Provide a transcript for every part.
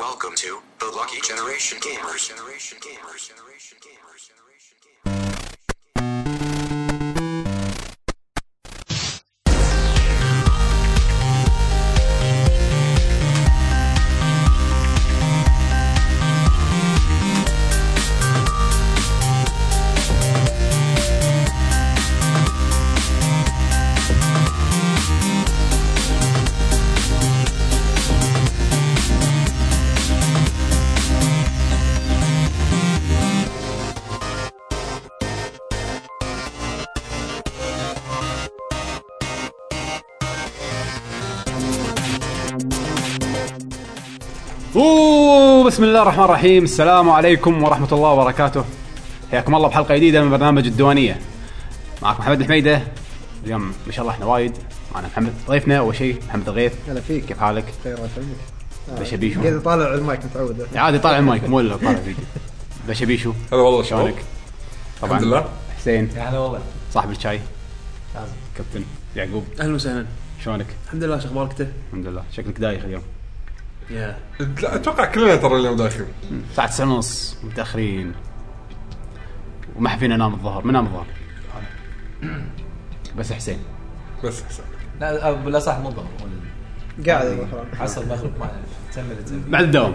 Welcome to the Lucky Generation Gamers. بسم الله الرحمن الرحيم. السلام عليكم ورحمة الله وبركاته. حياكم الله بحلقة جديدة من برنامج الديوانية. معكم محمد الحميدة. اليوم ما شاء الله احنا وايد معنا محمد ضيفنا أول شيء محمد الغيث. هلا فيك، كيف حالك؟ خير الله يسلمك. بشبيشو قاعد طالع المايك متعود. عادي طالع المايك مو ولا طالع فيديو. بشبيشو هلا والله شلونك؟ طبعا الحمد لله. حسين يا هلا والله صاحب الشاي لازم. كابتن يعقوب اهلا وسهلا. شلونك؟ الحمد لله. شو اخبارك انت؟ الحمد لله. شكلك دايخ اليوم. يا لا اتوقع كلنا ترى اليوم داخل ساعة 9:30 متأخرين وما حفينا ننام الظهر. من نام الظهر بس حسين بس حسن. لا بلا صح مو ضغط قاعد الظهر حصل مغرب ما تكمل بعد الدوام.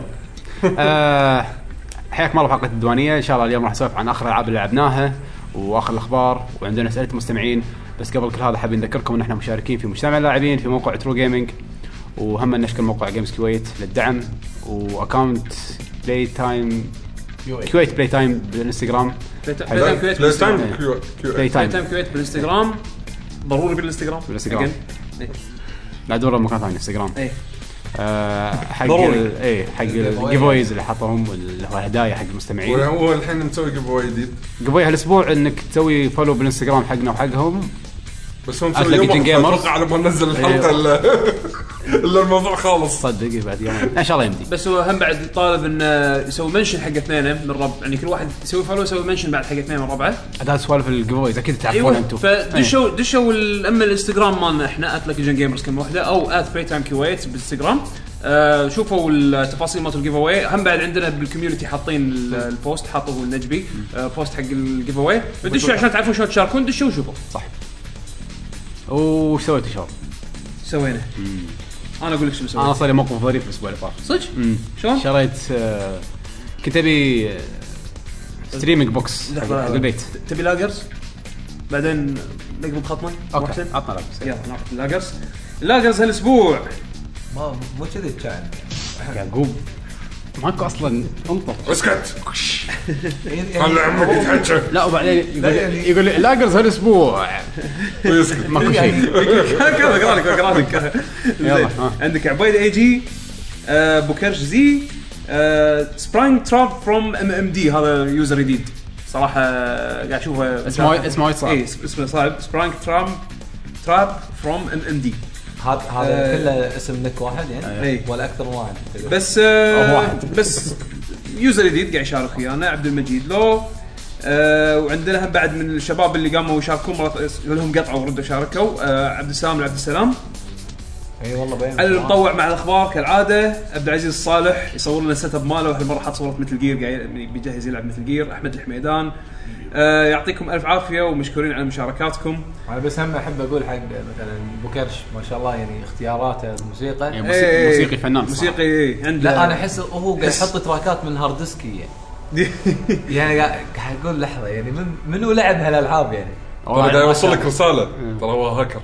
حياكم الله بحلقة الديوانية. إن شاء الله اليوم راح نسولف عن آخر الألعاب اللي لعبناها وآخر الأخبار، وعندنا أسئلة مستمعين. بس قبل كل هذا حابين نذكركم إن إحنا مشاركين في مجتمع اللاعبين في موقع ترو جيمنج، وهم نشكر موقع جيمز كويت للدعم، وأكاونت بلاي تايم كويت بلاي تايم بالإنستغرام. بلاي تايم كويت بالانستغرام. ضروري بالانستغرام. لا دوروا مكان ثاني انستغرام. حق حق الجيفويز اللي حطهم اللي هو هدايا حق المستمعين. وهو الحين نسوي جيفوي جديد. جيفوي هالاسبوع انك تسوي فولو بالانستغرام حقنا وحقهم. بس هم مسوي يوم اتوقع على ما ننزل الحلقه الا الموضوع خالص. صدق بعد يوم ان شاء الله يمدي. بس هو هم بعد طالب انه يسوي منشن حق اثنين من ربع، يعني كل واحد يسوي فولو يسوي منشن بعد حق اثنين من ربعه. هذا سوالف الجيفويز اكيد تعرفون انتم. فدشوا اما الانستغرام مالنا احنا @luckygengamers كم وحده او @playtimekuwait بالانستغرام. شوفوا التفاصيل مال الجيف اواي. هم بعد عندنا بالكوميونتي حاطين البوست، حاطه النجبي بوست حق الجيف اواي. دشوا عشان تعرفون شلون تشاركون. دشوا وشوفوا. صح. وش سويتوا شباب؟ سوينا انا اقول لك شو مسوي. انا صار لي موقف ظريف الاسبوع اللي طاف. صدق؟ شلون؟ شريت كنت ابي ستريمينج بوكس حق البيت. تبي لاجرز بعدين نقلب خط ماي. اوكي عطنا لاجرز. يلا ناخذ اللاجرز هالاسبوع. مو كذي كان يعقوب ماكو اصلا. انطف اسكت. خلي عمك يتحكى. لا وبعدين يقول لي لاجرز هالاسبوع ويسكت ماكو شيء. اقرا لك. عندك عبيد اي جي، بوكرش زي، سبرانج تراب فروم ام دي. هذا يوزر جديد صراحه قاعد اشوفه اسمه صعب. اي اسمه صعب. سبرانج تراب فروم ام دي. هذا كله اسم لك واحد يعني ولا اكثر من واحد. بس بس يوزر جديد قاعد يشارك ويانا عبد المجيد لو. وعندنا هم بعد من الشباب اللي قاموا يشاركون لهم قطعه وردوا شاركوا. عبد السلام اي والله باين على المطوع مع الاخبار كالعاده. عبد العزيز الصالح يصور لنا السيت اب ماله. هالمره حط صوره مثل جير قاعد بيجهز يلعب مثل جير. احمد الحميدان يعطيكم الف عافيه ومشكورين على مشاركاتكم. انا بس هم احب اقول حق مثلا بوكرش ما شاء الله يعني اختياراته الموسيقى يعني موسيقي فنان موسيقي عنده. لا انا احس هو قاعد يحط تراكات من هارد ديسكي يعني قاعد اقول لحظه يعني منو لعب هالالعاب يعني. انا اوصل لك رساله ترى هو هاكر.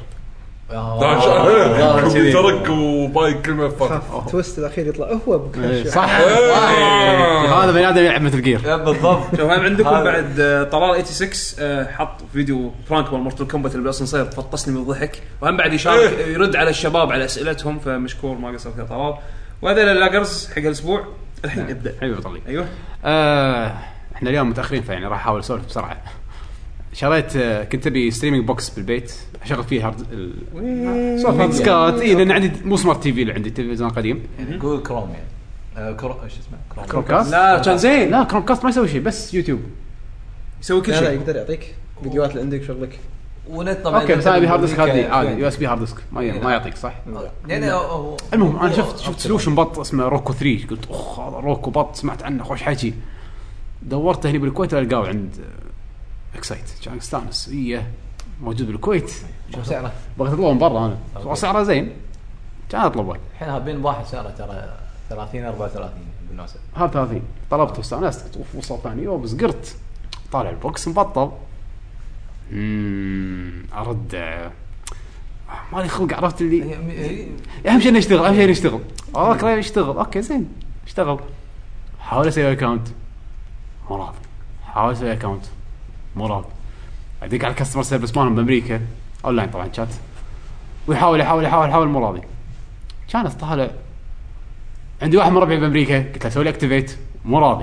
ترك وباي كلمه فقط. تويست الاخير يطلع هو بوكرش. صح. هذا بني ادم يلعب مثل جير بالضبط. شوف هم عندكم بعد طلال 86 حط فيديو فرانك مال كومبات اللي بالاسانسير فطسني من الضحك. وهم بعد يشارك يرد على الشباب على اسئلتهم، فمشكور ما قصر فيها طلال. وهذا اللاجرز حق الاسبوع. الحين ابدا حبيبي طلي. ايوه احنا اليوم متاخرين فيعني راح احاول اسولف بسرعه. شريت كنت ابي ستريمينج بوكس بالبيت اشغل فيه هارد سوفت سكات. لان عندي مو سمارت تي في اللي عندي تلفزيون قديم. جوجل كروم يعني ايش اسمه كروم كاست. لا كان زين. لا كروم كاست ما يسوي شيء بس يوتيوب يسوي كل شيء. لا يقدر يعطيك فيديوهات اللي عندك شغلك. ونت طبعا اوكي بس انا ابي هارد ديسك عادي يعني. يو اس بي هارد ديسك ما يعطيك صح. يعني هو المهم انا شفت سولوشن بط اسمه روكو 3 قلت اخ هذا روكو بط سمعت عنه خوش حكي دورته هنا بالكويت القاه عند اكسايت كان استانس موجود بالكويت شو سعره؟ بغيت اطلبه من برا انا سعره زين كان اطلبه الحين هابين واحد سعره ترى 30 34 بالمناسبه هذا 30 طلبته واستانست وصل ثاني يوم بس قرت طالع البوكس مبطل ارد مالي خلق عرفت اللي اهم شيء نشتغل اوكي يشتغل اوكي زين اشتغل حاول اسوي اكاونت مو راضي ادق على الكاستمر سيرفيس مالهم بامريكا اونلاين طبعا شات ويحاول مو راضي كان طالع عندي واحد من ربعي بامريكا قلت له سوي لي اكتيفيت مو راضي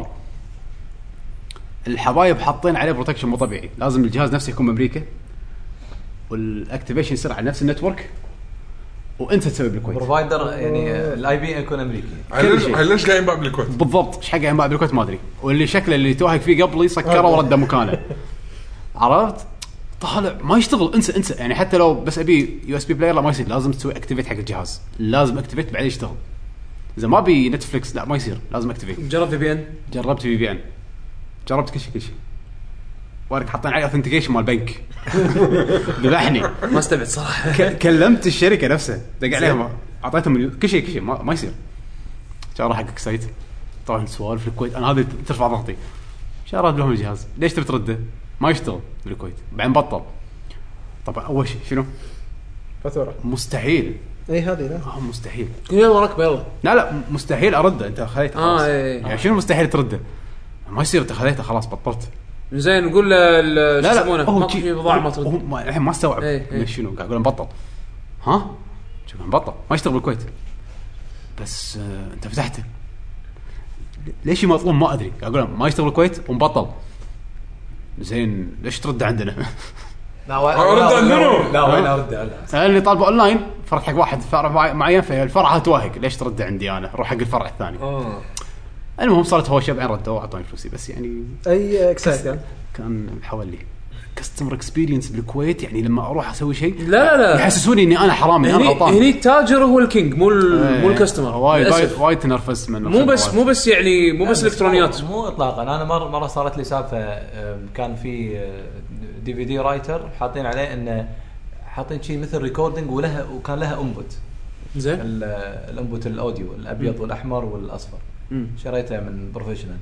الحبايب حاطين عليه بروتكشن مو طبيعي لازم الجهاز نفسه يكون بامريكا والاكتيفيشن يصير على نفس النتورك وانت تسوي بالكويت بروفايدر يعني الاي بي يكون امريكي ليش قاعد ينباع بالكويت بالضبط ايش حق ينباع بالكويت ما ادري واللي شكله اللي توهق فيه قبل يسكره ورده مكانه عرفت طالع ما يشتغل انسى يعني حتى لو بس ابي يو اس بي بلاير لا ما يصير لازم تسوي اكتيفيت حق الجهاز لازم اكتيفيت بعدين يشتغل اذا ما بي نتفليكس لا ما يصير لازم اكتيفيت جربت في بي ان جربت في بي ان جربت كل شيء وارك حاطين عليه اوثنتيكيشن مال بنك ذبحني ما استبعد صراحه كلمت الشركه نفسها دق عليهم اعطيتهم كل شيء ما يصير شارع حقك سايت طبعا سوالف في الكويت انا هذه ترفع ضغطي شارد لهم الجهاز ليش تبي ترده ما يشتغل بالكويت بعدين بطل طبعا اول شيء شنو فاتوره مستحيل اي هذه لا مستحيل يلا وراك يلا لا مستحيل ارده انت خليته خلاص يعني شنو مستحيل ترده ما يصير انت خليته خلاص بطلت زين نقول لا لا في بضاعه ما ترد الحين ما استوعب شنو قاعد اقول مبطل ها شوف مبطل ما يشتغل بالكويت بس انت فتحته ليش مطلوب ما ادري اقول ما يشتغل بالكويت ومبطل زين ليش ترد عندنا لا وين ارد اللي طالبه اونلاين فرح حق واحد فرع معين في الفرع توهق ليش ترد عندي انا روح حق الفرع الثاني المهم صارت هو بعدين ردوا واعطوني فلوسي بس يعني اي اكسايت كان حوالي كاستمر اكسبيرينس بالكويت يعني لما اروح اسوي شيء لا يحسسوني اني انا حرامي انا غلطان هني التاجر هو الكينج مو الكاستمر وايد تنرفز منه مو بس يعني مو بس الكترونيات مو اطلاقا انا مره صارت لي سالفه كان في دي في دي رايتر حاطين عليه انه حاطين شيء مثل ريكوردينج وكان لها انبوت زين الانبوت الاوديو الابيض والاحمر والاصفر شريته من بروفيشنال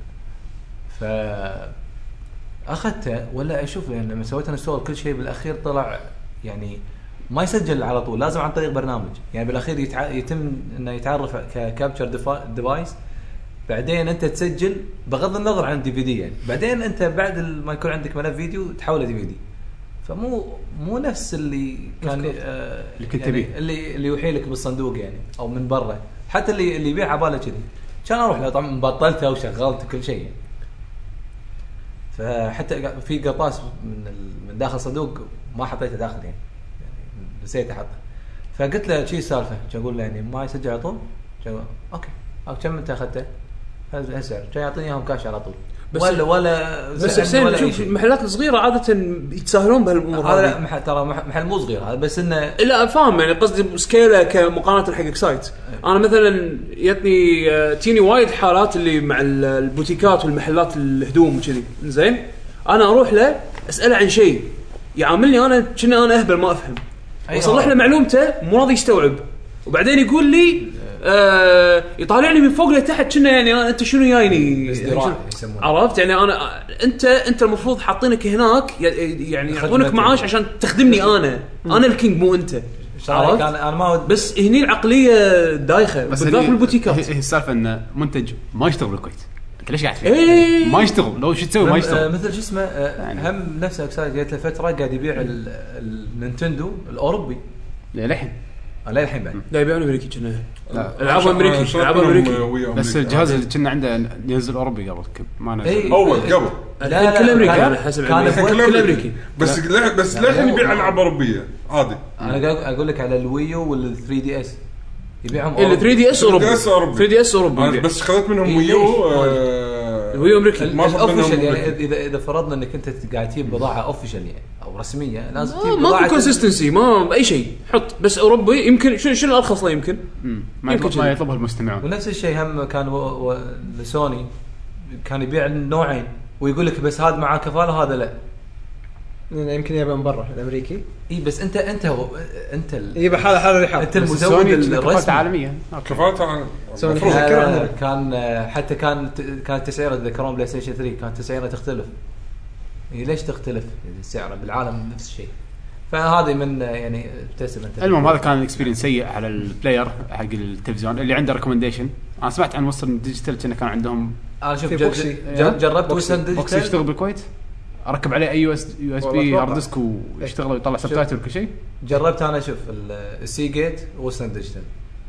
اخذته ولا اشوف يعني لما سويت انا الصور كل شيء بالاخير طلع يعني ما يسجل على طول لازم عن طريق برنامج يعني بالاخير يتم انه يتعرف ككابتشر ديفايس بعدين انت تسجل بغض النظر عن الدي في دي يعني بعدين انت بعد ما يكون عندك ملف فيديو تحوله دي في دي فمو نفس اللي كان اللي كنت يعني اللي يوحي لك بالصندوق يعني او من برا حتى اللي يبيع عباله كذي كان اروح له طبعا بطلته وشغلت كل شيء فحتى في قرطاس من داخل صندوق ما حطيته داخل يعني نسيت احطه فقلت له شيء سالفه اقول له يعني ما يسجل على طول اوكي كم انت اخذته هذا السعر جاي يعطيني اياهم كاش على طول ولا بس حسين شوف المحلات الصغيره عاده يتساهلون بهالامور هذا محل ترى محل مو صغير هذا بس انه لا فاهم يعني قصدي سكيله كمقارنه حق اكسايت انا مثلا تيني وايد حالات اللي مع البوتيكات والمحلات الهدوم وكذي زين انا اروح له اساله عن شيء يعاملني انا كنا انا اهبل ما افهم وصلح له معلومته مو راضي يستوعب وبعدين يقول لي يطالعني من فوق لتحت كنا يعني انت شنو جايني عرفت يعني انا انت المفروض حاطينك هناك يعني يعطونك معاش عشان تخدمني انا الكينج مو انت عرفت انا ما بس هني العقليه دايخه بالذات بالبوتيكات هي السالفه ان منتج ما يشتغل بالكويت انت ليش قاعد فيه ما يشتغل لو شو تسوي ما يشتغل مثل شو اسمه هم نفس اكسايد جت فتره قاعد يبيع النينتندو الاوروبي للحين لا الحين بعد لا يبيعون امريكي كنا العاب امريكي بس الجهاز اللي كنا عنده ينزل اوروبي قبل ما نزل اول قبل لا كل امريكي انا حسب كل امريكي بس للحين يبيع العاب اوروبيه عادي انا اقول لك على الويو وال 3 دي اس يبيعهم ال 3 دي اس اوروبي 3 دي اس اوروبي بس خذت منهم ويو وهي امريكي ما أخذ منهم اوفيشال يعني أمريكي. اذا فرضنا انك انت قاعد تجيب بضاعه اوفيشال يعني او رسميه لازم تجيب ماكو بضاعه كونسيستنسي ما اي شيء حط بس اوروبي يمكن شنو الارخص له يمكن ما يطلبها المستمعون. ونفس الشيء هم كان سوني كان يبيع نوعين ويقول لك بس هذا معاه كفاله هذا لا. يمكن يبقى من برا الامريكي. اي بس انت يبقى حاله رحاب. انت المزود الرسمي عالميه كفاءته سوني كان حتى كانت تسعيره ذكرون بلاي ستيشن 3 كانت تسعيره تختلف. ليش تختلف السعر بالعالم نفس الشيء؟ فهذه من يعني ابتسم انت. المهم هذا كان اكسبيرينس سيء على البلاير حق التلفزيون اللي عنده ريكومنديشن. انا سمعت عن وصل ديجيتال كان عندهم انا شوف بوكسي. جربت وصل بوكسي ديجيتال يشتغل بالكويت اركب عليه اي يو اس بي هارد ديسك ويشتغل ويطلع سبتايتل وكل شيء. جربت انا اشوف السي جيت وصل ديجيتال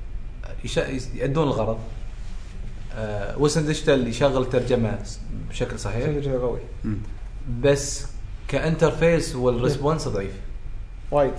يأدون الغرض. وصل ديجيتال يشغل ترجمه بشكل صحيح قوي بس كانترفيس والريسبونس ضعيف وايد.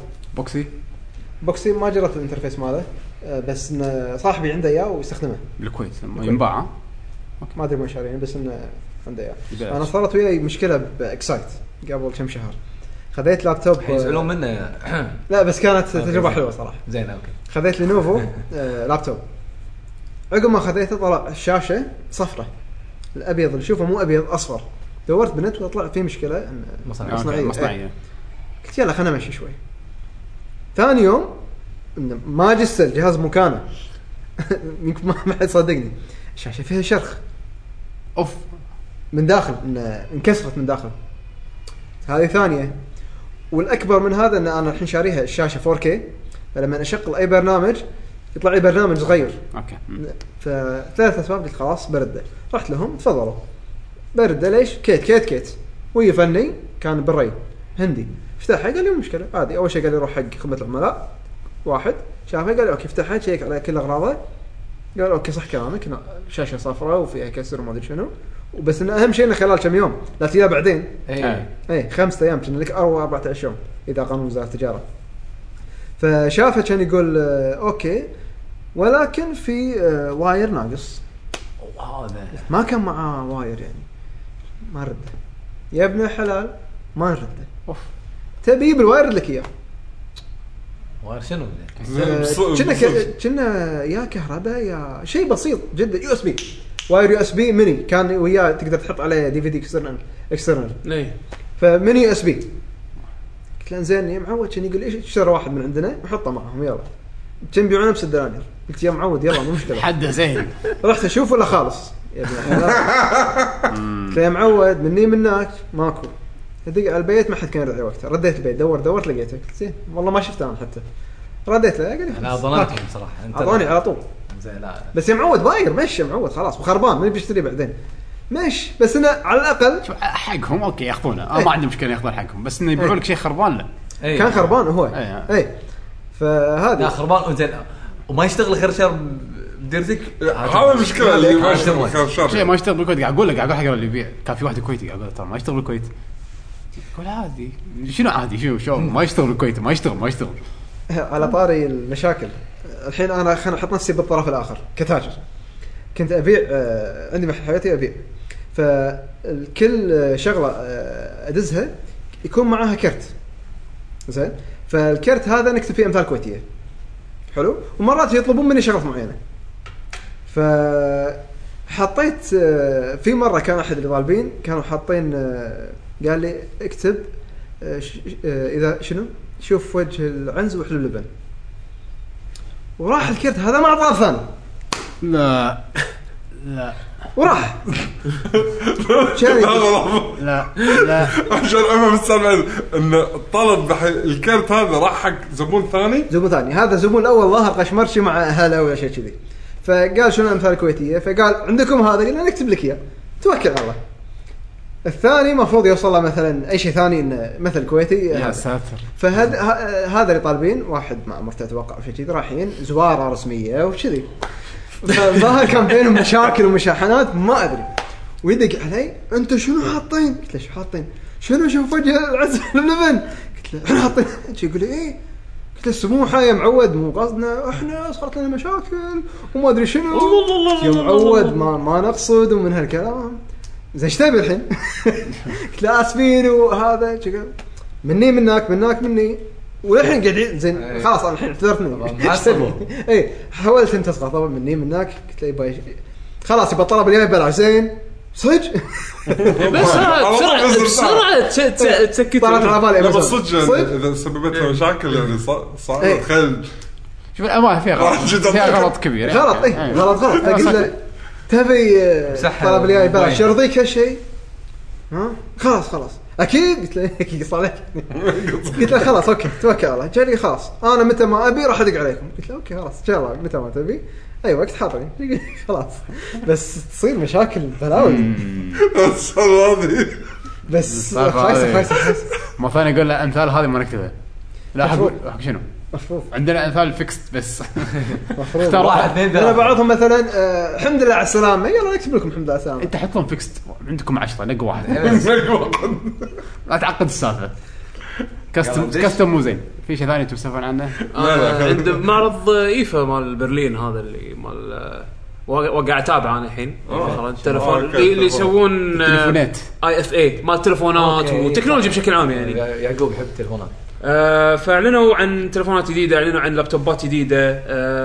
بوكسي ما جربت الانترفيس ماله بس إن صاحبي عنده اياه ويستخدمه بالكويت ينباع. ما ادري وين شاريه بس انه عنده اياه. انا صارت وياي مشكله باكسايت قبل كم شهر. خذيت لابتوب يزعلون منه. لا بس كانت تجربه حلوه صراحه. زين اوكي. خذيت لينوفو لابتوب. عقب ما خذيته طلع الشاشه صفرة الابيض اللي شوفه مو ابيض اصفر. دورت بنت وطلع فيه مشكله مصنعيه. قلت يلا خلنا نمشي شوي. ثاني يوم ما جست الجهاز مكانه. يمكن ما حد صدقني. الشاشه فيها شرخ اوف من داخل انكسرت من داخل. هذه ثانيه. والاكبر من هذا ان انا الحين شاريها الشاشه 4K فلما اشغل اي برنامج يطلع لي برنامج صغير. اوكي. فثلاث اسباب قلت خلاص برده. رحت لهم تفضلوا برده ليش كيت وهي فني كان بالري هندي. افتحها قال لي مو مشكله عادي. اول شيء قال لي روح حق خدمه العملاء واحد شافه قال لي اوكي افتحها شيك على كل اغراضه. قال اوكي صح كلامك شاشه صفراء وفيها كسر وما ادري شنو وبس ان اهم شيء انه خلال كم يوم لا تجيها بعدين. اي 5 ايام كنا لك 14 يوم اذا قانون وزاره التجاره. فشافه كان يقول اوكي ولكن في واير ناقص. هذا ما كان معاه واير يعني ما رده يا ابن حلال ما نرده. تبي بالواير لك اياه واير شنو كنا يا كهرباء يا شيء بسيط جدا. يو اس بي واير يو اس بي ميني كان وياه تقدر تحط عليه دي في دي اكسترنال ليه فميني يو اس بي. قلت له زين يا معود كان يقول ايش اشتري واحد من عندنا وحطه معهم يلا كان بيبيعونه ب$6. قلت يا معود يلا مو مشكله حد زين. رحت اشوف ولا خالص يا ابن يا معود مني منك ماكو. هدق على البيت ما حد كان يرضى وقتها. رديت البيت دورت لقيته قلت زين والله ما شفته انا حتى. رديت له قال لي انا ظننتهم صراحه انت اعطوني على طول زين. لا بس يا معود باير ماشي يا معود خلاص وخربان ما بيشتري بعدين ماشي بس انا على الاقل حقهم اوكي ياخذونه. ما عندي مشكله ياخذون حقهم بس انه يبيعوا لك شيء خربان لا. كان خربان هو اي فهذا لا خربان زين وما يشتغل خير شر بديرتك. هذا مشكله اللي ما يشتغل خير شر شيء ما يشتغل بالكويت. قاعد اقول لك حق اللي يبيع كان في واحد كويتي قاعد اقول ترى ما يشتغل بالكويت. يقول عادي شنو عادي شو ما يشتغل بالكويت ما يشتغل. على طاري المشاكل الحين انا خلينا احط نفسي بالطرف الاخر كتاجر. كنت ابيع عندي محل حياتي ابيع فالكل شغله ادزها يكون معاها كرت زين. فالكرت هذا نكتب فيه امثال كويتيه حلو ومرات يطلبون مني شغلات معينه. فحطيت في مره كان احد اللي طالبين كانوا حاطين قال لي اكتب اذا شنو شوف وجه العنز وحلو اللبن وراح الكرت هذا مع طرف ثاني. لا وراح لا عشان أفهم السالفة إن الطلب الكرت هذا راح حق زبون ثاني. هذا زبون الأول ظاهر قشمرشي مع أهله ولا شيء كذي. فقال شنو الأمثال الكويتية فقال عندكم هذا قلنا نكتب لك إياه توكل على الله. الثاني مفروض يوصل له مثلا أي شيء ثاني مثل كويتي يا ساتر. هذا اللي طالبين واحد مع مرته توقع شيء كذي رايحين زوارة رسمية وكذي. فظهر كان بينهم مشاكل ومشاحنات ما أدري ويدق علي أنت شنو حاطين؟ قلت له شو حاطين؟ شنو شوف وجه العز اللبن؟ قلت له احنا حاطين يقول لي ايه؟ قلت له سموحة يا معود مو قصدنا احنا صارت لنا مشاكل وما أدري شنو يا معود ما نقصد ومن هالكلام. زين ايش تبي الحين؟ قلت له اسفين وهذا مني منك مني والحين قاعد زين خلاص انا الحين اعتذرت مني اي حاولت انت تصغر طبعا مني منك قلت له يبا خلاص يبقى الطلب الجاي ببلاش زين صدق بس بسرعه تسكت طلعت على بالي لا بس صدق اذا سببت له مشاكل يعني صار تخيل شوف الامانه فيها غلط كبير غلط غلط قلت له تبي طلب الجاي ببلاش يرضيك هالشيء ها خلاص اكيد قلت له قص عليك قلت له خلاص اوكي توكل على الله جالي خلاص انا متى ما ابي راح ادق عليكم قلت له اوكي خلاص ان شاء الله متى ما تبي اي وقت حاضرين خلاص بس تصير مشاكل بلاوي بس خايسه ما ثاني يقول له امثال هذه ما نكتبها لا حق شنو مفروض عندنا امثال فيكست بس مفروض اختار واحد انا بعضهم مثلا الحمد لله على السلامه يلا نكتب لكم الحمد لله على السلامه انت حط لهم فيكست عندكم 10 نقوا واحد لا تعقد السالفه كاستم مو زين في شيء ثاني تسولفون عنه عند معرض ايفا مال برلين هذا اللي مال وقاعد اتابع انا الحين التليفون اللي يسوون تليفونات IFA مال تليفونات وتكنولوجيا بشكل عام يعني يعقوب يحب التليفونات فاعلنوا عن تليفونات جديده اعلنوا عن لابتوبات جديده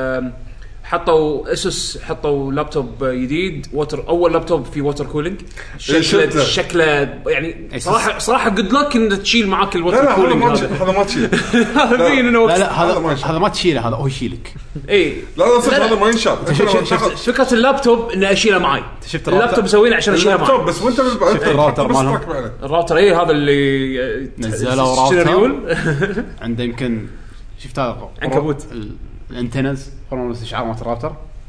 حطوا اسوس حطوا لابتوب جديد اول لابتوب فيه ووتر كولينج شكله يعني صراحه جود لك ان تشيل معاك الووتر كولينج هذا ما تشيل هذا ما تشيله هذا هو يشيلك اي لا هذا ما ينشال فكره اللابتوب انه اشيله معي شفت اللابتوب مسوينه عشان اشيله معي بس وانت الراوتر مالهم الراوتر اي هذا اللي نزلوا راوتر عنده يمكن شفت هذا عنكبوت الانتنز قرروا استشعار مال الراوتر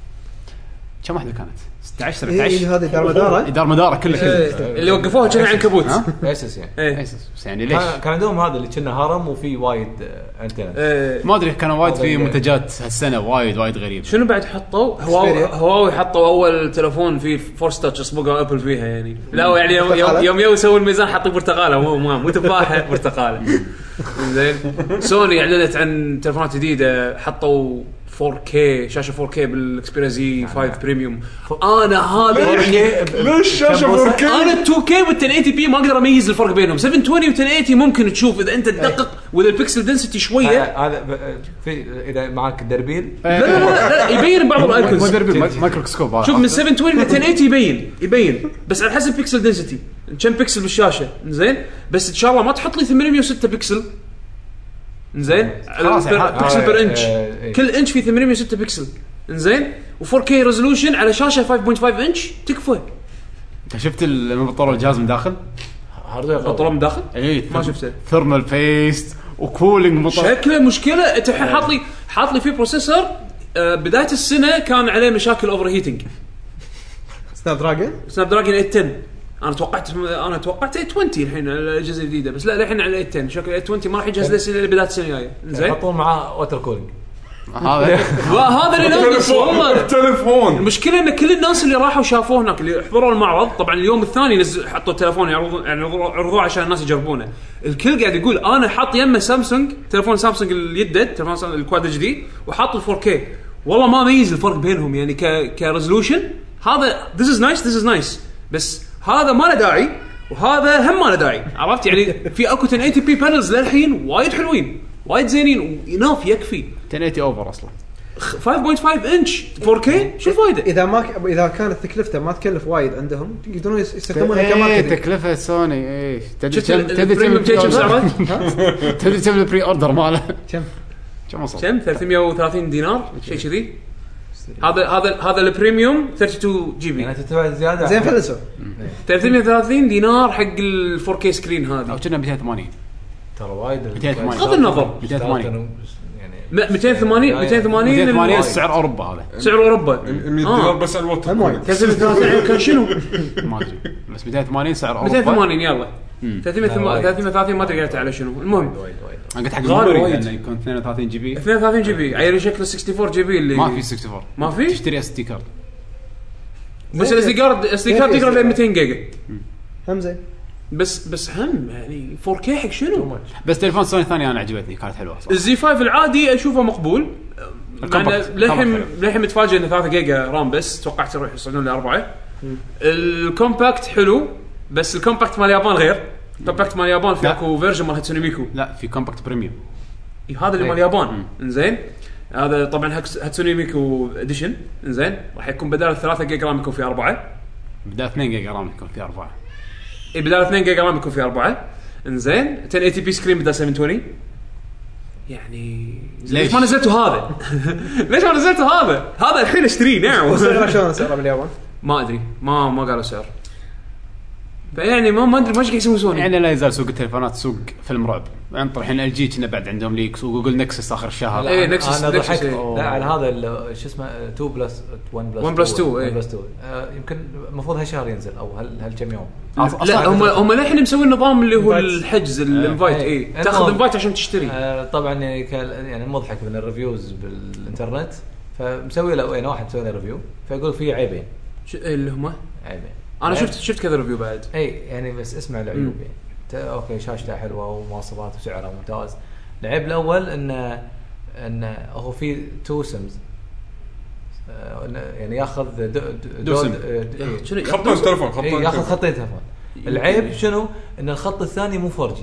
كم واحده كانت 16 13 هذه دار مداره كله اللي وقفوها كان عنكبوت اساس يعني اساس يعني ليش كان عندهم هذا اللي كنا هرم وفي وايد انتنز ما ادري كانوا وايد في منتجات هالسنه وايد غريب شنو بعد حطوا هواوي حطوا اول تلفون في فورس تاتش اسبوع ابل فيها يعني لا يعني يوم يسوي الميزان حطوا برتقاله مو تفاحه برتقاله زين سوني اعلنت عن تلفونات جديده حطوا 4K شاشه 4K بالاكسبيريا زي 5 بريميوم انا هذا ليش شاشه 4K انا 2K وال1080p ما اقدر اميز الفرق بينهم 720 و1080 ممكن تشوف اذا انت تدقق واذا البكسل دنسيتي شويه هذا في اذا معك دربيل لا يبين بعض الايكونز مايكروسكوب شوف من 720 ل 1080 يبين بس على حسب بيكسل دنسيتي كم بيكسل بالشاشه زين بس ان شاء الله ما تحط لي 806 بكسل زين بكسل بير انش كل انش فيه 806 بكسل زين و4K ريزولوشن على شاشه 5.5 انش تكفى. انت شفت لما بطلوا الجهاز من داخل هاردوير بطلوا من داخل اي ما شفته ثيرمال بيست وكولينج شكله مشكله انت الحين حاط لي فيه بروسيسور بدايه السنه كان عليه مشاكل اوفر هيتنج سناب دراجون 810 انا توقعت 820 الحين الاجهزه الجديده بس لا الحين على 810 شكل 820 ما راح يجهز لي بدايه السنه الجايه زين يحطون معاه ووتر كولينج هذا اللي ناقص والله التليفون. المشكله ان كل الناس اللي راحوا شافوه هناك اللي حضروا المعرض طبعا اليوم الثاني حطوا التليفون يعرضوه عشان الناس يجربونه الكل قاعد يقول انا حاط يمه سامسونج تليفون سامسونج الجديد تليفون الكواد الجديد وحاط ال4K والله ما ميز الفرق بينهم يعني كريزولوشن هذا this is nice بس هذا ما له داعي وهذا هم ما له داعي عرفت يعني في اكو 1080p بانلز للحين وايد حلوين وايد زينين ويناف يكفي 1080 اوفر اصلا 5.5 انش 4K شو الفائده اذا كانت تكلفته ما تكلف وايد عندهم يقدرون يستخدمونها كماركتينج تكلفه سوني ايش تدري كم البري اوردر ماله كم وصل 330 دينار شيء كذي هذا البريميوم 32 جي بي يعني تدفع زياده زين فلسوا 330 دينار حق ال 4K سكرين هذه او كنا 280 ترى وايد بغض النظر 280 يعني 280 سعر اوروبا هذا سعر اوروبا 100 دينار بس على الوقت 330 كان شنو ما ادري بس 280 سعر اوروبا 280 يلا 330 ما تقدر على شنو المهم انا قلت حق الموري انه يكون 32 جي بي 32 جي بي عيل شكله 64 جي بي اللي ما في 64 ما في تشتري اس دي كارد بس الاس دي كارد يقدر ل 200 جيجا هم زين بس هم يعني 4K حق شنو بس تليفون سوني ثاني انا عجبتني كانت حلوه الزي 5 العادي اشوفه مقبول لحين متفاجئ انه 3 جيجا رام بس توقعت يروح يصعدون ل4 الكومباكت حلو بس الكومباكت مال اليابان غير. الكومباكت مال اليابان في اكو فيرجن مال هاتسوني ميكو. لا في كومباكت بريميوم هذا اللي مال اليابان. انزين هذا طبعا هاتسوني ميكو اديشن. انزين راح يكون بدال 3 جيجا رام يكون في 4 بدال 2 جيجا رام يكون في 4 بدال 2 جيجا رام يكون في 4. انزين 1080 بي سكرين بدال 720. يعني ليش ما نزلتوا هذا؟ ليش ما نزلتوا هذا الحين اشتريه. نعم شلون سعره باليابان ما ادري ما قالوا سعر. فيعني ما ادري ما ايش يسوون سوني. يعني لا يزال سوق التليفونات سوق فيلم رعب. انطر الحين ال جي كنا بعد عندهم ليكس وجوجل نكسس اخر الشهر. اي نكسس انا ضحكت لا على هذا شو اسمه 2 بلس 1 بلس 2 يمكن المفروض هالشهر ينزل او هالكم يوم. لا هم للحين مسوين نظام اللي هو الحجز الانفايت. اي تاخذ انفايت عشان تشتري. طبعا يعني المضحك من الريفيوز بالانترنت فمسوي له يعني واحد مسوي له ريفيو فيقول فيه عيبين. اللي هم عيبين انا شفت كذا ريفيو بعد. اي يعني بس اسمع العيوب يعني اوكي شاشته حلوه ومواصفات وسعرها ممتاز. العيب الاول ان هو في 2 سمز يعني ياخذ خطين تليفون ياخذ خطين تليفون. العيب شنو ان الخط الثاني مو 4G.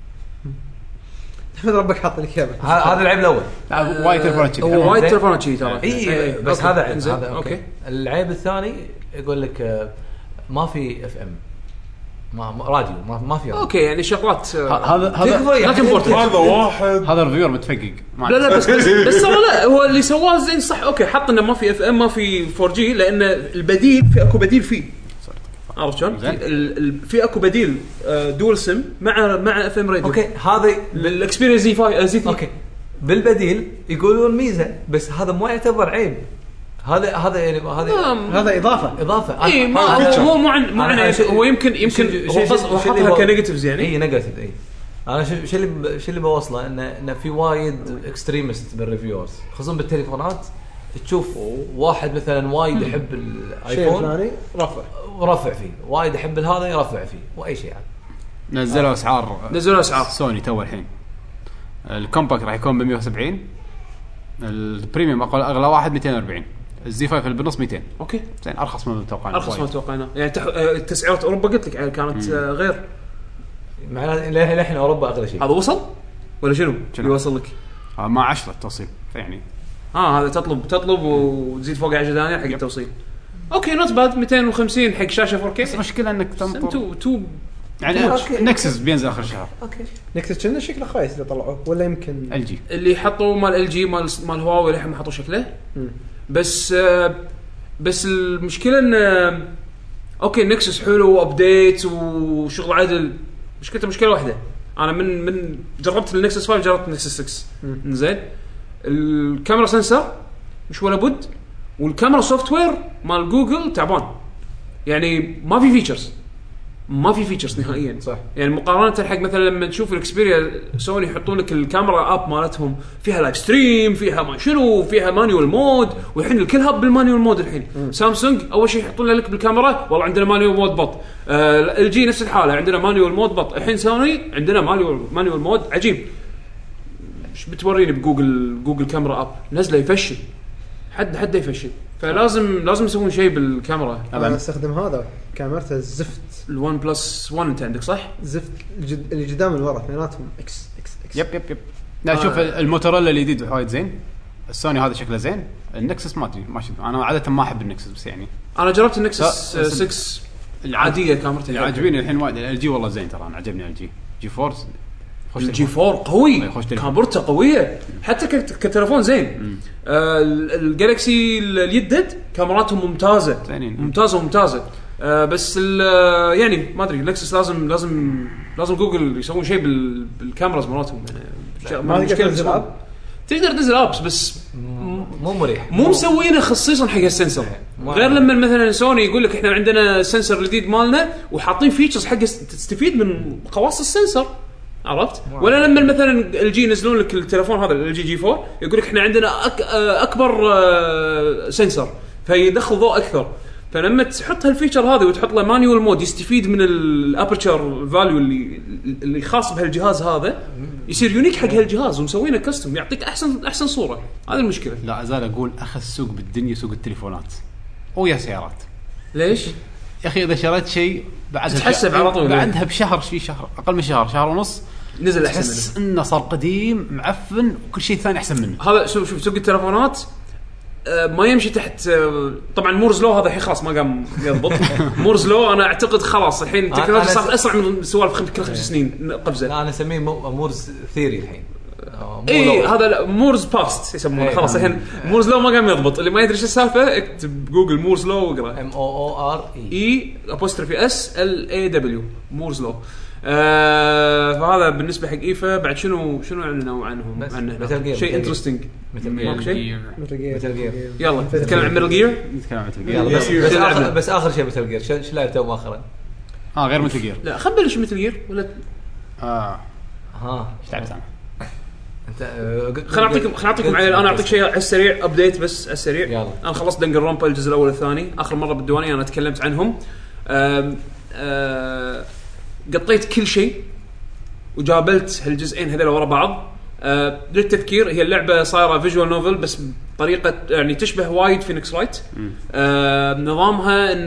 احمد ربك حاط لك اياه. هذا العيب الاول. وايد تليفونات وايد تليفونات ترى. اي بس هذا عيب. هذا اوكي. العيب الثاني يقول لك ما في اف ام ما راديو ما في اوكي يعني شغلات هذا واحد هذا الريفيور متفقق. لا بس لا هو اللي سواه زين صح. اوكي حط انه ما في اف ام ما في 4G لان البديل في اكو بديل فيه. عرفت شلون في اكو بديل دول سم مع اف ام راديو. اوكي هذا بالاكسبيرينس زي اوكي بالبديل يقولون ميزه بس هذا ما يعتبر عيب. هذا يعني هذا اضافه اي مو عن هو يمكن هو حطها كنيجاتيفز يعني. اي نيجاتيف. اي انا شو اللي بوصله ان في وايد اكستريمست بالريفيورز خصوصا بالتليفونات. تشوف واحد مثلا وايد يحب الايفون الثاني رفع فيه وايد يحب هذا يرفع فيه واي شيء يعني. نزلوا اسعار سوني تو الحين. الكومباكت راح يكون ب 170. البريميوم اغلى واحد 240. الزي 5 اللي بالنص 200. اوكي زين ارخص من توقعنا. ارخص من توقعنا يعني تسعيرات اوروبا قلت لك كانت غير. معناه للحين اوروبا اغلى شيء. هذا وصل ولا شنو يوصل لك ما 10 التوصيل يعني هذا تطلب وتزيد فوق 10 دنانير حق التوصيل. اوكي نوت باد 250 حق شاشه 4K. بس مشكله انك تنطر تو يعني نكسس بينزل اخر الشهر. اوكي نكسس كنا شكله خايس اللي طلعوه ولا يمكن ال جي اللي حطوا مال ال جي مال هواوي لحين ما حطوا شكله. بس المشكله ان اوكي نكسس حلو وابديت وشغل عدل. مشكله واحده. انا من جربت النكسس 5 جربت النكسس 6. زين الكاميرا سنسر مش ولا بد والكاميرا سوفت وير مال جوجل تعبان يعني ما في فيتشرز نهائيا. صح. يعني مقارنه حق مثلا لما تشوف الاكسبيريا سوني يحطون لك الكاميرا اب مالتهم فيها لايف ستريم فيها ما شنو فيها مانيوال مود والحين الكل هاب بالمانيوال مود. الحين سامسونج اول شيء يحطون لك بالكاميرا والله عندنا مانيوال مود بط. ال جي نفس الحاله عندنا مانيوال مود بط. الحين سوني عندنا مانيوال مود عجيب. مش بتوريني بجوجل كاميرا اب نزله يفشل حد يفشل. فلازم يسوون شيء بالكاميرا. انا استخدم هذا كاميرته الزفت الون بلس 1 انت عندك صح زفت اللي قدام الورا اثنيناتهم اكس. يب لا شوف الموتوريلا الجديد وايد زين. السوني هذا شكله زين. النكسس ما ادري ماشي انا عاده ما احب النكسس بس يعني انا جربت النكسس 6 العاديه كاميرته اللي عاجبني الحين وايد. ال جي والله زين ترى انا عجبني ال جي فورس. الجي 4 قوي كاميرته قويه حتى كتلفون زين. الجالكسي اليدد كاميراتهم ممتازه بس يعني ما ادري نكسس لازم جوجل يسوون شيء بالكاميرا مالتهم ما تقدر تنزل ابس بس مو مريح مو مسوينه خصيصا حق السنسر. غير لما مثلا سوني يقول لك احنا عندنا السنسر الجديد مالنا وحاطين فيتشرز حق تستفيد من خواص السنسر. عرفت ولا لما مثلا الجي ينزلون لك التليفون هذا الجي جي 4 يقول لك احنا عندنا اكبر سنسر فيدخل ضوء اكثر. فلما تحط هالفيتشر هذه وتحط له مانيوال مود يستفيد من الابرتشر فاليو اللي خاص بهالجهاز هذا يصير يونيك حق هالجهاز ومسوينه كاستم يعطيك احسن صوره. هذه المشكله. لا ازال اقول اخذ سوق بالدنيا سوق التليفونات ويا سيارات ليش يا اخي اذا شريت شيء بعدها تتحسب على طول بعدها بشهر شهر اقل من شهر ونص نزل تحس احسن انه صار قديم معفن وكل شيء ثاني احسن منه. هذا شوف سوق التلفونات ما يمشي تحت طبعا مورز لو هذا الحين خلاص ما قام يضبط. مورز لو انا اعتقد خلاص الحين التكنولوجيا صارت اسرع من سوالف كل 5 سنين قفزه. لا انا اسميه مورز ثيري الحين. اي هذا لا مورز باست يسمونه خلاص الحين مورز لو ما قام يضبط. اللي ما يدري ايش السالفه اكتب جوجل مورز لو واقرا MOOREE مورز لو. فهذا بالنسبه حق ايفا. بعد شنو اعلنوا عنهم عنه شيء انترستينج مثل شيء مثل جير. يلا نتكلم عن ميتل جير. نتكلم عن ميتل جير بس اخر شيء مثل جير شو لعبته مؤخرا؟ غير ميتل جير. لا خبرش ميتل جير ولا ها ايش لعبت انا؟ انت خلينا نعطيكم على انا اعطيك شيء على السريع ابديت بس على السريع. يلا. انا خلصت دنجر رومبا الجزء الاول والثاني اخر مره بالديوانيه انا تكلمت عنهم. قطيت كل شيء وجابلت هالجزئين هذول ورا بعض. للتذكير هي اللعبه صايره فيجوال نوفل بس بطريقه يعني تشبه وايد فينيكس رايت. نظامها ان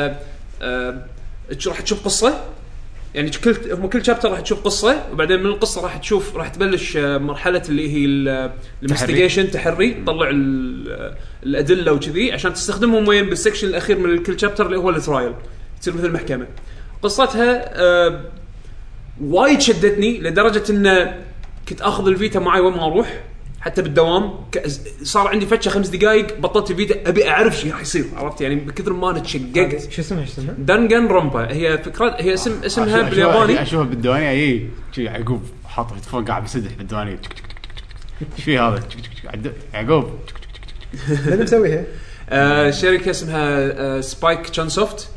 راح تشوف قصه يعني كل شابتر راح تشوف قصه وبعدين من القصه راح تبلش مرحله اللي هي الانفستيجيشن تحري تطلع الادله وكذي عشان تستخدمهم وين بالسكشن الاخير من كل شابتر اللي هو الترايل تصير مثل المحكمه. قصتها وايد شدتني لدرجه ان كنت اخذ الفيتا معي وين ما اروح حتى بالدوام. صار عندي فتشه 5 دقائق بطلت الفيتا ابي اعرف شو راح يصير عرفت يعني بكثر ما انا تشققت. شو اسمها دنجن رومبا هي فكره هي اسمها بالياباني. اشوفها بالديوانيه اي يعقوب حاط فوق قاعد بسدح بالديوانيه ايش في هذا يعقوب من مسويها؟ الشركه اسمها سبايك تشان سوفت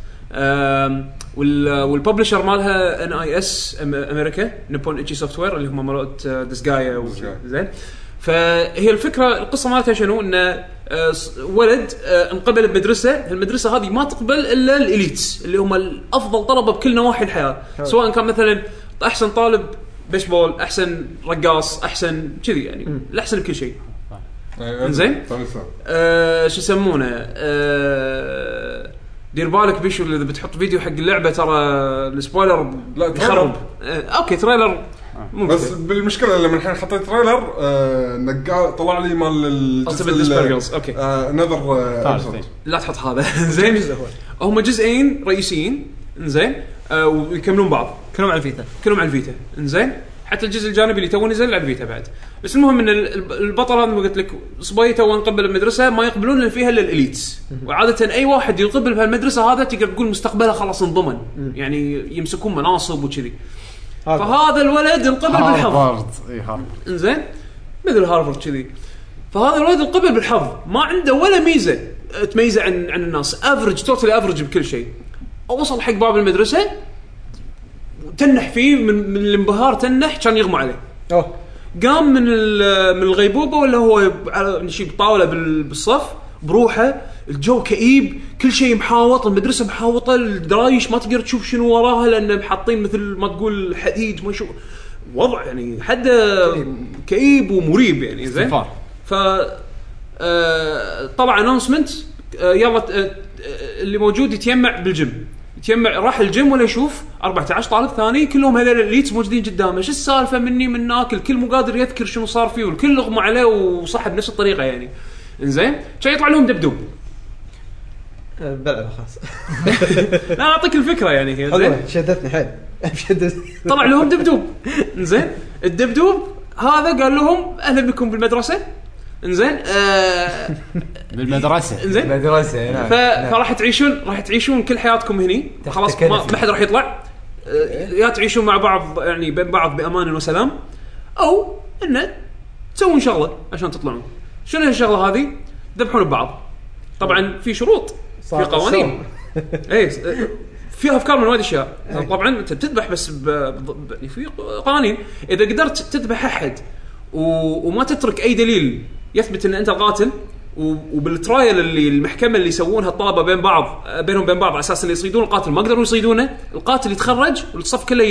والببلشر مالها NIS امريكا نيبون ايتشي سوفت وير اللي هم مالوت ديسغايا زين. فهي الفكره القصه مالتها شنو ان ولد انقبل بمدرسه. المدرسه هذه ما تقبل الا الاليتس اللي هم الافضل طلبه بكل نواحي الحياه سواء كان مثلا احسن طالب بيسبول احسن رقاص احسن كذي يعني الاحسن بكل شيء. زين شو يسمونه دير بالك بيشو اذا بتحط فيديو حق اللعبه ترى السبويلر يخرب. اوكي تريلر بس بالمشكله لما الحين حطيت تريلر طلع لي مال الجزء اوكي نذر لا تحط هذا زين. هم جزئين رئيسيين زين ويكملون بعض كلهم على الفيتا زين. حتى الجزء الجانبي اللي تو نزل على الفيتا بعد. بس المهم ان البطل هذا ما قلت لك صبيته وانقبل المدرسه ما يقبلون اللي فيها الا الاليتس. وعاده اي واحد يقبل بهالمدرسه هذا تقدر تقول مستقبله خلاص انضمن يعني يمسكون مناصب وكذي. فهذا الولد انقبل بالحظ انزين مثل هارفارد كذي. فهذا الولد انقبل بالحظ ما عنده ولا ميزه تميزه عن الناس افرج توتال افرج بكل شيء. اوصل حق باب المدرسه تنح فيه من الانبهار تنح كان يغمى عليه. قام من الغيبوبه ولا هو على شيء بطاوله بالصف بروحه. الجو كئيب كل شيء محاوط المدرسه محاوطه الدرايش ما تقدر تشوف شنو وراها لان حاطين مثل ما تقول حديد ما شو وضع يعني حد كئيب ومريب يعني زين. ف طلع اناونسمنت يلا اللي موجود يتجمع بالجيم راح الجيم ولا يشوف 14 طالب ثاني كلهم هذول الليتس موجودين قدامه. ايش السالفه مني من ناكل الكل مو قادر يذكر شنو صار فيه والكل اغمى عليه وصح بنفس الطريقه يعني انزين. شيء يطلع لهم دبدوب بلعب خلاص. لا اعطيك الفكره يعني هي زين شدتني حيل طلع لهم دبدوب انزين. الدبدوب هذا قال لهم اهلا بكم بالمدرسه انزين بالمدرسه انزين مدرسه فراح تعيشون كل حياتكم هني خلاص ما حد راح يطلع. يا تعيشون مع بعض يعني بين بعض بامان وسلام او انه تسوون شغله عشان تطلعون. شنو هالشغله هذه؟ ذبحون ببعض. طبعا في شروط في قوانين اي فيها افكار من وايد اشياء. طبعا انت بتذبح بس في قوانين اذا قدرت تذبح احد وما تترك اي دليل يثبت ان انت القاتل وبالترايل اللي المحكمه اللي يسوونها الطلبه بينهم بين بعض على اساس ان يصيدون القاتل ما قدروا يصيدونه القاتل يتخرج والصف كله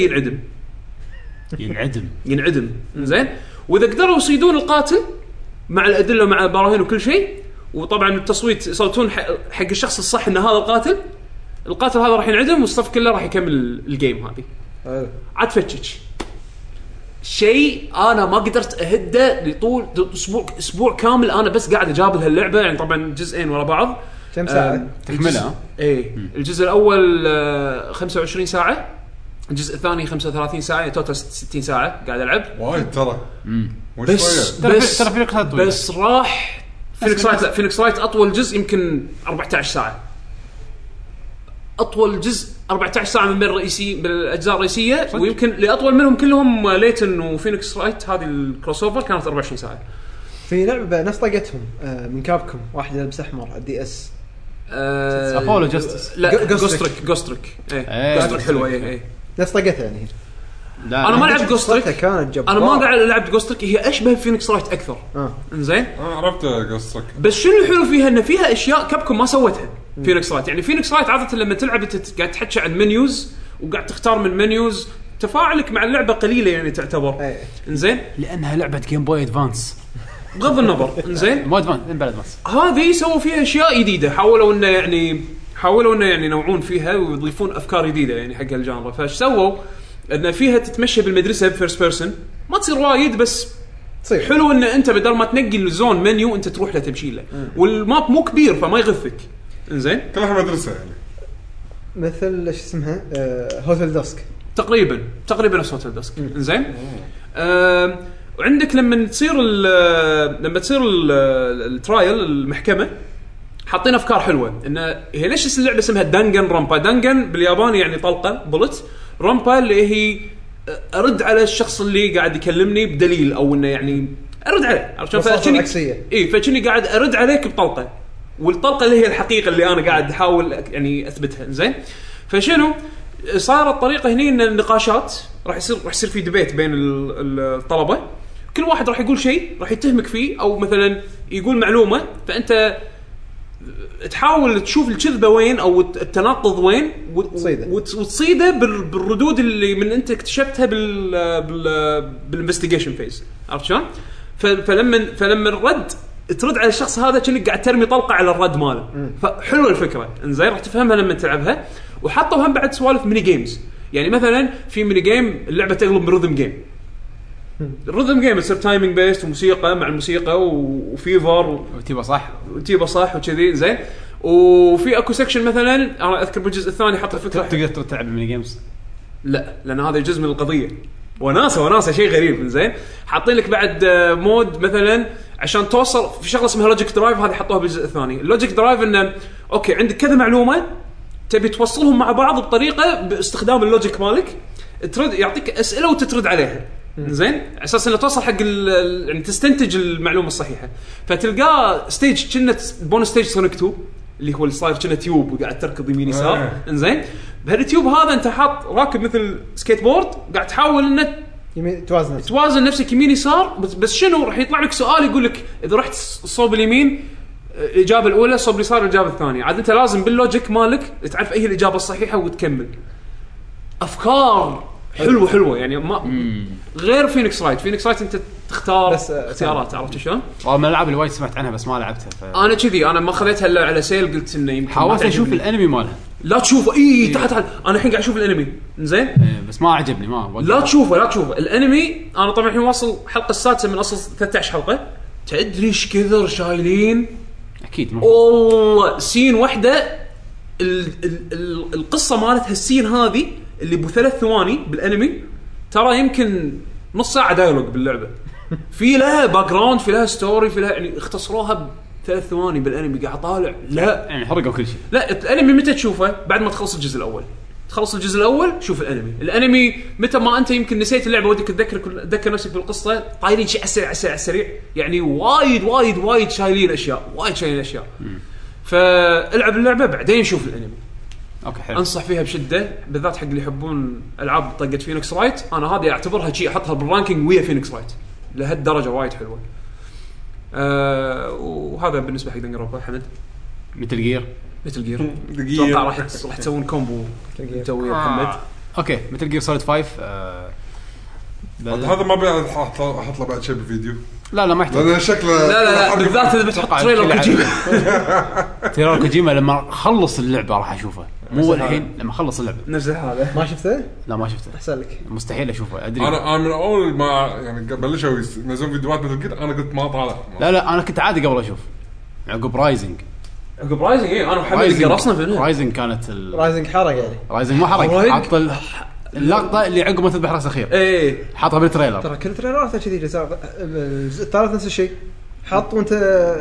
ينعدم زين. واذا قدروا يصيدون القاتل مع الادله مع البراهين وكل شيء وطبعا التصويت يصوتون حق الشخص الصح ان هذا القاتل القاتل هذا راح ينعدم والصف كله راح يكمل الجيم هذه. عاد فتش شيء انا ما قدرت اهده لطول اسبوع كامل. انا بس قاعد اجابل هاللعبه يعني طبعا جزئين ورا بعض. كم ساعه تكملها؟ ايه الجزء الاول 25 ساعه، الجزء الثاني 35 ساعه، توتال 60 ساعه قاعد العب. وايد ترى. بس بس راح فينيكس رايت. لا فينيكس رايت اطول جزء يمكن 14 ساعه، اطول جزء 14 ساعه من بين الرئيسي بالاجزاء الرئيسيه، ويمكن لاطول منهم كلهم ليتن وفينيكس رايت هذه الكروس اوفر كانت 24 ساعه. في لعبه نفس طاقتهم من كابكم، واحد يلبس احمر الدي اس ابولو جاستس. لا جوستريك ايه جوستريك حلوه ايه نفس طاقتها يعني. انا ما لعبت جوستريك، كانت جبارة. انا ما قاعد لعبت جوستريك، هي اشبه فينيكس رايت اكثر. انزين عرفت جوستريك، بس شنو الحلو فيها ان فيها اشياء كابكم ما سوتها فينيكس رايت. يعني فينيكس رايت عاده لما تلعب قاعد تحكي عن منيوز وقاعد تختار من منيوز، تفاعلك مع اللعبه قليله يعني تعتبر. انزين لانها لعبه جيم بوي ادفانس بغض النظر. انزين مو ادفانس بلد ادفانس هذه سووا فيها اشياء جديده، حاولوا انه يعني ينوعون فيها ويضيفون افكار جديده يعني حق الجانرا. فايش سووا؟ ان فيها تتمشى بالمدرسه بفيرست بيرسون، ما تصير وايد بس صير. حلو ان انت بدل ما تنقي الزون منيو انت تروح له تمشي له، والماب مو كبير فما يغثك. انزين كلها مدرسه يعني مثل ايش اسمها هوتل داسك تقريبا نفس هوتل داسك. انزين وعندك لما تصير الترايل المحكمه حاطين افكار حلوه. ان هي ليش اللعبه اسمها دانجن رامبا؟ دانجن بالياباني يعني طلقه بولت، رامبا اللي هي ارد على الشخص اللي قاعد يكلمني بدليل، او انه يعني ارد عليه عشان فاكني فاكني قاعد ارد عليك بطلقه، والطلقه اللي هي الحقيقه اللي انا قاعد احاول يعني اثبتها. زين فشنو صار الطريقه هنا ان النقاشات راح يصير في ديبيت بين الطلبه، كل واحد راح يقول شيء راح يتهمك فيه، او مثلا يقول معلومه فانت تحاول تشوف الكذبه وين او التناقض وين وتصيده بالردود اللي من انت اكتشفتها بالانفستيجيشن فيز. عرفت شلون؟ فلما الرد ترد على الشخص هذا كأنك قاعد ترمي طلقه على الرد ماله. فحلوه الفكره. انزين راح تفهمها لما تلعبها. وحطوا هم بعد سوالف ميني جيمز، يعني مثلا في ميني جيم اللعبه تغلب بريذم جيم. الريذم جيم يصير تايمينج بيست وموسيقى مع الموسيقى وفيفر وتيبا صح وكذي. زين وفي اكو سكشن مثلا انا اذكر بالجزء الثاني حط الفكره تقدر تلعب ميني جيمز. لا لان هذا جزء من القضيه وناسه شيء غريب. زين حاطين لك بعد مود مثلا عشان توصل في شغله اسمها لوجيك درايف، هذه حطوها بالجزء الثاني. اللوجيك درايف انه اوكي عندك كذا معلومه تبي توصلهم مع بعض بطريقه باستخدام اللوجيك مالك، ترد يعطيك اسئله وتترد عليها. زين اساس انه توصل حق يعني تستنتج المعلومه الصحيحه. فتلقى ستيج كنا بونس ستيج سونيك 2 اللي هو اللي صاير كنا تيوب وقاعد تركض يمين يسار. انزين بهالتيوب هذا انت حاط راكب مثل سكيت بورد قاعد تحاول انك توازن نفسك يمين يسار. بس شنو راح يطلع لك سؤال يقول لك اذا رحت صوب اليمين الاجابه الاولى، صوب اليسار الاجابه الثانيه. عاد انت لازم باللوجيك مالك تعرف اي الاجابه الصحيحه وتكمل. افكار حلوه يعني ما غير فينيكس رايت انت تختار اختيارات. عرفت شلون؟ من الالعاب اللي وايد سمعت عنها بس ما لعبتها. انا كذي انا ما خذيتها على سيل، قلت انه يمكن حاولت اشوف الانمي مالها. لا تشوفه تعال انا الحين قاعد اشوف الانمي. زين بس ما عجبني لا تشوفه الانمي. انا طبعا الحين واصل الحلقه السادسه من اصل 13 حلقه. تدري ايش كثر شايلين؟ اكيد والله سين واحده القصه مالتها السين هذه اللي ب3 ثواني بالانمي ترى يمكن نص ساعه دايلوج باللعبه. في لها باك جراوند، في لها ستوري، في لها يعني اختصروها ب3 ثواني بالانمي. قاعد طالع لا يعني حرقوا كل شيء. لا الانمي متى تشوفه؟ بعد ما تخلص الجزء الاول. تخلص الجزء الاول شوف الانمي متى ما انت يمكن نسيت اللعبه ودك تذكر نفسك بالقصه. طايرين شيء على السريع يعني وايد شايلين اشياء. فالعب اللعبه بعدين شوف الانمي. اوكي حلو. انصح فيها بشده بالذات حق اللي يحبون العاب طقه فينيكس رايت. انا هذه اعتبرها شيء احطها بالرانكينج ويا فينيكس رايت لهالدرجه وايد حلوه. وهذا بالنسبه حق دنجروبا. حمد مثل جير اتوقع راح تسوون كومبو انت ويا محمد. اوكي مثل جير سوليد 5. هذا ما بيعرف احط له بعد شيء بالفيديو. لا ما يحتاج. لأن شكله لا بالذات اذا بتحط تريلر كوجيما تريلر كوجيما لما خلص اللعبه راح اشوفه. مو الحين لما خلص اللعبه. نفس هذا ما شفته؟ لا ما شفته، احسن لك. مستحيل اشوفه ادري. انا من اول ما يعني بلشوا ينزلون فيديوهات مثل كذا انا قلت ما طالع. لا انا كنت عادي قبل اشوف عقب رايزنج. عقب رايزنج ايه انا محمد قرصنا في رايزنج كانت رايزنج حرق يعني. رايزنج مو حرق، حط اللقطه اللي عقب ما تذبح راس اخير ايه حاطها بالتريلر. ترى كل تريلرات كذي الجزء الثالث نفس الشيء حط وانت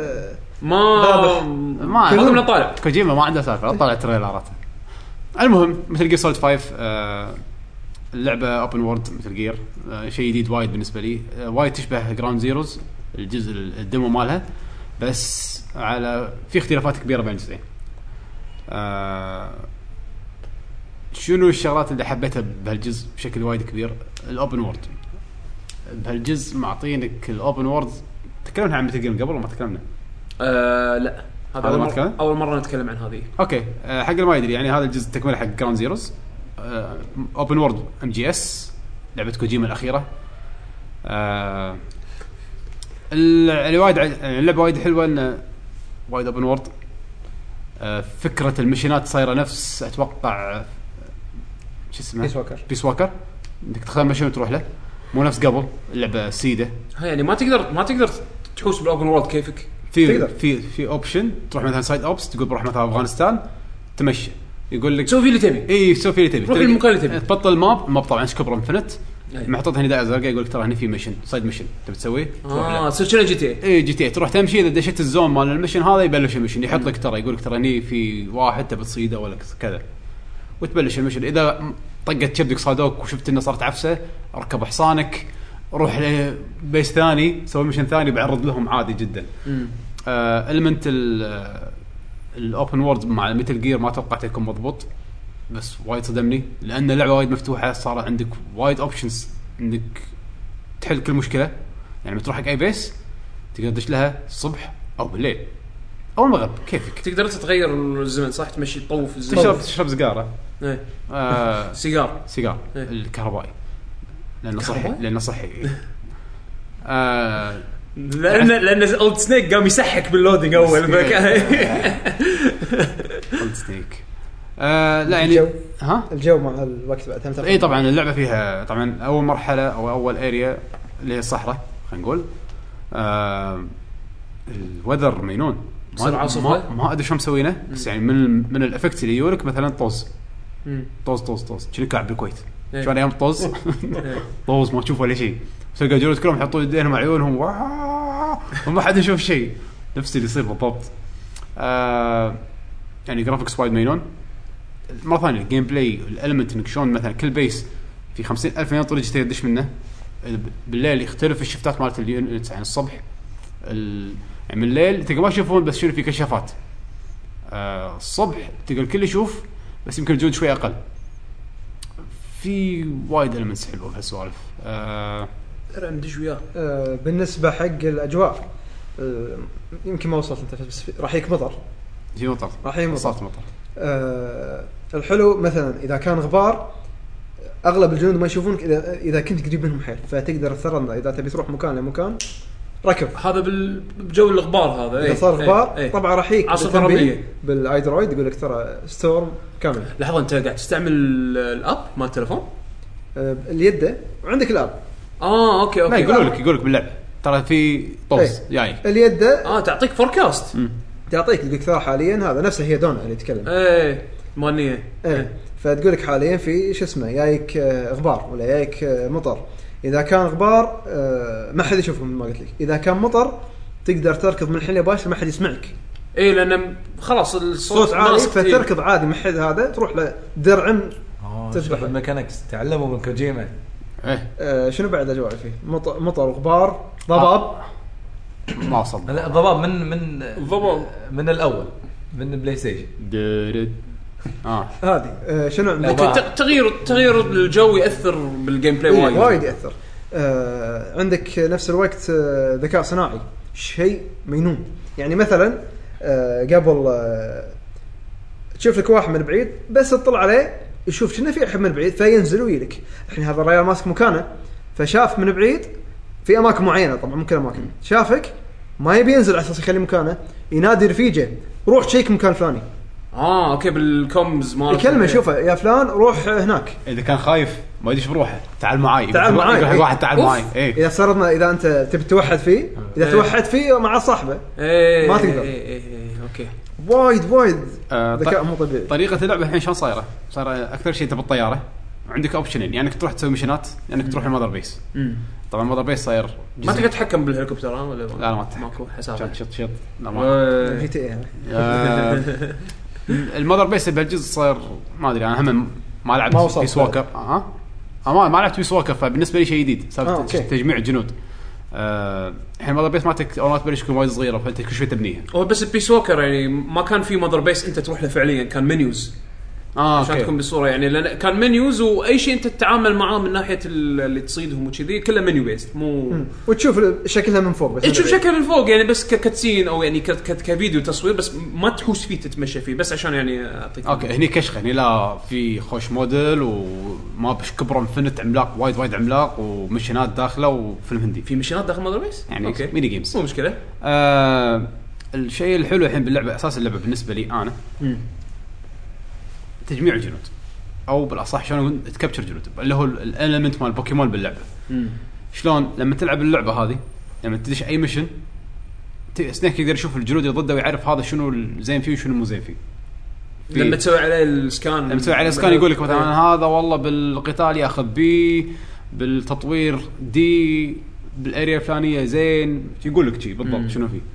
ما كلهم طالع كوجيما ما عنده سالفه طلع تريلرات. المهم مثل جير سوليد 5 اللعبه اوبن وورد مثل جير شيء جديد وايد بالنسبه لي، وايد تشبه جراوند زيروز الجزء الديمو مالها، بس على في اختلافات كبيره بين الجزئين. شنو الشغلات اللي حبيتها بهالجزء بشكل وايد كبير؟ الاوبن وورد بهالجزء معطينك الاوبن وورد. تكلمنا عن مثل جير قبل وما تكلمنا؟ لا هذا اول مره نتكلم عن هذه. اوكي حق اللي ما يدري يعني هذا الجزء تكمله حق جراوند زيروز اوبن وورد MGS لعبه كوجيما الاخيره. اللي وايد اللعبه وايد حلوه انه وايد اوبن وورد. فكره المشينات صايره نفس اتوقع شو اسمه بيس واكر انك تختار مشين وتروح له، مو نفس قبل اللعبه سيده. يعني ما تقدر تحوس بالاوبن وورد كيفك. في اوبشن تروح مثلا سايد اوبس تقول بروح مثلا افغانستان تمشي يقول لك سوي اللي تبي. اي سوي اللي تبي روح المكان اللي تبي تبطل الماب طبعا سكوبر انفنت محطوط هنا دائره زرقاء يقول لك ترى هنا في ميشن سايد ميشن تبي تسويه تصير جي تي اي جي تي تروح تمشي اذا دشيت الزون مال الميشن هذا يبلش الميشن يحط لك ترى يقول لك ترى هني في واحد تبي تصيده ولا كذا وتبلش الميشن. اذا طقت شبدك صادوك وشفت انه صارت عفسه اركب حصانك روح لبيس ثاني سوي ميشن ثاني بعرض لهم عادي جدا. المنت الاوبن وورد مع الميتل جير ما توقعت يكون مضبوط بس وايد صدمني لان اللعبه وايد مفتوحه صار عندك وايد اوبشنز انك تحل كل مشكله. يعني بتروح حق اي بيس تقدر تدش لها الصبح او بالليل او المغرب كيفك تقدر تتغير الزمن صح تمشي تطوف الزمن تشرب سيجاره سيجار الكهربائي لانه صحي لان اولد سنيك قام يسحك باللودينج اول اولد سنيك لا يعني الجو مع الوقت بعد اي طبعا اللعبه فيها طبعا اول مرحله او اول اريا اللي هي الصحراء خلينا نقول الوذر مينون ما ادري شو مسوينه بس يعني من الافكت اللي يورك مثلا طوز شنو كعب بالكويت شو انا يوم طوز ما تشوف ولا شيء تلقى جلود كلهم يحطوا يدينهم عيونهم وما حد يشوف شيء نفس اللي يصير بالضبط. يعني جرافيكس وايد مينون. مرة ثانية الجيم بلاي الالمنت انك شلون مثلا كل بيس في 50,000 مليون طريقة تدش منه بالليل يختلف الشفتات مالت اليونت يعني الصبح يعني من الليل تلقى ما تشوفون بس شنو في كشافات الصبح تلقى الكل يشوف بس يمكن الجود شوي اقل. في وايد المنتس حلوه بهالسوالف. ترى ندش وياه. بالنسبه حق الاجواء يمكن ما وصلت انت بس راح يكمطر في مطر راح يمطر مطر. الحلو مثلا اذا كان غبار اغلب الجنود ما يشوفونك اذا كنت قريب منهم حيل فتقدر ترى اذا تبي تروح مكان لمكان ركب هذا بجو الغبار هذا اذا صار غبار طبعا راح يك عاصفه رمليه بالايدرويد يقول لك ترى ستورم كامل. لحظه انت قاعد تستعمل الاب مال التليفون اليد وعندك الاب اوكي لا يقول لك باللعب ترى في طوز جاي اليد تعطيك فوركاست تعطيك الكثار حاليا هذا نفسه هي دونا اللي يتكلم مانيه فتقول لك حاليا في شو اسمه جايك غبار ولا جايك مطر. اذا كان غبار ما حد يشوفه مثل ما قلت لك. اذا كان مطر تقدر تركض من الحين لباشر ما حد يسمعك لان خلاص الصوت عالي فتركض عادي ما حد هذا تروح له درع تسبح بالميكانكس تعلموا من كوجيما. شنو بعد اجواء فيه مطر وغبار ضباب ما وصل لا ضباب من الاول من البلاي ستيشن هذه شنو عندك تغيير الجو ياثر بالجيم بلاي وايد ياثر. عندك نفس الوقت ذكاء صناعي شيء مينون. يعني مثلا قبل تشوف لك واحد من بعيد بس تطلع عليه يشوف شنو في احد من بعيد فينزل ويلك. الحين هذا الرجال ماسك مكانه فشاف من بعيد في اماكن معينه طبعا ممكن اماكن شافك ما يبي ينزل على اساس يخلي مكانه ينادي رفيجه روح تشيك مكان فلاني اوكي بالكومز مال الكلمه شوفه يا فلان روح هناك. اذا كان خايف ما يدري ايش بروحه تعال معاي يقول واحد تعال معاي. اذا صرنا اذا انت تبي توحد فيه اذا توحد فيه مع صاحبه ما تقدر. اوكي وايد ذكاء مو طبيعي. طريقه اللعبه الحين شلون صايره اكثر شيء انت بالطياره عندك اوبشنين يعني انك تروح تسوي ميشنات يعني انك تروح المذر بيس. طبعا المذر بيس صاير ما تقدر تتحكم بالهليكوبتر ولا لا ما ماكو حساب شط لا ما جي تي المذر بيس بهالجزء صاير ما ادري انا هم ما لعبت بيس ووكر ما لعبت بيس ووكر فبالنسبه لي شيء جديد صار تجميع الجنود. الحين ماذر بيس مالتك اول ما تبلش تكون وايد صغيره فانت كل شوي تبنيها. هو بس البيس ووكر يعني ما كان في ماذر بيس انت تروح له فعليا كان منيوز عشان تكون بالصوره يعني لأن كان منيوز واي شيء انت تتعامل معاه من ناحيه اللي تصيدهم وكذي كله منيو بيست مو وتشوف شكلها من فوق بس تشوف شكل من فوق يعني بس ككتسين او يعني كفيديو تصوير بس ما تحوس فيه تتمشى فيه بس عشان يعني اعطيك اوكي هني كشخه هني لا في خوش موديل وما بش كبره انفنت عملاق وايد عملاق ومشينات داخله وفيلم هندي في مشينات داخل ماذر بيس يعني أوكي. ميني جيمز مو مشكله. الشيء الحلو الحين باللعبه اساس اللعبه بالنسبه لي انا تجميع الجنود او بالاصح شلون تكبتشر جنود اللي هو الاليمنت مال بوكيمون باللعبه. شلون لما تلعب اللعبه هذه لما تدش اي ميشن سنيك يقدر يشوف الجنود اللي ضده ويعرف هذا شنو الزين فيه وشنو مو زين فيه. لما تسوي عليه السكان يقول لك مثلا هذا والله بالقتال ياخذ بي بالتطوير دي بالاريا الفلانيه زين يقول لك شيء بالضبط شنو فيه.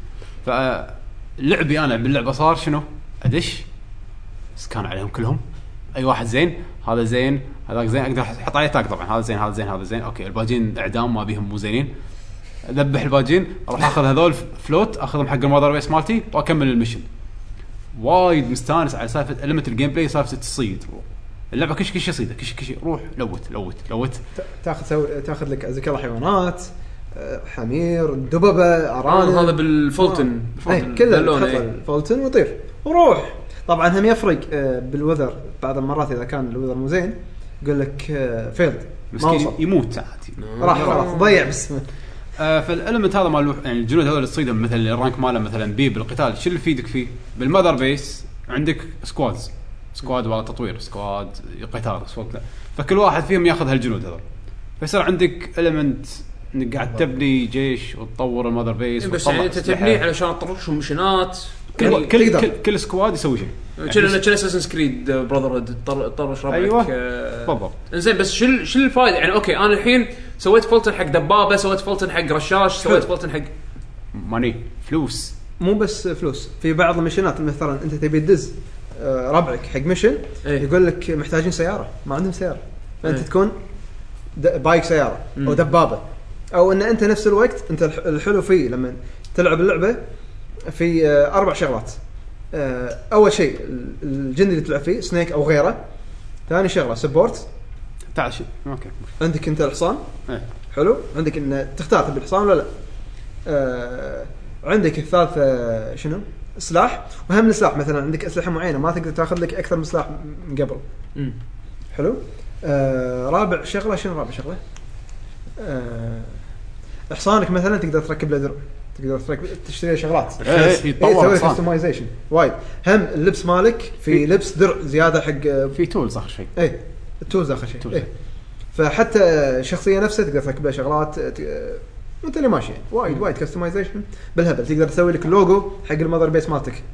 فلعبي انا باللعبه صار شنو ادش سكان عليهم كلهم اي واحد زين هذا زين هذاك زين اقدر احط عليه تاج طبعا هذا زين اوكي الباجين اعدام ما بيهم مو زينين اذبح الباجين اروح اخذ هذول فلوت اخذهم حق المذر بيس مالتي واكمل الميشن. وايد مستانس على سالفه المنت الجيم بلاي سالفه التصيد اللعبه كل شيء يصيده كل شيء روح لوت تاخذ لك ذكر الحيوانات حمير دببه ارانب هذا بالفولتن كله الفولتن ويطير وروح. طبعا هم يفرق بالوذر بعض المرات اذا كان الوذر مو زين يقول لك فيلد مسكين يموت ساعات راح خلاص ضيع باسمه. فالالمنت هذا مال يعني الجنود هذول اللي تصيدهم مثلا الرانك ماله مثلا بي بالقتال شو اللي يفيدك فيه بالمذر بيس عندك سكواد ولا تطوير سكواد قتال لا. فكل واحد فيهم ياخذ هالجنود هذول فيصير عندك اليمنت انك قاعد تبني جيش وتطور المذر بيس بس يعني انت تبني علشان تطرش مشينات كل سكواد يسوي شيء كنا اساسن كريد براذر هود طرش ربعك ايوه بالضبط. زين بس شو الفائده يعني اوكي انا الحين سويت فولتن حق دبابه سويت فولتن حق رشاش سويت فولتن حق ماني فلوس مو بس فلوس في بعض المشينات مثلا انت تبي تدز ربعك حق ميشن يقول لك محتاجين سياره ما عندهم سياره فانت تكون بايك سياره او دبابه او ان انت نفس الوقت انت الحلو فيه لما تلعب اللعبه في 4 شغلات. اول شيء الجندي اللي تلعب فيه سنيك او غيره. ثاني شغله سبورت تعال اوكي عندك انت الحصان حلو عندك ان تختار تبي الحصان ولا لا. عندك الثالثه شنو سلاح وهم السلاح مثلا عندك اسلحه معينه ما تقدر تاخذ لك اكثر من سلاح من قبل. حلو. رابع شغله شنو رابع شغله حصانك مثلا تقدر تركب له درع تقدر تشتري شغلات يتطور كستمايزيشن وايد. هم اللبس مالك في لبس درع زياده حق في تولز اخر شيء التولز اخر شيء فحتى الشخصيه نفسها تقدر تركب لها شغلات وانت اللي ماشي وايد كستمايزيشن بالهبل. تقدر تسوي لك لوجو حق المذر بيس مالتك.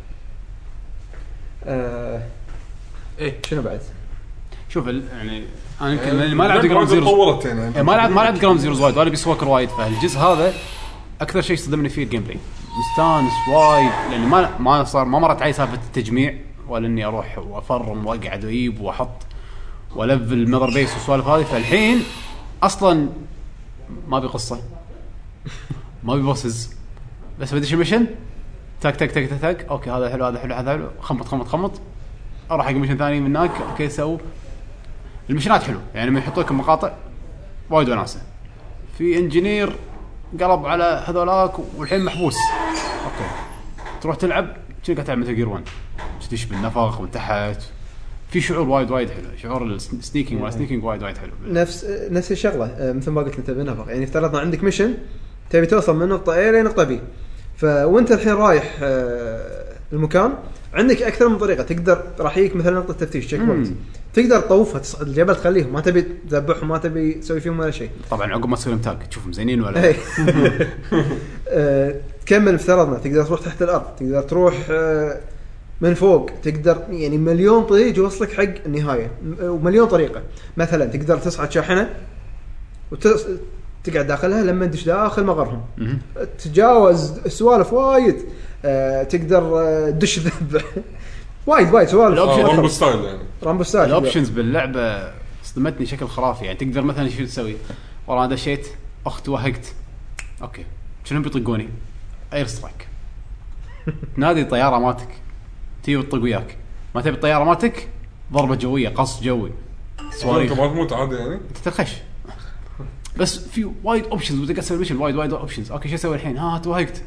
شنو بعد شوف يعني انا يمكن ما لعبت جراوند زيروز يعني ما لعبت جراوند زيروز وايد ولا بيس ووكر وايد فالجزء هذا اكثر شيء صدمني فيه الجيم بلاي مستانس وايد لان ما صار ما مرت علي سالفه التجميع ولا اني اروح وافرم واقعد واجيب واحط ولفل المذر بيس والسوالف هذه. فالحين اصلا ما بقصه ما بيبوسز بس بديش الميشن تاك تاك تاك تاك اوكي هذا حلو هذا حلو خمط اروح حق ميشن ثاني من هناك اوكي سو المشينات حلو يعني لما يحطوا لك مقاطع وايد وناسه. في انجينير قلب على هذولاك والحين محبوس اوكي تروح تلعب شنو قاعد تعمل مثل جير 1 تدش بالنفق من تحت في شعور وايد حلو شعور السنيكينج وايد حلو نفس الشغله مثل ما قلت انت بالنفق يعني افترضنا عندك ميشن تبي توصل من نقطه A لنقطه B فوانت الحين رايح المكان عندك اكثر من طريقه تقدر راح يجيك مثلا نقطه تفتيش تشيك بوينت تقدر تطوفها تصعد الجبل تخليهم ما تبي تذبحهم ما تبي تسوي فيهم ولا شيء طبعا عقب ما تسوي لهم تاج تشوفهم زينين ولا تكمل افترضنا تقدر تروح تحت الارض تقدر تروح من فوق تقدر يعني مليون طريق يوصلك حق النهايه ومليون طريقه مثلا تقدر تصعد شاحنه وتقعد داخلها لما تدش داخل مغرهم تتجاوز السوالف وايد تقدر تدش ذبح وايد سوالف رامبو ستايل يعني رامبو ستايل الاوبشنز باللعبه صدمتني شكل خرافي يعني تقدر مثلا شو تسوي والله انا دشيت اخت وهقت اوكي شنو بيطقوني اير سترايك نادي الطياره مالتك تي وتطق وياك ما تبي الطياره مالتك ضربه جويه قص جوي انت ما تموت عادي يعني انت تخش بس في وايد اوبشنز وتقدر تسوي ميشن وايد اوبشنز اوكي شو اسوي الحين ها توهقت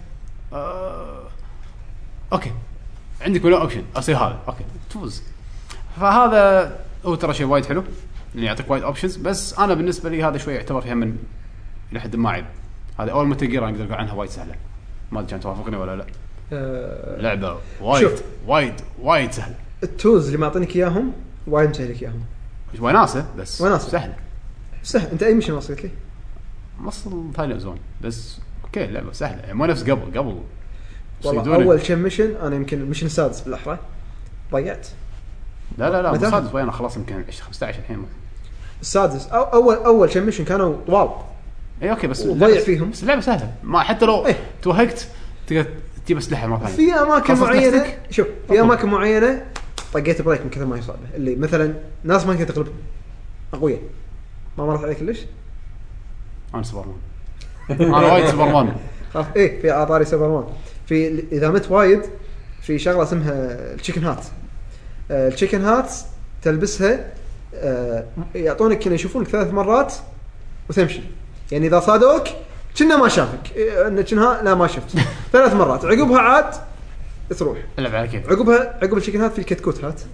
اوكي عندك ولا اوبشن اسوي هذا اوكي تفوز فهذا هو ترى شيء وايد حلو يعني يعطيك وايد اوبشنز بس انا بالنسبه لي هذا شوي يعتبر فيها من الى حد ما عيب هذا اول ما تقرا نقدر نقول عنها وايد سهله ما ادري كان توافقني ولا لا لعبه وايد سهله التولز اللي معطينك اياهم وايد مسهلك اياهم وناسه بس سهل انت اي مشن وصلت لي مصل ثاني زون بس اوكي اللعبه سهله يعني مو نفس قبل والله اول كم ميشن انا يمكن الميشن السادس بالاحرى ضيعت لا السادس وين خلاص يمكن 15 الحين السادس اول كم ميشن كانوا طوال اي اوكي بس ضيع فيهم بس اللعبه سهله ما حتى لو توهقت تقدر تجيب اسلحه مره ثانيه في اماكن معينه شوف في اماكن معينه طقيت بريك من كثر ما هي صعبه اللي مثلا ناس ما كانت تغلب اقوياء ما مرت عليك ليش انا سوبرمان انا وايد سوبرمان ايه في اعطاري سوبرمان في اذا مت وايد في شغله اسمها التشيكن هات التشيكن هات تلبسها يعطونك كنا يشوفونك 3 مرات وتمشي يعني اذا صادوك كنا ما شافك كنا لا ما شفت 3 مرات عقبها عاد تروح العب على كيف عقب التشيكن هات في الكتكوت هات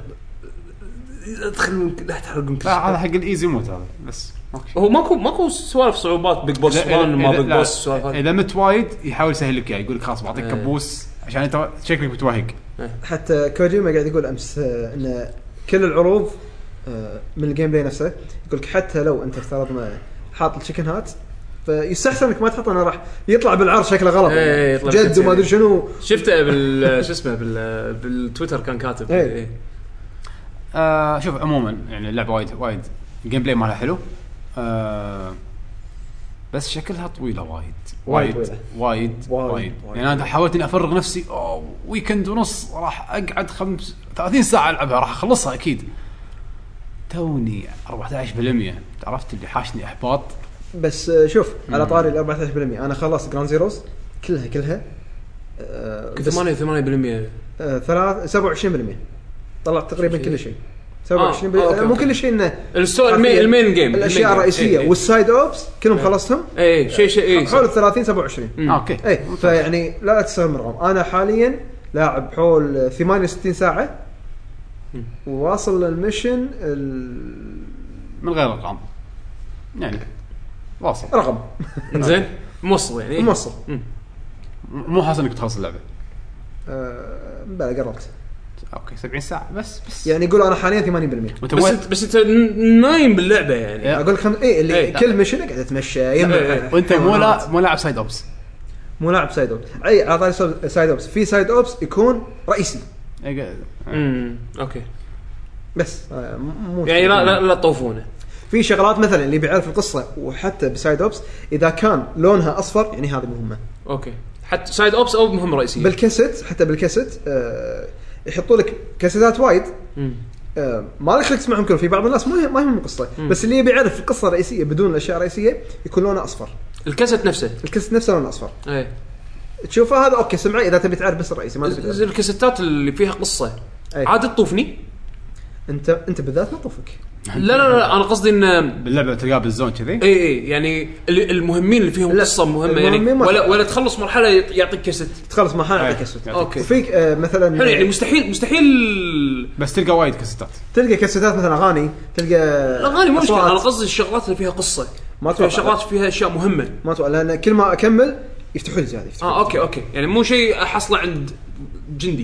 ادخل لا تحرقون هذا حق الايزي موت هذا بس هو ماكو سوالف صعوبات بيج بوس 1 ما بيج بوس سوالف اذا مت وايد يحاول يسهل لك يعني يقول لك خلاص بعطيك كبوس عشان انت شكلك متوهق حتى كوجيما قاعد يقول امس ان كل العروض من الجيم بلاي نفسه يقول لك حتى لو انت افترضنا حاط التشيكن هات فيستحسن انك ما تحطه انه راح يطلع بالعرض شكله غلط جد وما ادري شنو شفته شو اسمه بالتويتر كان كاتب شوف عموما يعني اللعبه وايد الجيم بلاي مالها حلو بس شكلها طويله وايد يعني انا حاولت اني افرغ نفسي ويكند ونص راح اقعد 30 ساعه العبها راح اخلصها اكيد توني 14% عرفت اللي حاشني احباط بس شوف على طاري ال 14% انا خلصت جراند زيروز كلها 8% 27% طلعت تقريبا كل شيء 27 مو كل شيء انه المين جيم الاشياء الرئيسيه والسايد اوبس كلهم خلصتهم شيء حول 30 27 اوكي فيعني لا تستغرب من الرقم انا حاليا لاعب حول 68 ساعه وواصل للميشن من غير رقم يعني واصل رقم زين موصل يعني موصل مو حاسس انك تخلص اللعبه بلا قربت اوكي 70 ساعه بس يعني يقول انا حاليا 80% بس انت نايم باللعبه يعني اقول لك اللي كل ميشن قاعد اتمشى وانت مو لاعب سايد اوبس مو لاعب سايد اوبس اي على سايد اوبس في سايد اوبس يكون رئيسي اوكي بس مو يعني لا تطوفونه في شغلات مثلا اللي بيعرف القصه وحتى بسايد اوبس اذا كان لونها اصفر يعني هذه مهمه اوكي حتى سايد اوبس او مهمه رئيسيه بالكاسيت حتى بالكاسيت يحطوا لك كاسيتات وايد ما لك تسمعهم كلهم في بعض الناس ما يهم القصه بس اللي يبي يعرف القصه الرئيسيه بدون الاشياء الرئيسيه يكون لونه اصفر الكاسيت نفسه لونه اصفر تشوفه هذا اوكي سمعي اذا تبي تعرف بس الرئيسي ما تبي الكاسيتات اللي فيها قصه عاد تطوفني انت بالذات نطوفك لا انا قصدي ان باللعبه تلقاه بالزون كذي اي يعني المهمين اللي فيهم قصه مهمه يعني ولا تخلص مرحله يعطيك كاسيت تخلص مرحله يعطيك كاسيت اوكي فيك مثلا يعني مستحيل بس تلقى وايد كاسيتات تلقى كاسيتات مثلا اغاني تلقى اغاني مو مشكله انا قصدي الشغلات اللي فيها قصه ما فيها شغلات فيها اشياء مهمه ما اتوقع لان كل ما اكمل يفتحوا لي زياده اوكي يعني مو شيء احصله عند جندي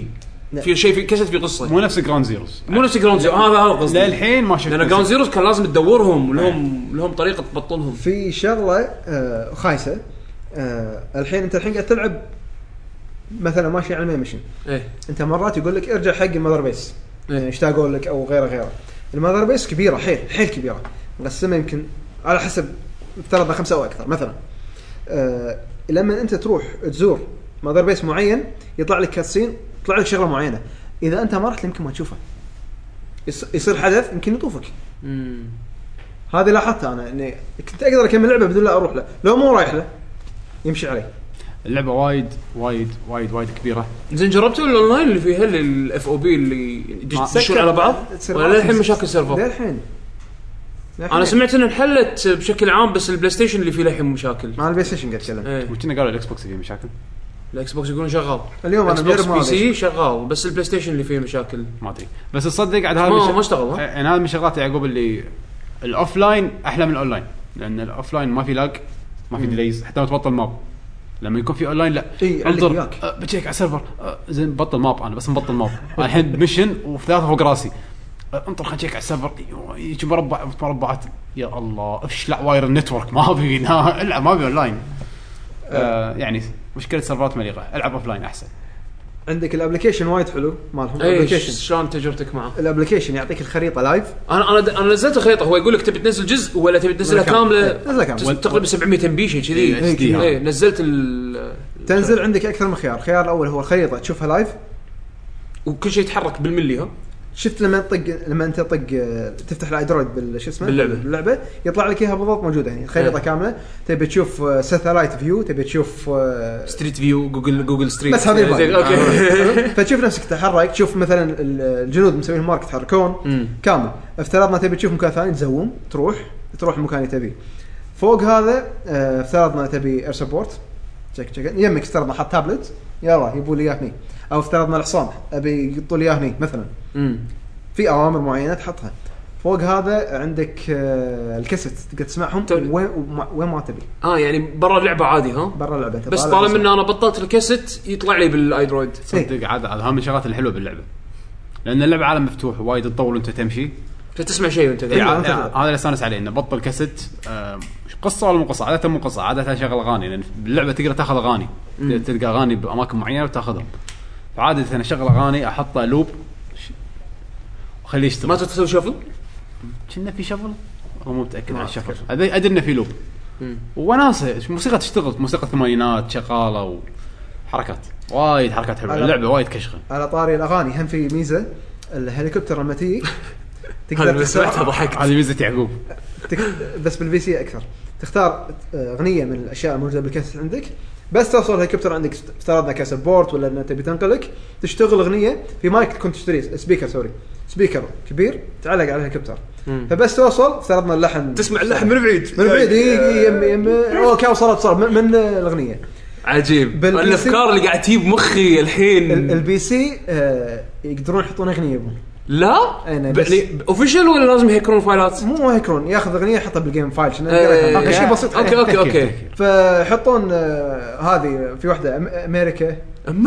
في شيء في كاسيت في قصه مو نفس جراوند زيروز مو نفس جراوند زيروز هذا قصدي للحين ما شفت لان جراوند زيروز كان لازم تدورهم لهم طريقه تبطلهم في شغله خايسه. الحين انت قاعد تلعب مثلا ماشي على المين ميشن انت مرات يقول لك ارجع حق المذر بيس اشتاقوا لك او غيره المذر بيس كبيره حيل كبيره مقسمه يمكن على حسب افترضنا 5 او اكثر مثلا. لما انت تروح تزور مذر بيس معين يطلع لك كاتسين يطلع لك شغله معينه اذا انت ما رحت يمكن ما تشوفها يصير حدث يمكن يطوفك. هذه لاحظتها انا اني كنت اقدر اكمل اللعبه بدون لا اروح له لو مو رايح له يمشي علي. اللعبه وايد كبيره. زين جربتوا الاونلاين اللي فيها الاف او بي اللي تدشون على بعض ولا الحين مشاكل سيرفر؟ الحين انا سمعت ان انحلت بشكل عام بس البلاي ستيشن اللي فيه الحين مشاكل. مع البلاي ستيشن قاعد اتكلم وكنا قالوا الاكس بوكس فيه مشاكل. الاكس بوكس يقولون شغال اليوم انا مجرب بي سي شغال بس البلاي ستيشن اللي فيه مشاكل ما ادري بس تصدق عاد هذا ما اشتغل يعني هذا من شغلات يعقوب اللي الاوفلاين احلى من الاونلاين لان الاوفلاين ما في لاج ما في ديليز حتى لو تبطل ماب لما يكون في اونلاين لا انظر بتشيك على السيرفر زين بطل ماب انا بس مبطل ماب الحين ميشن وثلاثه فوق راسي انطر خلينا نشيك على السيرفر يجي مربعات يا الله افشلع واير النتورك ما ابي العب ما ابي اونلاين. يعني مشكله سيرفرات مليقه العب اوفلاين احسن. عندك الابلكيشن وايد حلو مالهم الابلكيشن شلون تجربتك معه؟ الابلكيشن يعطيك الخريطه لايف. انا نزلت الخريطه هو يقول لك تبي تنزل جزء ولا تبي تنزلها كامله تقريبا 700 ام بي شيء كذي. نزلت تنزل عندك اكثر من خيار. الخيار الاول هو الخريطه تشوفها لايف وكل شيء يتحرك بالملي. ها شفت لما انت تفتح الاندرويد بالشو اسمه باللعبه يطلع لك اياها بالضبط موجوده هنا الخريطه كامله. تبي تشوف ساتلايت فيو تبي تشوف ستريت فيو جوجل ستريت بس هذه اوكي فتشوف نفسك تتحرك تشوف مثلا الجنود مسويين مارك يتحركون كامل. افترضنا تبي تشوف مكان ثاني تزوم تروح المكان اللي تبيه. فوق هذا افترضنا تبي اير سبورت تشيك يمك افترضنا حط تابلت يلا يبوا لي اياه هني او افترضنا الحصان ابي يقطوا لي اياه هني مثلا في اوامر معينه تحطها. فوق هذا عندك الكاسيت تقدر تسمعهم وين ما تبي. يعني برا اللعبه عادي. ها برا اللعبه بس طالما ان انا بطلت الكاسيت يطلع لي بالايدرويد. صدق عاد هذا من الشغلات الحلوه باللعبه لان اللعبه عالم مفتوح وايد تطول وانت تمشي فتسمع شيء وانت هذا اللي استانس عليه انه بطل كاسيت قصه ولا مو قصه عاده مو قصه عاده شغل اغاني لان باللعبه تقدر تاخذ اغاني تلقى اغاني باماكن معينه وتاخذهم. فعاده انا شغل اغاني احطها لوب وخليه يشتغل. ما تسوي شفل كنا في شفل مو متاكد عن الشفل ادري انه في لوب وناسه موسيقى تشتغل موسيقى الثمانينات شغاله وحركات وايد حركات حلوه. اللعبه وايد كشخه. على طاري الاغاني هم في ميزه الهليكوبتر لما تيجي تقدر تسمعها ضحكت. هذه ميزه يعقوب بس بالبي سي اكثر تختار اغنيه من الاشياء الموجوده بالكاسيت عندك بس توصل الهليكوبتر عندك افترضنا كسبورت ولا ان تبي تنقلك تشتغل اغنيه في مايك كنت تشتريه سبيكر كبير تعلق على الهليكوبتر فبس توصل افترضنا اللحن تسمع اللحن من بعيد يم اوكي وصلت من الاغنيه. عجيب الافكار اللي قاعد تجيب مخي الحين. البي سي يقدرون يحطون اغنيه يبون لا اوفيشال ولا لازم يهكرون فايلات؟ مو هيكرون ياخذ اغنيه يحطها بالجيم فايل شيء بسيط. اوكي فيحطون هذه في واحده امريكا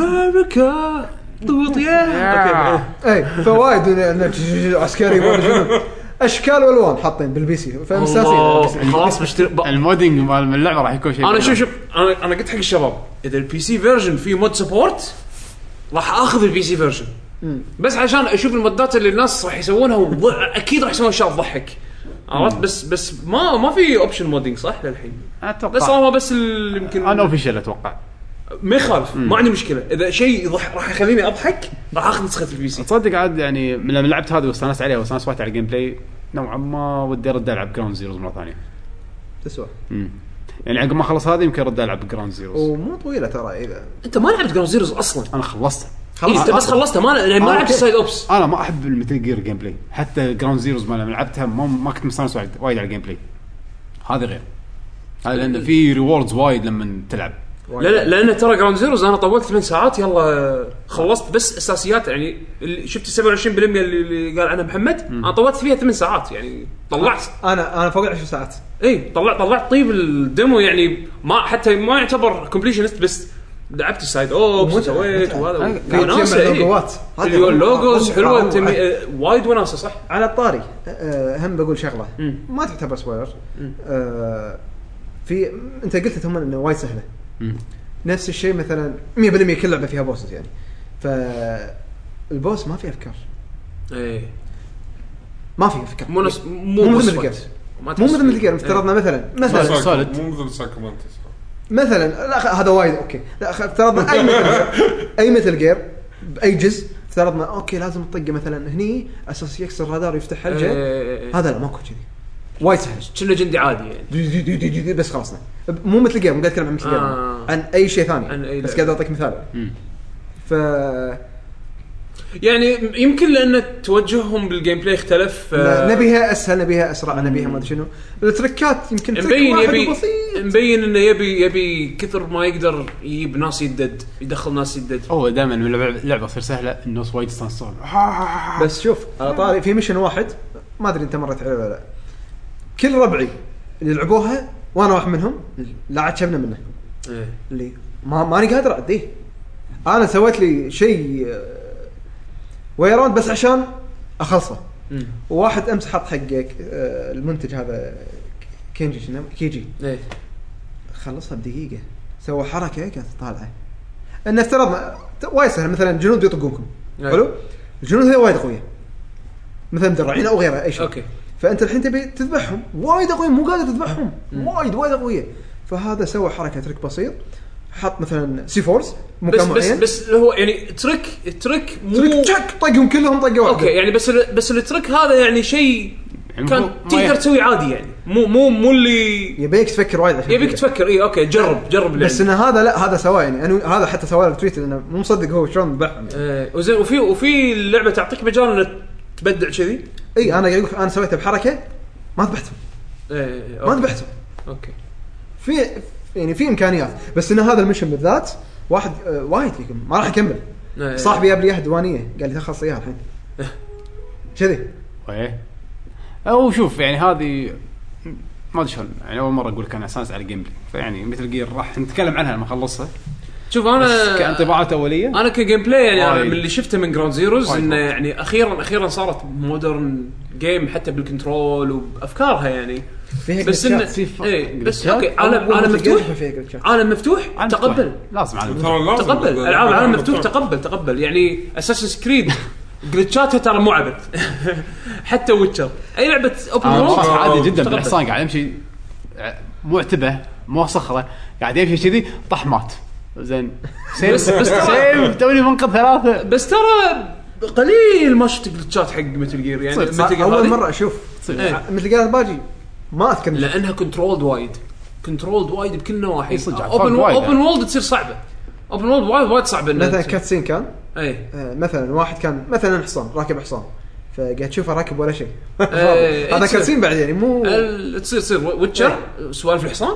ضغط يا اوكي فوايد عسكري اشكال والوان حاطين بالبي سي فمستانسين. خلاص بشتري المودينج مال اللعبه راح يكون شيء. انا شوف انا قلت حق الشباب اذا البي سي فيرجن في مود سبورت راح اخذ البي سي فيرجن بس عشان اشوف المودات اللي الناس راح يسوونها اكيد راح يسوون اشياء تضحك عرفت. بس ما في اوبشن مودينج صح للحين بس هو بس يمكن انا اوفيشال اتوقع ما يخالف ما عندي مشكله اذا شيء راح يخليني اضحك راح اخذ نسخه البي سي. تصدق عاد يعني لما لعبت هذه واستانست عليها واستانست وايد على الجيم بلاي نوعا ما ودي ارد العب جراوند زيروز مره ثانيه تسوى يعني عقب ما خلص هذه يمكن ارد العب جراوند زيروز ومو طويله ترى. اذا انت ما لعبت جراوند زيروز اصلا انا خلصتها انت بس خلصتها ما لعبت السايد اوبس. انا ما احب الميتال جير جيم بلاي حتى جراوند زيروز ما لعبتها ما كنت مستانس وايد على الجيم بلاي. هذا غير هذا لان في ريوردز وايد لما تلعب. لا لان ترى جراوند زيروز انا طولت 8 ساعات يلا خلصت بس اساسيات يعني شفت 27% اللي قال عنها محمد انا طولت فيها 8 ساعات يعني طلعت انا فوق 10 ساعات طلعت طيب الديمو يعني ما حتى ما يعتبر كومبليشنست بس لعبت السايد اوبس سويت وهذا في لوجوات اللوجوز حلوه وايد وناسه صح. على الطاري هم بقول شغله ما تعتبر سبويلر. في انت قلت هم انه وايد سهله نفس الشيء مثلا 100% كل لعبه فيها بوسز يعني فالبوس ما فيه افكار ايه ما فيه افكار مو مثل الجير مو مثل الجير افترضنا مثلا مو مثل ساكمنت مثلا لا هذا وايد اوكي لا افترضنا اي مثل جير باي جزء افترضنا اوكي لازم تطقه مثلا هني اساس يكسر الرادار ويفتح حلجه هذا لا ماكو كذي وايد سهل كنا جندي عادي يعني دي بس خلصنا مو مثل جير مو قاعد اتكلم عن مثل جير عن اي شيء ثاني بس قاعد اعطيك مثال ف يعني يمكن لان توجههم بالجيم بلاي اختلف نبيها اسهل نبيها اسرع نبيها ما ادري شنو التركات يمكن مبين انه يبي كثر ما يقدر يجيب ناس يدد يدخل ناس يدد هو دائما اللعبه تصير سهله الناس وايد يستانسون بس شوف على طاري في ميشن واحد ما ادري انت مرت عليه ولا لا كل ربعي اللي لعبوها وانا واحد منهم لا عجبنا منه اللي ماني قادر اعديه انا سويت لي شيء ويران بس عشان اخلصه وواحد امس حط حقك المنتج هذا كينجي شنو كيجي خلصها بدقيقه سوى حركه كانت طالعه ان افترضنا وايد سهل مثلا جنود بيطقونكم حلو الجنود هذه وايد قويه مثلا مدرعين او غيرها اي شيء اوكي فانت الحين تبي تذبحهم وايد قوي مو قادر تذبحهم وايد قويه فهذا سوى حركه ترك بسيط حط مثلا سي فورس مكان معين بس هو يعني ترك مو تشك طقهم كلهم طقه واحده اوكي يعني بس الترك هذا يعني شيء كان تقدر تسوي عادي يعني مو اللي يبيك تفكر وايد عشان يبيك تفكر اي اوكي جرب بس ان هذا لا هذا سواه يعني انا هذا حتى سواه التويت انه مو مصدق هو شلون ذبحهم وزين وفي اللعبه تعطيك مجال انك تبدع كذي اي انا قاعد اقول انا سويتها بحركه ما ذبحتهم ما ذبحتهم اوكي في امكانيات بس ان هذا المشن بالذات واحد وايد فيكم ما راح يكمل صاحبي جاب لي اياها دوانيه قال لي تخلص اياها الحين كذي او شوف يعني هذه ما ادري شلون يعني اول مره اقول لك انا اساس على الجيم بلاي فيعني مثل جير راح نتكلم عنها لما اخلصها شوف انا كانطباعات اوليه انا كجيم بلاي يعني من اللي شفته من جراوند زيروز انه يعني اخيرا صارت مودرن جيم حتى بالكنترول وبافكارها يعني بس انه بس اوكي عالم مفتوح تقبل لازم تقبل العاب عالم مفتوح تقبل يعني اساسن كريد جلتشاتها ترى مو عبث حتى ويتشر اي لعبه اوبن وورلد عادي جدا بالحصان قاعد يمشي معتبه مو صخره قاعد يمشي كذي طح مات زين بس توني منقذ 3 بس ترى قليل ما شفت جلتشات حق مثل جير يعني اول مره اشوف مثل جير باجي ما اذكر لانها كنترولد وايد بكل نواحي اوبن وورلد تصير صعبه اوبن وورلد وايد صعبه مثلا كاتسين كان اي مثلا واحد كان مثلا حصان راكب حصان فقاعد تشوفه راكب ولا شيء هذا كاتسين بعد يعني مو تصير ويتشر سوالف الحصان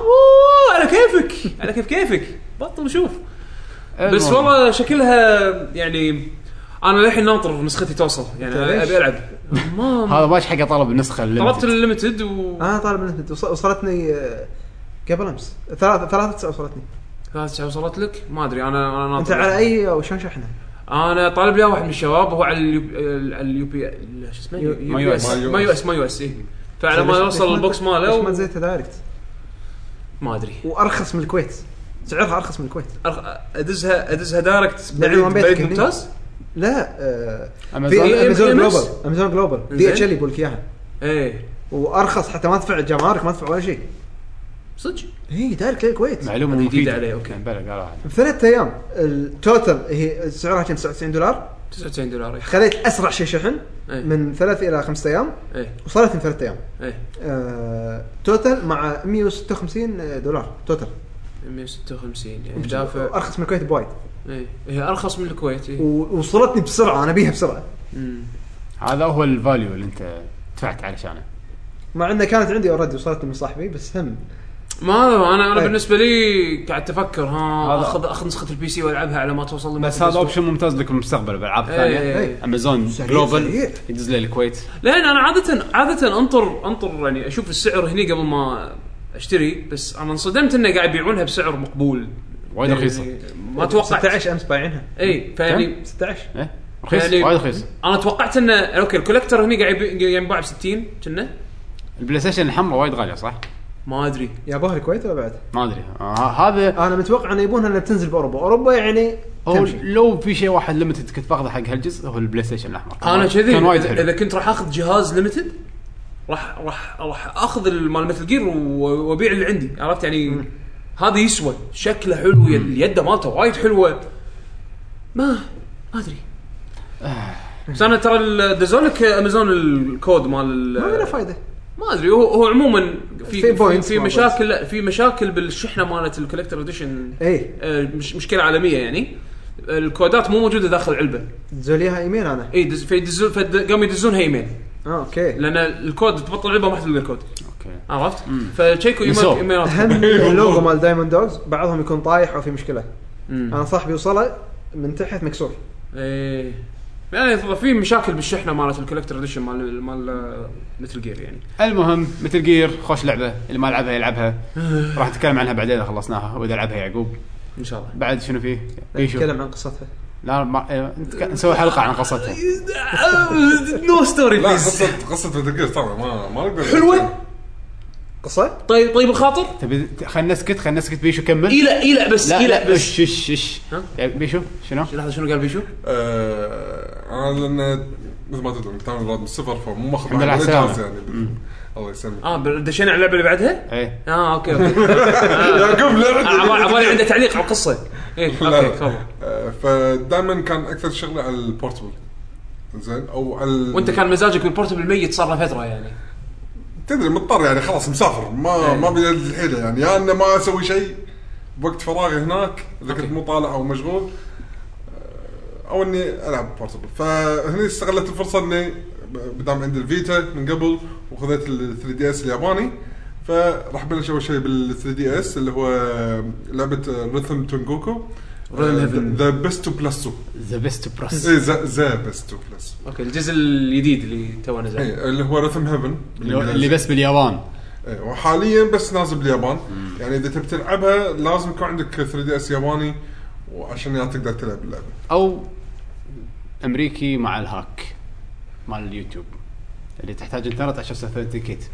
على كيفك بطل شوف بس والله شكلها يعني انا للحين ناطر نسختي توصل يعني ابي العب هذا باش حق طلب النسخه طلبت الليمتد انا طالب الليمتد وصلتني قبل امس 3 وصلتني 3 وصلت لك ما ادري انا ناطر انت على اي وشلون شحنه انا طالب لي واحد من الشباب وهو على اليو بي شو اسمه ما يو اس فعلى ما يوصل البوكس ماله ما زيته دايركت ما ادري وارخص من الكويت سعرها ارخص من الكويت ادزها دايركت بريد ممتاز لا في امازون جلوبال دي اتش ال يقول لك اياها وارخص حتى ما تدفع الجمارك ما تدفع ولا شيء صدق هي دايركت للكويت معلومه جديده عليه اوكي ب3 ايام التوتال هي سعرها كم $99 خليت اسرع شيء شحن من 3 الى 5 ايام وصلت من 3 ايام توتال مع $156 توتال 156 يعني دافع ارخص من الكويت بوايد هي ارخص من الكويت ووصلتني بسرعه انا بيها بسرعه هذا هو الفاليو اللي انت دفعت علشانه مع انه كانت عندي اوريدي وصلتني من صاحبي بس هم ما انا بالنسبه لي قاعد اتفكر اخذ نسخه البي سي والعبها على ما توصل لي بس هذا اوبشن ممتاز لك بالمستقبل بالالعاب الثانيه امازون جلوبال يدز لي الكويت لان انا عاده انطر يعني اشوف السعر هني قبل ما اشتري بس انا انصدمت انه قاعد يبيعونها بسعر مقبول وايد رخيصه ما توقعت 16 امس بايعينها. اي فيعني 16 ايه رخيص يعني وايد رخيص. انا توقعت انه اوكي الكولكتر هني قاعد ينباع ب 60 كنا. البلاي ستيشن الحمراء وايد غاليه صح؟ ما ادري يابوها الكويت ولا بعد؟ ما ادري هذا انا متوقع ان يبونها انها تنزل باوروبا يعني هو تمشي. لو في شيء واحد ليمتد كنت باخذه حق هالجزء هو البلاي ستيشن الاحمر. انا كذي كان وايد حلو. اذا كنت راح اخذ جهاز ليمتد راح اخذ مال مثل جير وابيع اللي عندي عرفت يعني. هذا يسوى شكله حلو اليد مالته وايد حلوه ما ادري بس انا ترى دزولك امازون الكود مال ما له فايده ما ادري هو عموما في مشاكل بس. في مشاكل بالشحنه مالت الكولكتر اديشن. اي مش مشكله عالميه يعني الكودات مو موجوده داخل علبه. دزوليها ايميل انا اي قاموا يدزونها ايميل اوكي لان الكود تبطل علبه ما تلقى الكود اوكي عرفت فشيكوا ايميلات هم اللوجو مال دايموند دوغز بعضهم يكون طايح او في مشكله. انا صاحبي وصله من تحت مكسور. ايه يعني في مشاكل بالشحنه مالت الكولكتر اديشن مال مثل جير يعني. المهم مثل جير خوش لعبه اللي ما لعبها يلعبها. راح نتكلم عنها بعدين اذا خلصناها واذا لعبها يعقوب ان شاء الله. بعد شنو فيه نتكلم عن قصتها. لا نسوي حلقه عن قصتها. نو ستوري لا بليز. قصة الدقيقة طبعا ما نقدر حلوه قصه طيب الخاطر تبي خلنا نسكت بيشو كمل. لا بس لا بس شش يعني بيشو شنو لحظه شنو قال بيشو؟ انا لان مثل ما تدري كان راد من السفر فمو ماخذ الحمد لله على السلامة. يعني الله يسلمك. دشينا على اللعبه اللي بعدها. ايه اوكي يعقوب لا عبالي عنده تعليق على القصه. ايه اوكي تفضل. فدائما كان اكثر شغله على البورتبل زين او على وانت كان مزاجك بالبورتبل ميت صار له فتره يعني تدري مضطر يعني خلاص مسافر ما بيد الحيله يعني يا انه ما اسوي شيء بوقت فراغي هناك اذا كنت مو طالع او مشغول او اني العب بورتبل. فهني استغلت الفرصه اني بدام عندي الفيتا من قبل وخذيت ال 3DS الياباني فراح بلش اول شيء بال 3DS اللي هو لعبه ريثم تونغوكو ذا بيست بلس ذا بيست بلس ذا بيست بلس. اوكي الجزء الجديد اللي تو نزل اللي هو ريثم هيفن اللي بس باليابان. وحاليا بس نازل باليابان. يعني اذا تبي تلعبها لازم يكون عندك 3DS ياباني وعشان تقدر تلعب اللعبه او امريكي مع الهاك مال اليوتيوب اللي تحتاج انترنت عشان تثبت.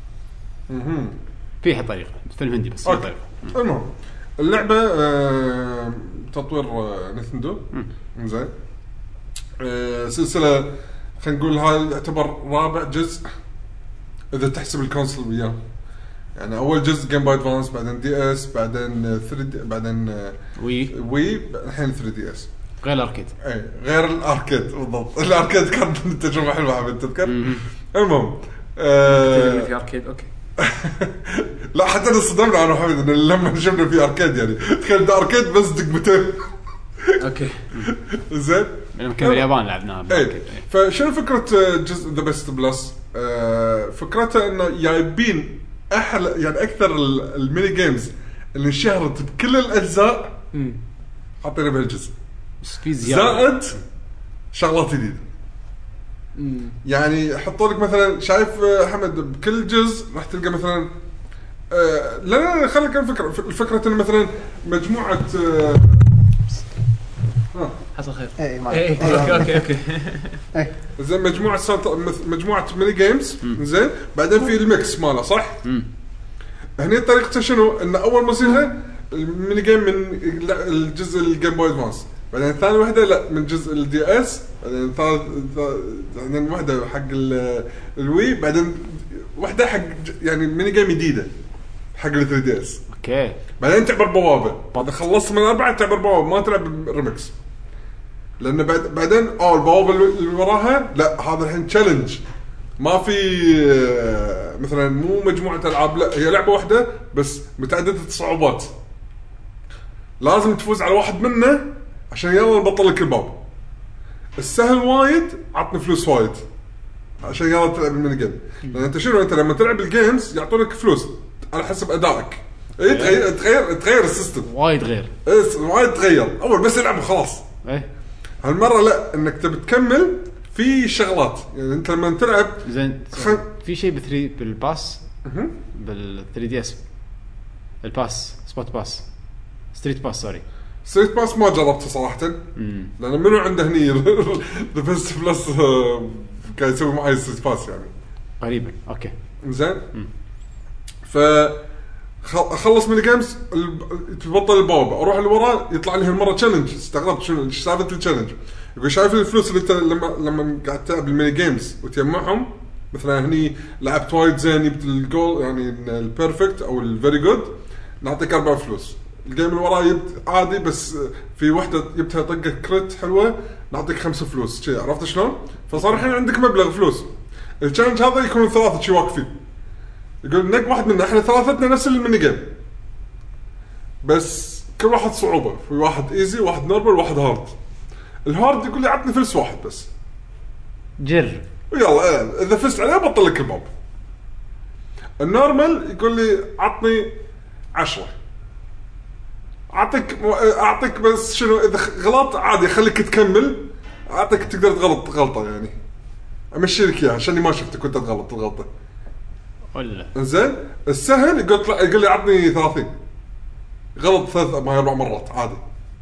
فيها طريقه في الهندي بس فيها طريقه. المهم اللعبه تطوير نينتندو زين. سلسله خلينا نقول هاي يعتبر رابع جزء اذا تحسب الكونسول وياه. يعني اول جزء جيم باي ادفانس بعدين دي اس بعدين 3 بعدين وي الحين 3 دي اس غير الاركيد. اي غير الاركيد بالضبط. الاركيد كانت تجربه حلوه حبيت تذكر. المهم في اركيد اوكي. لا حتى انصدمنا انا وحمد ان لما شفنا في اركيد يعني تخيل ده اركيد بس دقمتين. اوكي زين لما كنا باليابان لعبناها. فشنو فكره جزء ذا بيست بلس؟ فكرته انه جايبين احلى يعني اكثر الميني جيمز اللي انشهرت بكل الاجزاء حاطينها بهالجزء في زياده زائد شغلات جديده. يعني يحطوا لك مثلا شايف حمد بكل جزء راح تلقى مثلا لا خلينا الفكره انه مثلا مجموعه حصل خير. اوكي زين مجموعه ميني جيمز زين بعدين في الميكس ماله صح. هني طريقته شنو ان اول ما يصيرها الميني جيم من الجزء الجيم بوي ادفانس بعدين ثاني واحده لا من جزء الدي اس بعدين ثالث بعدين واحده حق الوي بعدين واحده حق يعني ميني جيم جديده حق ال 3 دي اس. اوكي بعدين تعبر بوابه اذا خلصت من 4 تعبر بوابه ما تلعب ريمكس لان بعدين البوابه اللي وراها لا هذا الحين تشالنج ما في مثلا مو مجموعه العاب لا هي لعبه واحده بس متعدده الصعوبات لازم تفوز على واحد منه عشان يلا نبطل لك الباب. السهل وايد عطني فلوس وايد عشان يلا تلعب الميني جيم. لان انت شنو انت لما تلعب الجيمز يعطونك فلوس على حسب ادائك. تغير السيستم وايد غير وايد تغير. اول بس العب وخلاص. هالمره لا انك تبي تكمل في شغلات يعني انت لما تلعب زين في شيء بالباس بال 3 دي اس الباس سبوت باس ستريت باس سوري ستريت باس ما جربته صراحه لان منو عنده هني ذا بيست بلس قاعد يسوي معي ستريت باس يعني قريبا. اوكي زين. ف اخلص ميني جيمز تبطل البوابه اروح لورا يطلع لي هالمره تشالنج. استغربت شنو سالفه التشالنج. يقول شايف الفلوس اللي انت لما قاعد تلعب الميني جيمز وتجمعهم مثلا هني لعبت وايد زين جبت الجول يعني البيرفكت او الفيري جود نعطيك 4 فلوس. الجيم اللي وراه جبت عادي بس في وحده جبتها طقه كريت حلوه نعطيك 5 فلوس شيء. عرفت شلون؟ فصار الحين عندك مبلغ فلوس. التشالنج هذا يكون 3 شيء واقفين يقول نق واحد منا احنا ثلاثتنا نفس الميني جيم بس كل واحد صعوبه. في واحد ايزي واحد نورمال واحد هارد. الهارد يقول لي عطني فلس واحد بس جر ويلا اذا فزت عليه بطل لك الباب. النورمال يقول لي عطني 10 اعطيك بس شنو اذا غلط عادي خليك تكمل اعطيك تقدر تغلط غلطه يعني امشي لك اياها عشان ما شفتك كنت تغلط الغلطه ولا زين. السهل يقول لي عطني 30 غلط 3 ما 4 مرات عادي.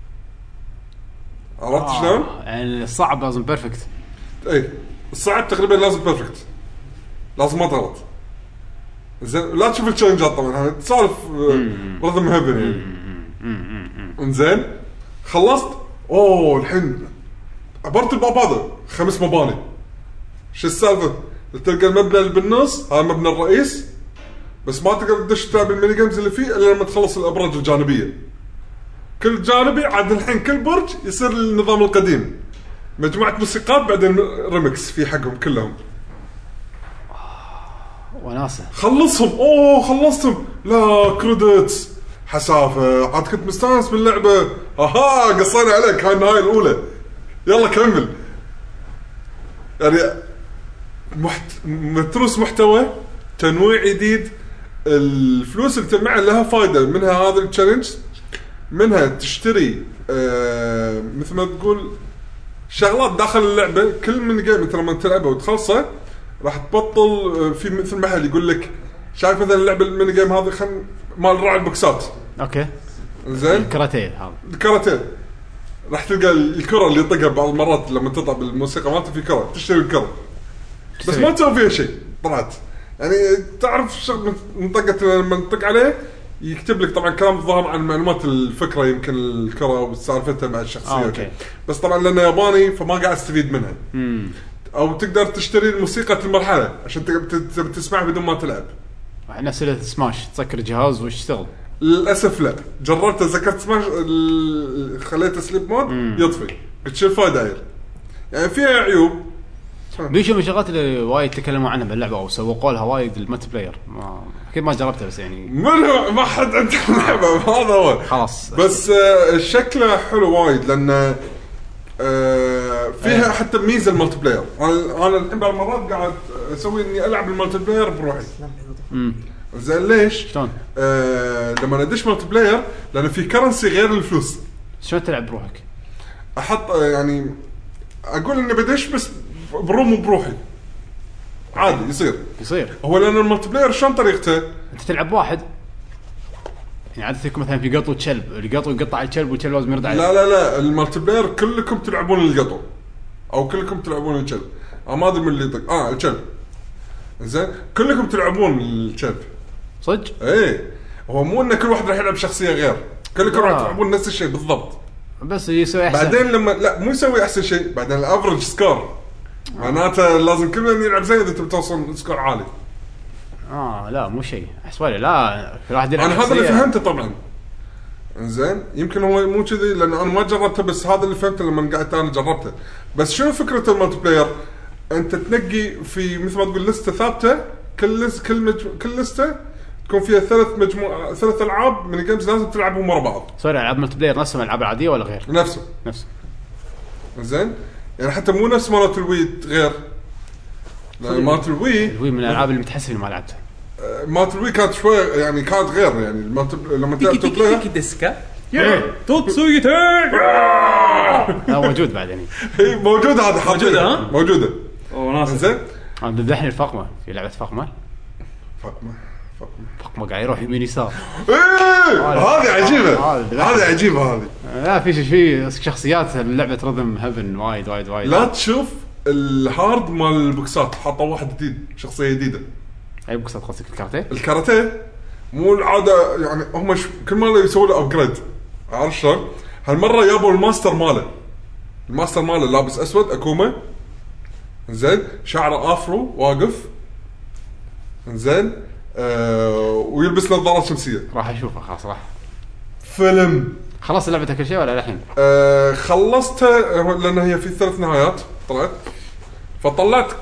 عرفت شلون؟ يعني الصعب لازم بيرفكت. اي الصعب تقريبا لازم بيرفكت لازم ما تغلط. زين لا تشوف التشالنجات طبعا تسولف رذم هبل يعني. زين خلصت الحين عبرت الباب هذا 5 مباني. شو السالفه؟ تلقى المبنى اللي بالنص هذا مبنى الرئيس بس ما تقدر تدش تلعب الميني جيمز اللي فيه الا لما تخلص الابراج الجانبيه. كل جانبي عاد الحين كل برج يصير النظام القديم مجموعه موسيقات بعدين ريمكس في حقهم كلهم وناسه. خلصهم خلصتهم لا كريدتس حسافه عاد كنت مستانس باللعبه. قصينا عليك هاي النهايه الاولى يلا كمل يعني متروس محتوى تنويع جديد. الفلوس اللي تجمعها لها فايده منها هذا التشالنج منها تشتري مثل ما تقول شغلات داخل اللعبه. كل من جيم انت لما تلعبه وتخلصه راح تبطل في مثل محل يقول لك شايف مثلا اللعبه الميني جيم هذا مال راعي البوكسات. اوكي زين الكاراتيه هذا الكاراتيه راح تلقى الكره اللي يطقها بعض المرات لما تطلع بالموسيقى مالته في كره تشتري الكره بس ما تسوي فيها شيء. طلعت يعني تعرف منطقه لما تطق عليه يكتب لك طبعا كلام الظاهر عن معلومات الفكره يمكن الكره وسالفتها مع الشخصيه. أوكي. بس طبعا لانه ياباني فما قاعد استفيد منها. او تقدر تشتري الموسيقى المرحله عشان تسمعها بدون ما تلعب. نفس سماش تسكر الجهاز ويشتغل. للاسف لا جربت ذكرت سماش خليته سليب مود يطفي قلت شو الفائده يعني فيها عيوب. بيشو من الشغلات اللي وايد تكلموا عنها باللعبه او سوقوا لها وايد الملتي بلاير اكيد ما جربتها بس يعني ما حد عنده لعبه هذا هو خلاص بس شكله حلو وايد لان فيها حتى ميزه الملتي بلاير. انا الحين بعض المرات قاعد اسوي اني العب الملتي بلاير بروحي. زين ليش شلون لما ندش ملتي بلاير لان في كرنسي غير الفلوس. شلون تلعب بروحك؟ احط يعني اقول اني بدش بس بروم بروحي عادي يصير هو لان الملتي بلاير شلون طريقته انت تلعب واحد يعني عادة يكون مثلا في قطو وكلب القطو يقطع الكلب والكلب لازم يرد عليه. لا الملتي بلاير كلكم تلعبون القطو او كلكم تلعبون الكلب. ما ادري من اللي يطق الكلب. زين كلكم تلعبون الكلب صدق. ايه هو مو ان كل واحد راح يلعب شخصيه غير كلكم راح تلعبون نفس الشيء بالضبط بس يسوي احسن. بعدين لما لا مو يسوي احسن شيء بعدين الافرج سكور معناته لازم كل من يلعب زي اذا توصل سكور عالي. لا مو شيء حسوالي لا في واحد يلعب. انا هذا اللي فهمته طبعا. زين يمكن هو مو كذي لان انا ما جربته بس هذا اللي فهمته لما قعدت انا جربته. بس شنو فكره الملتي بلاير انت تنقي في مثل ما تقول لسته ثابته كل لسته تكون فيها 3 العاب من الجيمز لازم تلعبهم ورا بعض. العاب ملتي بلاير نفسهم الالعاب العاديه ولا غير؟ نفسه. زين يعني حتى مو نفس مالت الوي غير. مالت الوي من الالعاب اللي متحسن ما لعبتها. مالت الوي كانت شوي يعني كانت غير يعني لما تلعب تيكي ديسكا توتسويتي موجود بعد يعني هي موجوده هذا موجوده موجوده ناس زين. ذبحني الفقمه في لعبه فقمه فقمه قاعد يروح يمين يسار. هذه عجيبه هذه عجيبه هذه. لا في شخصيات اللعبه رذم هبن وايد. لا تشوف الهارد مال البوكسات حاطه واحد جديد شخصيه جديده. اي بوكسات قصدك الكاراتيه مو العاده يعني هم كل ما يسووا له ابجريد عارف شلون. هالمره جابوا الماستر ماله لابس اسود اكوما زين شعره افرو واقف زين ويلبس نظارات شمسيه. راح اشوفه خلاص راح فيلم. خلاص لعبتك كل شيء ولا الحين؟ خلصتها لان هي في 3 نهايات طلعت فطلعت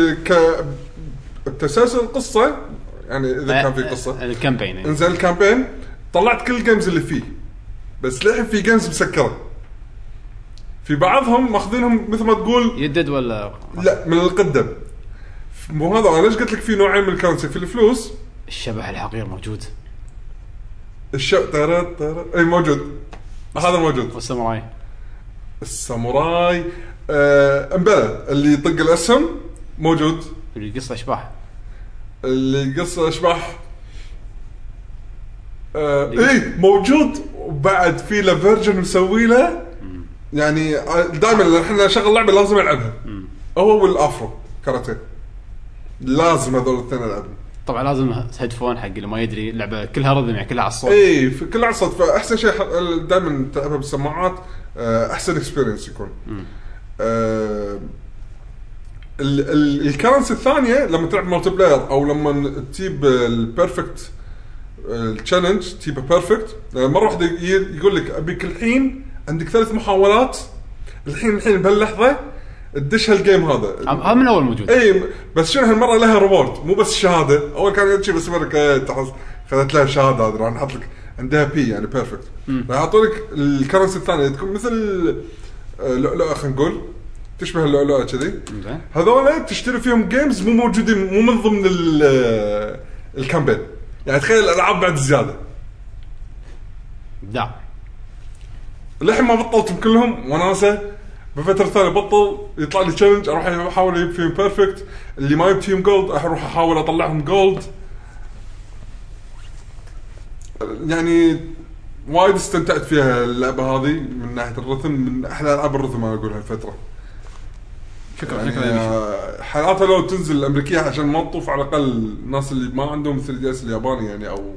تسلسل القصه يعني اذا كان في قصه الكامبين انزين الكامبين طلعت كل الجيمز اللي فيه بس للحين في جيمز مسكره في بعضهم ماخذينهم مثل ما تقول يدد ولا لا من القدم. مو هذا انا ليش قلت لك في نوعين من الكرنسي في الفلوس. الشبح الحقير موجود اي موجود هذا موجود. الساموراي امبلا اللي يطق الاسهم موجود. اللي يقص اشباح ايه موجود. وبعد في له فيرجن مسوي له يعني دائما احنا نشغل لعبه لازم العبها هو والافرو كاراتيه لازم هذول الاثنين العبهم. طبعا لازم هيدفون حق اللي ما يدري اللعبه كلها رذم يعني كلها على الصوت. اي في كلها على الصوت فاحسن شيء دائما تلعبها بالسماعات احسن اكسبيرينس يكون. الكرنسي الثانيه لما تلعب مالتي بلاير او لما تجيب البيرفكت التشالنج تجيبه بيرفكت مره واحده يقول لك ابيك الحين عندك 3 محاولات الحين بهاللحظه تدش هالجيم هذا من اول موجود. اي بس شنو هالمره لها ريورد مو بس الشهاده. اول كان يجي بس برك خذت لها شهاده هذه راح نحط لك عندها بي يعني بيرفكت. راح احط لك الكرنسي الثانيه تكون مثل لؤلؤه خلينا نقول تشبه اللؤلؤه كذي. هذول تشتري فيهم جيمز مو موجودين مو من ضمن الكامبين يعني تخيل الالعاب بعد زياده. لا لحين ما بطلتهم كلهم وناسه بفترة ثانية بطل يطلع لي تشالنج اروح احاول اجيب فيهم بيرفكت اللي ما جبت فيهم جولد اروح احاول اطلعهم جولد. يعني وايد استمتعت فيها اللعبة هذه من ناحية الرثم من احلى العاب الرثم انا اقول هالفترة. شكرا يعني حالاتها لو تنزل الامريكية عشان ما تطوف على الاقل الناس اللي ما عندهم 3DS الياباني يعني او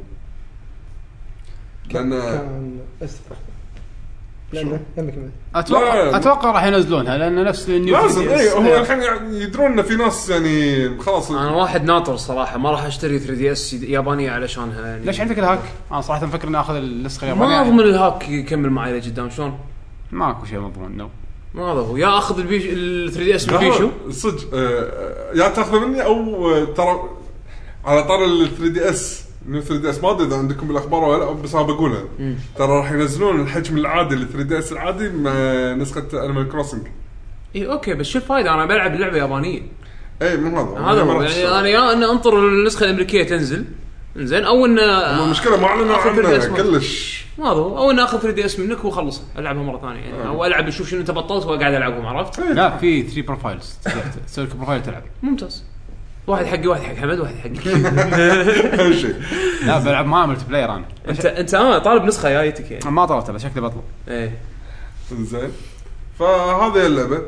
لأن اتوقع راح ينزلونها لان نفس النيو لازم. اي هو الحين يعني يدرون ان في ناس يعني خلاص. انا واحد ناطر صراحه ما راح اشتري 3DS يابانيه علشانها يعني. ليش عندك الهاك؟ انا صراحه مفكر اني اخذ النسخه اليابانيه. ما اضمن الهاك يكمل معي لقدام شلون. ماكو شيء مضمون نو. ما هذا هو يا اخذ ال 3DS من بيشو صدق يا تاخذه مني او ترى على طار ال 3DS نيو 3DS ما ادري اذا عندكم بالاخبار ولا لا بس انا بقولها ترى راح ينزلون الحجم العادي لل 3DS العادي مع نسخه انيمال كروسنج. اي اوكي بس شو الفائده انا بلعب اللعبه يابانيه. اي مو هذا هو يعني انا يا ان انطر النسخه الامريكيه تنزل زين او ان المشكله ما اعلنوا عنها كلش ما هذا او ان اخذ 3DS منك وخلص العبها مره ثانيه يعني او العب اشوف شنو انت بطلت وقاعد العبهم عرفت. لا في 3 بروفايلز تسوي بروفايل تلعب ممتاز. واحد حقي واحد حق حمد واحد حقي اهم شيء. لا بلعب ما عملت بلاير انا. انت طالب نسخه جايتك يعني ما طلبتها بس شكلي بطلب. ايه زين فهذه اللعبه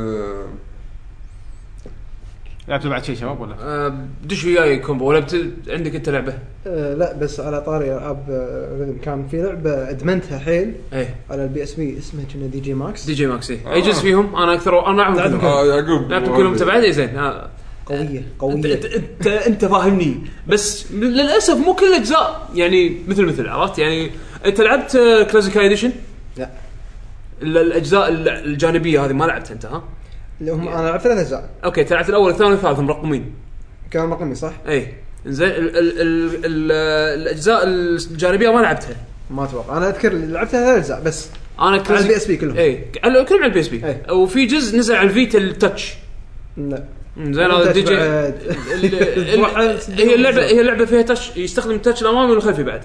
لعبت بعد شيء شباب ولا دش وياي كومبو ولا عندك انت لعبه؟ لا بس على طاري العاب كان في لعبه ادمنتها حيل ايه على البي اس بي اسمها كنا دي جي ماكس. اي جزء فيهم انا اكثر انا لعبهم يعقوب لعبت كلهم تبعي زين قويه انت فاهمني بس للاسف مو كل الاجزاء يعني مثل عرفت يعني. انت لعبت كلاسيكاي اديشن؟ لا الاجزاء الجانبيه هذه ما لعبتها انت ها؟ اللي هم انا لعبت 3 اجزاء. اوكي لعبت الاول الثاني والثالث مرقمين كانوا مرقمين صح. اي زين الاجزاء الجانبيه ما لعبتها ما اتوقع انا اذكر لعبتها 3 اجزاء بس انا على البي اس بي كلهم. اي كلهم على البي اس بي وفي جزء نزل على الفيتا التاتش. لا زين هذا دي جي هي اللعبه فيها تاتش يستخدم التاتش الامامي والخلفي بعد.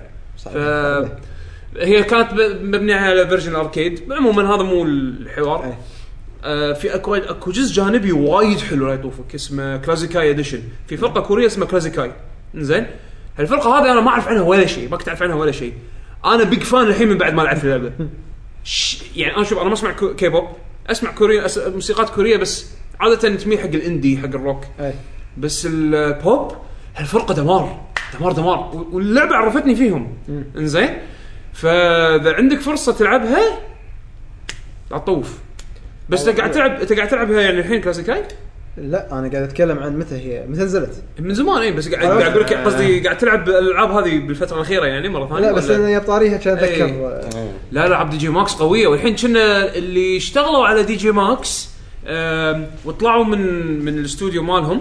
هي كانت مبنيه على فيرجن اركيد. عموما هذا مو الحوار. في اكو جزء جانبي وايد حلو لا يطوفك اسمه كلاسيكاي اديشن في فرقه كوريه اسمها كلاسيكاي. زين هالفرقه هذه انا ما اعرف عنها ولا شيء، ما كنت اعرف عنها ولا شيء. انا بيج فان الحين من بعد ما لعبت اللعبه. يعني انا شوف انا ما اسمع كيبوب، اسمع كوريا، موسيقات كوريه بس عاده تميل حق الاندي حق الروك. بس البوب هالفرقه دمار واللعبه عرفتني فيهم. انزين فاذا عندك فرصه تلعبها لا تطوف. بس انت قاعد تلعبها يعني الحين كلاسيكاي؟ لا انا قاعد اتكلم عن متى نزلت من زمان. اي بس قاعد اقول لك قصدي قاعد تلعب الالعاب هذه بالفتره الاخيره يعني مره ثانيه. لا بس انا يا طاريها كان اتذكر لا لعب دي جي ماكس قويه، والحين كنا اللي اشتغلوا على دي جي ماكس وطلعوا من الاستوديو مالهم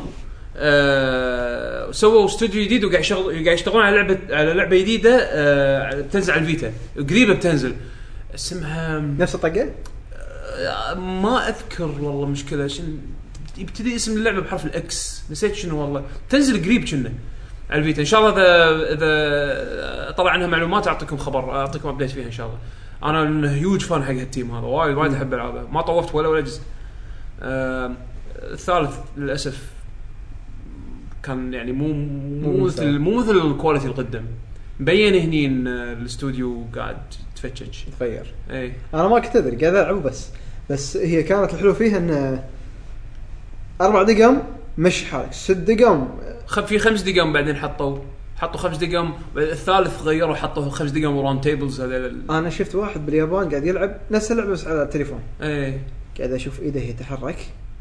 سووا استوديو جديد وقاعد يشتغلون على لعبه جديده بتنزل على الفيتا قريبه بتنزل اسمها نفس الطقه ما اذكر والله مشكله شنو يبتدي اسم اللعبه بحرف الاكس نسيت شنو والله تنزل قريب كنا على الفيتا ان شاء الله. اذا طلع عنها معلومات اعطيكم خبر اعطيكم ابديت فيها ان شاء الله. انا هيوج فان حق هالتيم هذا وايد احب العابه ما طوفت ولا جزء. الثالث للاسف كان يعني مو مثل الكواليتي القدم مبين هني ان الاستوديو قاعد تغير. اي انا ما كنت ادري قاعد العب بس هي كانت الحلو فيها ان 4 دقائق مش حالك 6 دقائق في 5 دقائق بعدين حطوا 5 دقائق الثالث غيروا حطوا 5 دقائق وران تيبلز. انا شفت واحد باليابان قاعد يلعب نفس اللعبه بس على التليفون. اي قاعد اشوف ايده يتحرك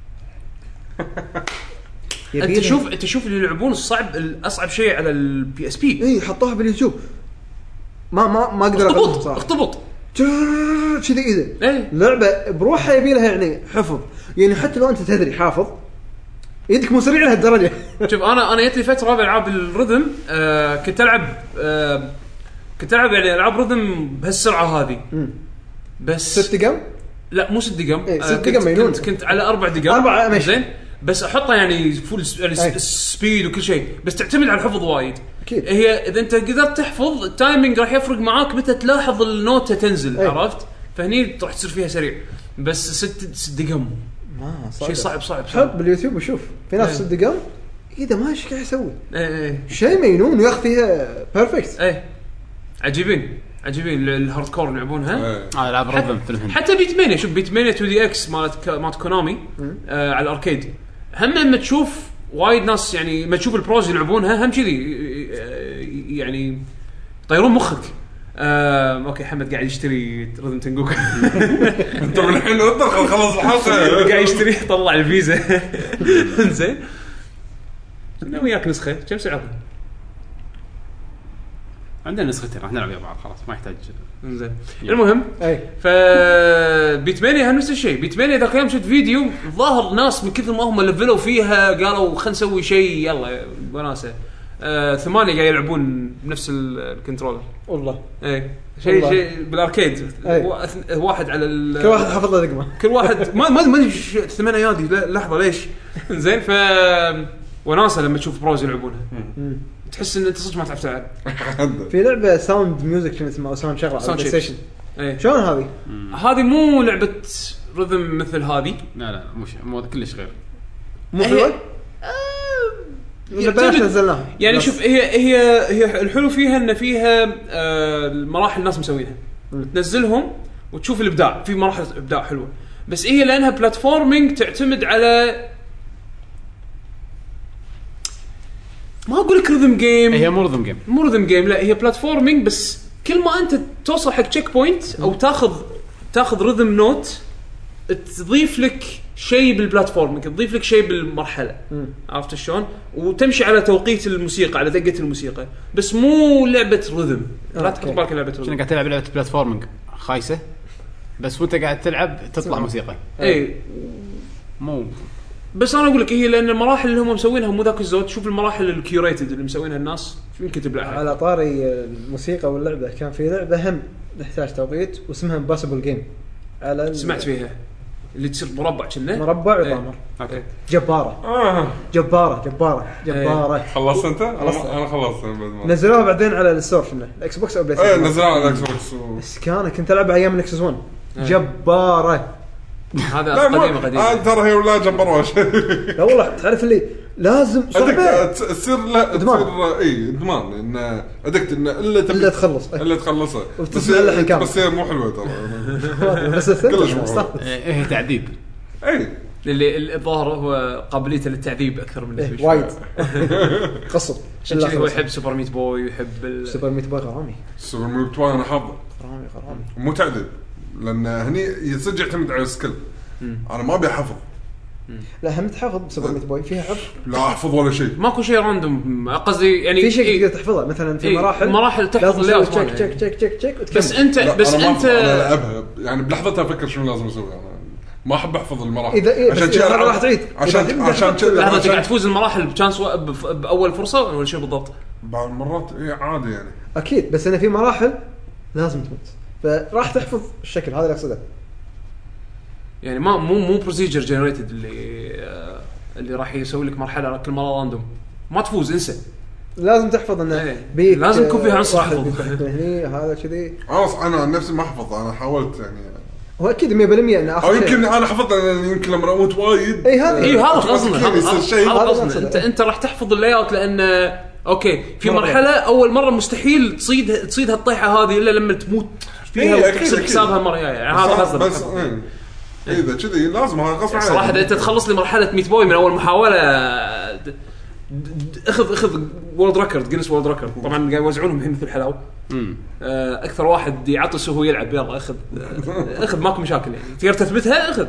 انت شوف اللي يلعبون اصعب شيء على البي اس بي. اي حطوها باليوتيوب ما اقدر اختبط كذا ايده لعبه بروحها يبي لها يعني حفظ يعني حتى لو انت تدري حافظ يدك مو سريع لهالدرجه. شوف انا جت لي فتره بالعاب الرذم كنت العب يعني العاب رذم بهالسرعه هذه بس 6 دقائق لا مو 6 دقائق 6 دقائق كنت على 4 دقائق زين بس احطها يعني فول سبيد وكل شيء بس تعتمد على الحفظ وايد. هي اذا انت قدرت تحفظ التايمينج راح يفرق معاك متى تلاحظ النوتة تنزل. عرفت فهني راح تصير فيها سريع بس 6 دقائق شيء صعب حط باليوتيوب وشوف في ناس 6 دقائق اذا ما ايش قاعد يسوي شيء مينون وياخذ فيها بيرفكت. عجيبين الهارد كور يلعبونها العاب رذم في الهند. حتى بيت مانيا شوف بيت مانيا 2 دي اكس مالت كونامي على الاركيد هم لما تشوف وايد ناس يعني ما تشوف البروز يلعبونها هم كذي يعني طيرون مخك. اوكي حمد قاعد يشتري رذم تنقوك انت من الحين ادخل خلص الحلقه قاعد يشتري طلع الفيزا زين انا وياك نسخه كم سعرها؟ عندنا نسختين راح نلعب يا بعض خلاص ما يحتاج. زين المهم فبيتمانيا هم نفس الشيء. بيتمانيا ذاك يوم شفت فيديو ظاهر ناس من كثر ما هم لفلوا فيها قالوا خلينا نسوي شيء يلا وناسه 8 قاعد يلعبون بنفس الكنترولر والله شيء بالاركيد واحد على كل واحد حافظ له رقمه كل واحد ما 8 ايادي لحظه ليش زين ف وناسه لما تشوف بروز يلعبونها تحس ان انت صدق ما تعرف تلعب. في لعبه ساوند ميوزك كانت اسمها ساوند شغله على البلاي ستيشن شلون هذه مو لعبه رذم مثل هذه لا مو كلش غير مو حلوه بلاش نزلناها يعني شوف هي الحلو فيها ان فيها المراحل الناس مسوينها تنزلهم وتشوف الابداع في مراحل ابداع حلوه بس هي لانها بلاتفورمينج تعتمد على ما اقول لك ريذم جيم. هي مو ريذم جيم لا هي بلاتفورمينج بس كل ما انت توصل حق تشيك بوينت او تاخذ ريذم نوت تضيف لك شيء بالبلاتفورمينج تضيف لك شيء بالمرحله عرفت شلون وتمشي على توقيت الموسيقى على دقه الموسيقى بس مو لعبه ريذم. لا تحط بالك لعبه ريذم قاعد تلعب لعبه بلاتفورمينج خايسه بس وانت قاعد تلعب تطلع موسيقى مو بس انا اقول لك هي لان المراحل اللي هم مسوينها مو ذاك الزود. شوف المراحل الكيوريتد اللي مسوينها الناس يمكن تبلع على طاري الموسيقى واللعبه كان في لعبه هم نحتاج توقيت واسمها امباسبل جيم على سمعت فيها اللي تصير مربع كنا مربع وطامر جباره خلصت انت انا خلصت نزلوها بعدين على الستور شنو الاكس بوكس او بلاي ستيشن نزلوها على الاكس بوكس بس كنت العبها ايام الاكسس 1 جباره هذا قديمه ترى هي ولا جبروش لا والله تعرف اللي لازم صعبه تصير لا تصير اي ادمان ان ادكت ان الا تخلصه بس مو حلوه ترى بس ايه تعذيب اللي الظاهر هو قابليته للتعذيب اكثر من وايد قصر هو يحب سوبر ميت بوي ويحب سوبر ميت بوي غرامي سوبر ميت بوي انا حافظه غرامي مو تعذيب لان هني يسجل يعتمد على السكيل انا ما ابي احفظ لا هم تحفظ بسوبر ميت بوي فيها حفظ لا احفظ ولا شيء ماكو شيء راندوم قصدي يعني في شيء تقدر تحفظه مثلا في مراحل تحفظ اللي تشيك بس انت أنا العبها يعني بلحظتها افكر شنو لازم اسوي انا ما احب احفظ المراحل عشان كذا راح تعيد عشان لحظه تقعد تفوز المراحل بشانس باول فرصه ولا شيء بالضبط بعض المرات عادي يعني اكيد بس انا في مراحل لازم تموت فراح تحفظ الشكل هذا اللي اقصده يعني ما مو بروسيجر جنريتد اللي راح يسوي لك مرحله كل مره راندوم ما تفوز انسى لازم تحفظ انه لازم يكون في عنصر حفظ هني هذا كذي انا عن نفسي ما احفظ انا حاولت يعني هو اكيد 100% ان اخر يمكن انا حفظت يمكن لما اموت وايد هذا قصدنا انت راح تحفظ اللاي اوت لان اوكي في مرحله اول مره مستحيل تصيد هالطيحه هذه الا لما تموت فيها وتكسب حسابها مره يعني هذا قصدي بس اذا كذي لازم غصب عنك صراحه انت تخلص لي مرحله ميت بوي من اول محاوله اخذ وورلد ريكورد جينيس وورلد ريكورد طبعا قاعد يوزعونهم الحين مثل الحلاوه اكثر واحد يعطس وهو يلعب يلا اخذ ماكو مشاكل يعني تقدر تثبتها اخذ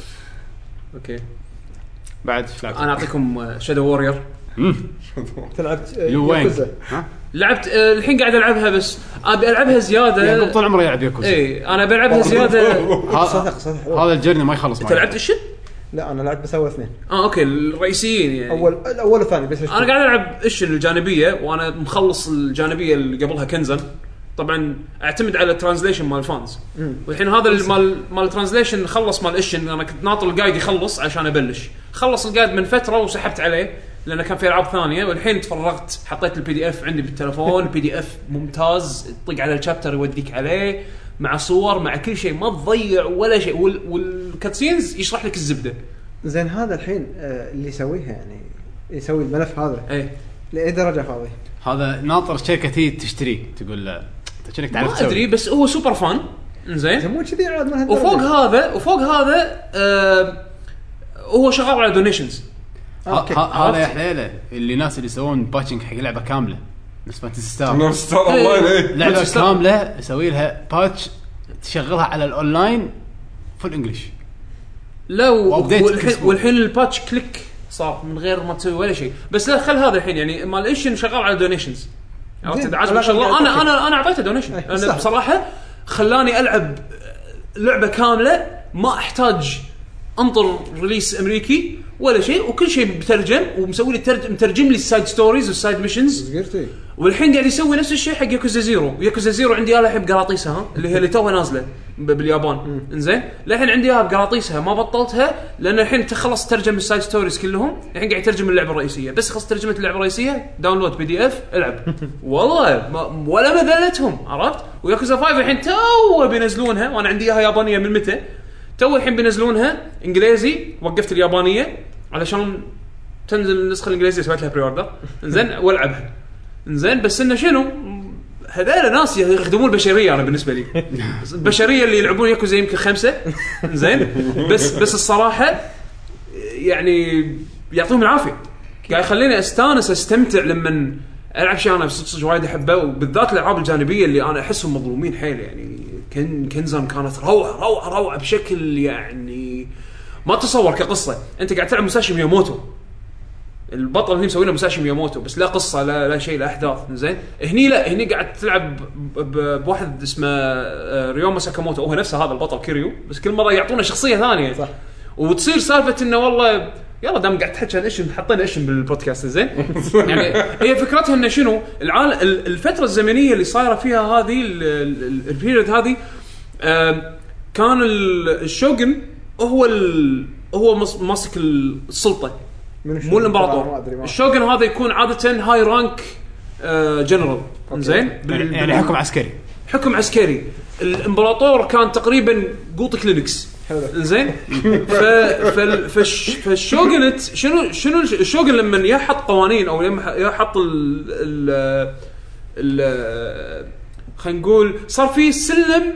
اوكي بعد انا اعطيكم شادو وورير تلعب يوكوزا لعبت الحين قاعد العبها بس ابي العبها زياده يعني طول عمري يلعب يوكوزا اي انا بلعبها زياده هذا الجيرني ما يخلص معي لعبت الشن لا انا لعبت بس اول اثنين اوكي الرئيسيين يعني اول والثاني بس انا قاعد العب الشن الجانبيه وانا مخلص الجانبيه اللي قبلها كنزن طبعا اعتمد على الترانزليشن مال الفانز والحين هذا مال الترانزليشن خلص مال الشن انا كنت ناطر الجايد يخلص عشان ابلش خلص الجايد من فتره وسحبت عليه لأنه كان في ألعاب ثانية والحين تفرغت حطيت الPDF عندي بالتلفون PDF ممتاز طق على الشابتر يوديك عليه مع صور مع كل شيء ما تضيع ولا شيء والكاتسينز يشرح لك الزبدة زين هذا الحين اللي يسويها يعني يسوي الملف هذا ايه لأي درجة فاضي هذا ناطر شركة تي تشتريه تقول لا انت شنك تعرف تسوي ما ادري بس هو سوبر فان انزين مو كذي عاد من وفوق هذا هو شغال على دونيشنز هذا يا حليله اللي ناس اللي يسوون باتشنج حق لعبه كامله نسبه ستار اونلاين لعبه كامله يسوي لها باتش تشغلها على الاونلاين فول انجلش لا والحين الباتش كليك صار من غير ما تسوي ولا شيء بس لا خل هذا الحين يعني مال ايشن شغال على دونيشنز عرفت عجبك شغله انا اعطيته دونيشن انا بصراحه خلاني العب لعبه كامله ما احتاج انطر ريليس امريكي ولا شيء وكل شيء بترجم ومسوي لي مترجم لي السايد ستوريز والسايد ميشنز والحين قاعد يسوي نفس الشيء حق ياكوزا زيرو عندي اياها الحين بقراطيسها اللي هي اللي توها نازله باليابان انزين الحين عندي اياها بقراطيسها ما بطلتها لان الحين تخلص ترجم السايد ستوريز كلهم الحين قاعد يترجم اللعبه الرئيسيه بس خلص ترجمه اللعبه الرئيسيه داونلود PDF العب والله ولا مذلتهم عرفت وياكوزا 5 الحين تو بينزلونها وانا عندي اياها يابانيه من متى تو الحين بينزلونها انجليزي وقفت اليابانيه علشان تنزل النسخه الانجليزيه سويت لها بري اوردر انزين والعبها انزين بس انه شنو هذول ناس يخدمون البشريه انا بالنسبه لي البشريه اللي يلعبون ياكوزا يمكن 5 انزين بس الصراحه يعني يعطيهم العافيه قاعد يخليني استمتع لما العب شيء انا صدق وايد احبه وبالذات الالعاب الجانبيه اللي انا احسهم مظلومين حيل يعني كنزن كانت روعه بشكل يعني ما تصور كقصه انت قاعد تلعب مساشي مياموتو البطل اللي مسوينه مساشي مياموتو بس لا قصه لا شيء لا احداث زين هني قاعد تلعب بواحد اسمه ريوما ساكاموتو هو نفسه هذا البطل كيريو بس كل مره يعطونا شخصيه ثانيه صح وتصير سالفه انه والله يلا دام قاعد تحكي عن ايش حطينا ايش بالبودكاست زين يعني هي فكرتها انه شنو الفتره الزمنيه اللي صايره فيها هذه البيريود هذه كان الشوغن هو ماسك السلطه مو الامبراطور الشوغن هذا يكون عاده هاي رانك جنرال زين يعني حكم عسكري الامبراطور كان تقريبا قوط كلينكس زين. فالشوغنت شنو الشوغن لما يحط قوانين او لما يحط ال خلينا نقول صار في سلم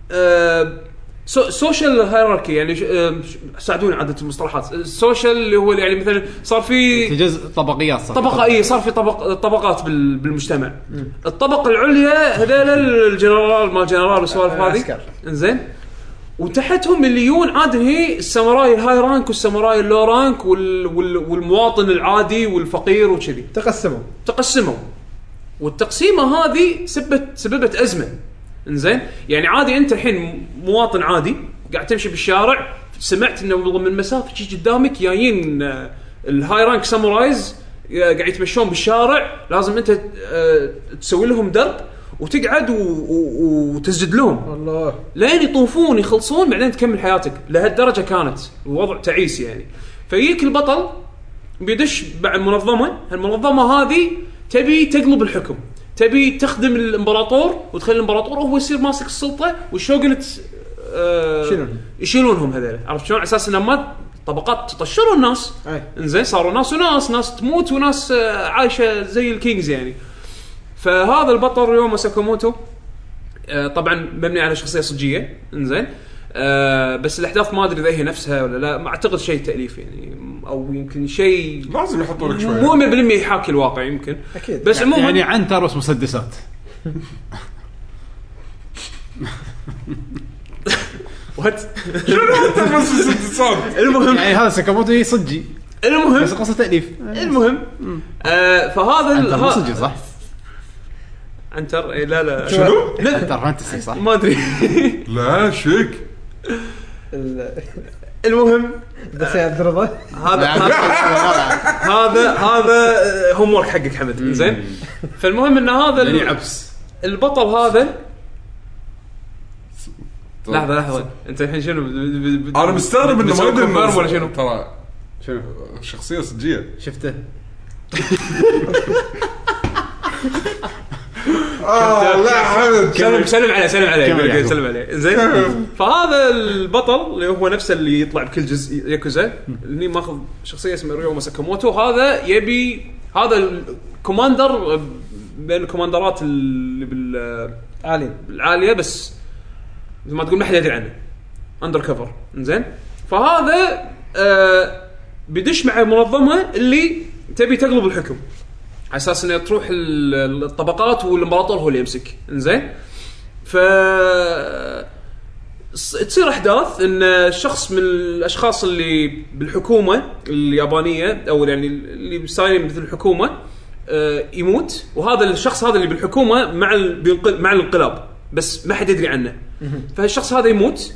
سوشيال هيراركي يعني ساعدوني عدة المصطلحات السوشيال اللي هو يعني مثلا صار في جزء طبقيات طبقة صار في طبقات بالمجتمع. الطبقة العليا هذول الجنرال ما جنرال والسوالف هذه انزين وتحتهم الليون عاد هي الساموراي الهاي رانك والساموراي اللو رانك والمواطن العادي والفقير وكذي تقسموا والتقسيمة هذه سببت أزمة انزين. يعني عادي انت الحين مواطن عادي قاعد تمشي بالشارع سمعت انه من مسافه شي قدامك جايين الهاي رانك سامورايز قاعد يتمشون بالشارع لازم انت تسوي لهم درب وتقعد وتسجد لهم الله لين يطوفون يخلصون بعدين تكمل حياتك. لهالدرجه كانت الوضع تعيس يعني. فييك البطل بيدش مع منظمه هالمنظمه هذه تبي تقلب الحكم تبي تخدم الامبراطور وتخلي الامبراطور هو يصير ماسك السلطه والشوغنت يشيلونهم هذول. عرفت شلون على اساس ان ما طبقات تطشروا الناس انزين صاروا ناس تموت وناس عايشه زي الكينجز يعني. فهذا البطل ريوما ساكاموتو طبعا مبني على شخصيه صجيه انزين بس الاحداث ما ادري اذا هي نفسها ولا لا. ما اعتقد شيء تاليف يعني او يمكن شيء لازم يحطوا لك شويه مو 100% يحاكي الواقع يمكن أكيد. بس عموما يعني عنتر بس مسدسات وات شنو بس السدسات المهم يعني هذا ساكاموتو صجي المهم بس قصه تاليف المهم فهذا عنتر صجي صح عنتر لا شنو عنتر فانتسي صح ما ادري لا شيك المهم بس يا درضه هذا هوم ورك حقك حمد زين. فالمهم ان هذا يعني عبس البطل هذا لحظه انت الحين شنو انا مستغرب انه ما يدري ولا شنو ترى شنو شخصيه صجيه شفته لا حمد سلم عليه زين. فهذا البطل اللي هو نفسه اللي يطلع بكل جزء ياكوزا اللي ماخذ شخصيه اسمها ريوما ساكاموتو. هذا يبي هذا الكوماندر بين الكوماندرات اللي بالعاليه بس زي ما تقول ما حد يدري عنه اندر كفر انزين. فهذا بيدش مع منظمه اللي تبي تقلب الحكم على اساس انه تروح الطبقات والامبراطور هو اللي يمسك انزين. ف تصير احداث ان شخص من الاشخاص اللي بالحكومه اليابانيه او يعني اللي صايرين مثل الحكومه يموت. وهذا الشخص هذا اللي بالحكومه مع الانقلاب بس ما حد يدري عنه. فالشخص هذا يموت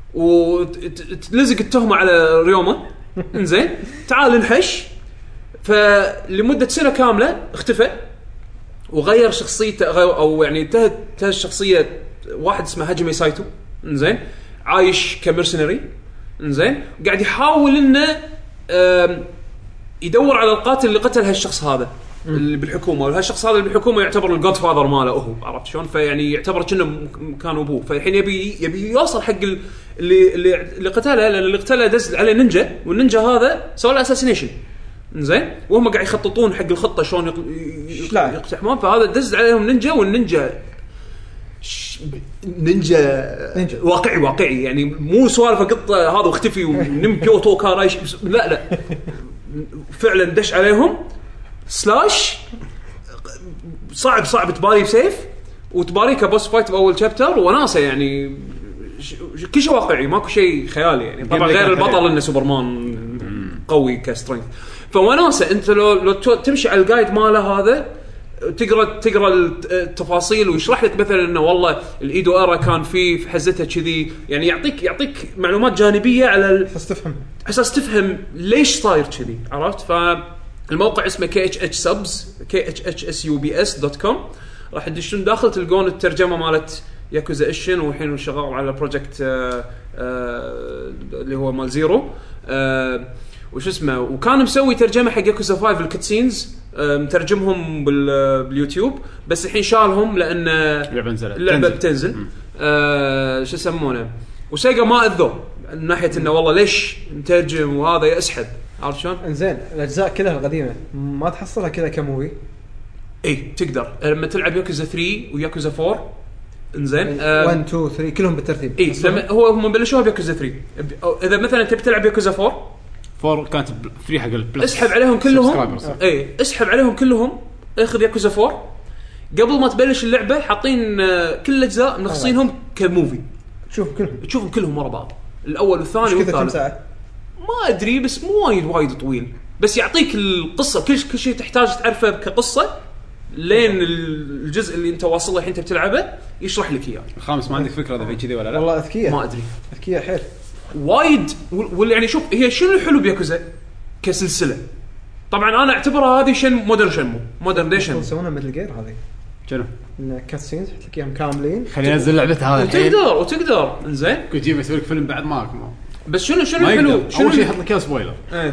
وتلزق التهمه على ريوما انزين تعال نحش. فلمدة سنة كاملة اختفى وغير شخصيته أو يعني انتهت الشخصية واحد اسمه هاجيمي سايتو إنزين عايش كمرسنري إنزين قاعد يحاول إنه يدور على القاتل اللي قتل هالشخص هذا اللي بالحكومة. وهالشخص هذا اللي بالحكومة يعتبر الجود فاذر ماله هو عرفت شلون. فيعني يعتبر كأنه كان أبوه. فالحين يبي يوصل حق اللي قتله لأن اللي قتله دز عليه نينجا والنينجا هذا سوى له اساسينيشن زين وهم قاعد يخططون حق الخطه شلون يقتحمون. فهذا دز عليهم نينجا والنينجا نينجا واقعي يعني مو سوالف قطه هذا واختفي ونم كيوتو كارايش لا فعلا دش عليهم سلاش صعب تباري بسيف وتباري كبوس فايت باول شابتر وناسه يعني كل شيء واقعي ماكو شيء خيالي يعني. طبعا غير البطل انه سوبرمان قوي كسترينث. فوناسه انت لو تمشي على الجايد ماله هذا تقرا التفاصيل ويشرح لك مثلا انه والله الايدو ارا كان في حزتها كذي يعني يعطيك معلومات جانبيه على اساس تفهم ليش صاير كذي عرفت. فالموقع اسمه khsubs.com راح تدشون داخل تلقون الترجمه مالت ياكوزا ايشن والحين شغال على بروجكت اللي هو مال زيرو وش اسمه. وكان مسوي ترجمه حق ياكوزا 5 الكاتسينز مترجمهم باليوتيوب بس الحين شالهم لان اللعبه بتنزل شو يسمونه، وسيجا ما اذوا من ناحيه انه والله ليش نترجم وهذا اسحب، عرفت شلون؟ انزين الاجزاء كلها القديمه ما تحصلها كذا كموفي؟ اي تقدر لما تلعب ياكوزا 3 وياكوزا 4 انزين 1 2 3 كلهم بالترتيب. اي لما هم بلشوها بياكوزا 3. اذا مثلا تبي تلعب ياكوزا 4 كانت فري حق البلس، اسحب عليهم كلهم. اي اسحب عليهم كلهم، اخذ ياكوزا 4 قبل ما تبلش اللعبه، حاطين كل الاجزاء منخصينهم كموفي، تشوفهم كلهم ورا بعض، الاول والثاني والثالث. ما ادري بس مو وايد طويل، بس يعطيك القصه كل شيء تحتاج تعرفه كقصه لين الجزء اللي انت واصل له الحين انت بتلعبه يشرح لك اياه. الخامس ما عندك فكره اذا في كذي ولا لا؟ والله اذكياء، ما ادري، اذكياء حيل وايد. واللي يعني شوف هي شنو الحلو بياكوزا كسلسله، طبعا انا اعتبرها هذه مودرن ديشن يسوونها مثل جير هذه شنو ان كاتسينز تحط لك اياهم كاملين، خلينا ننزل لعبه هذا وتقدر انزين كنت تجيب يسوي لك فيلم بعد ماك بس شنو الحلو؟ اول شيء يحط لك اياه سبويلر.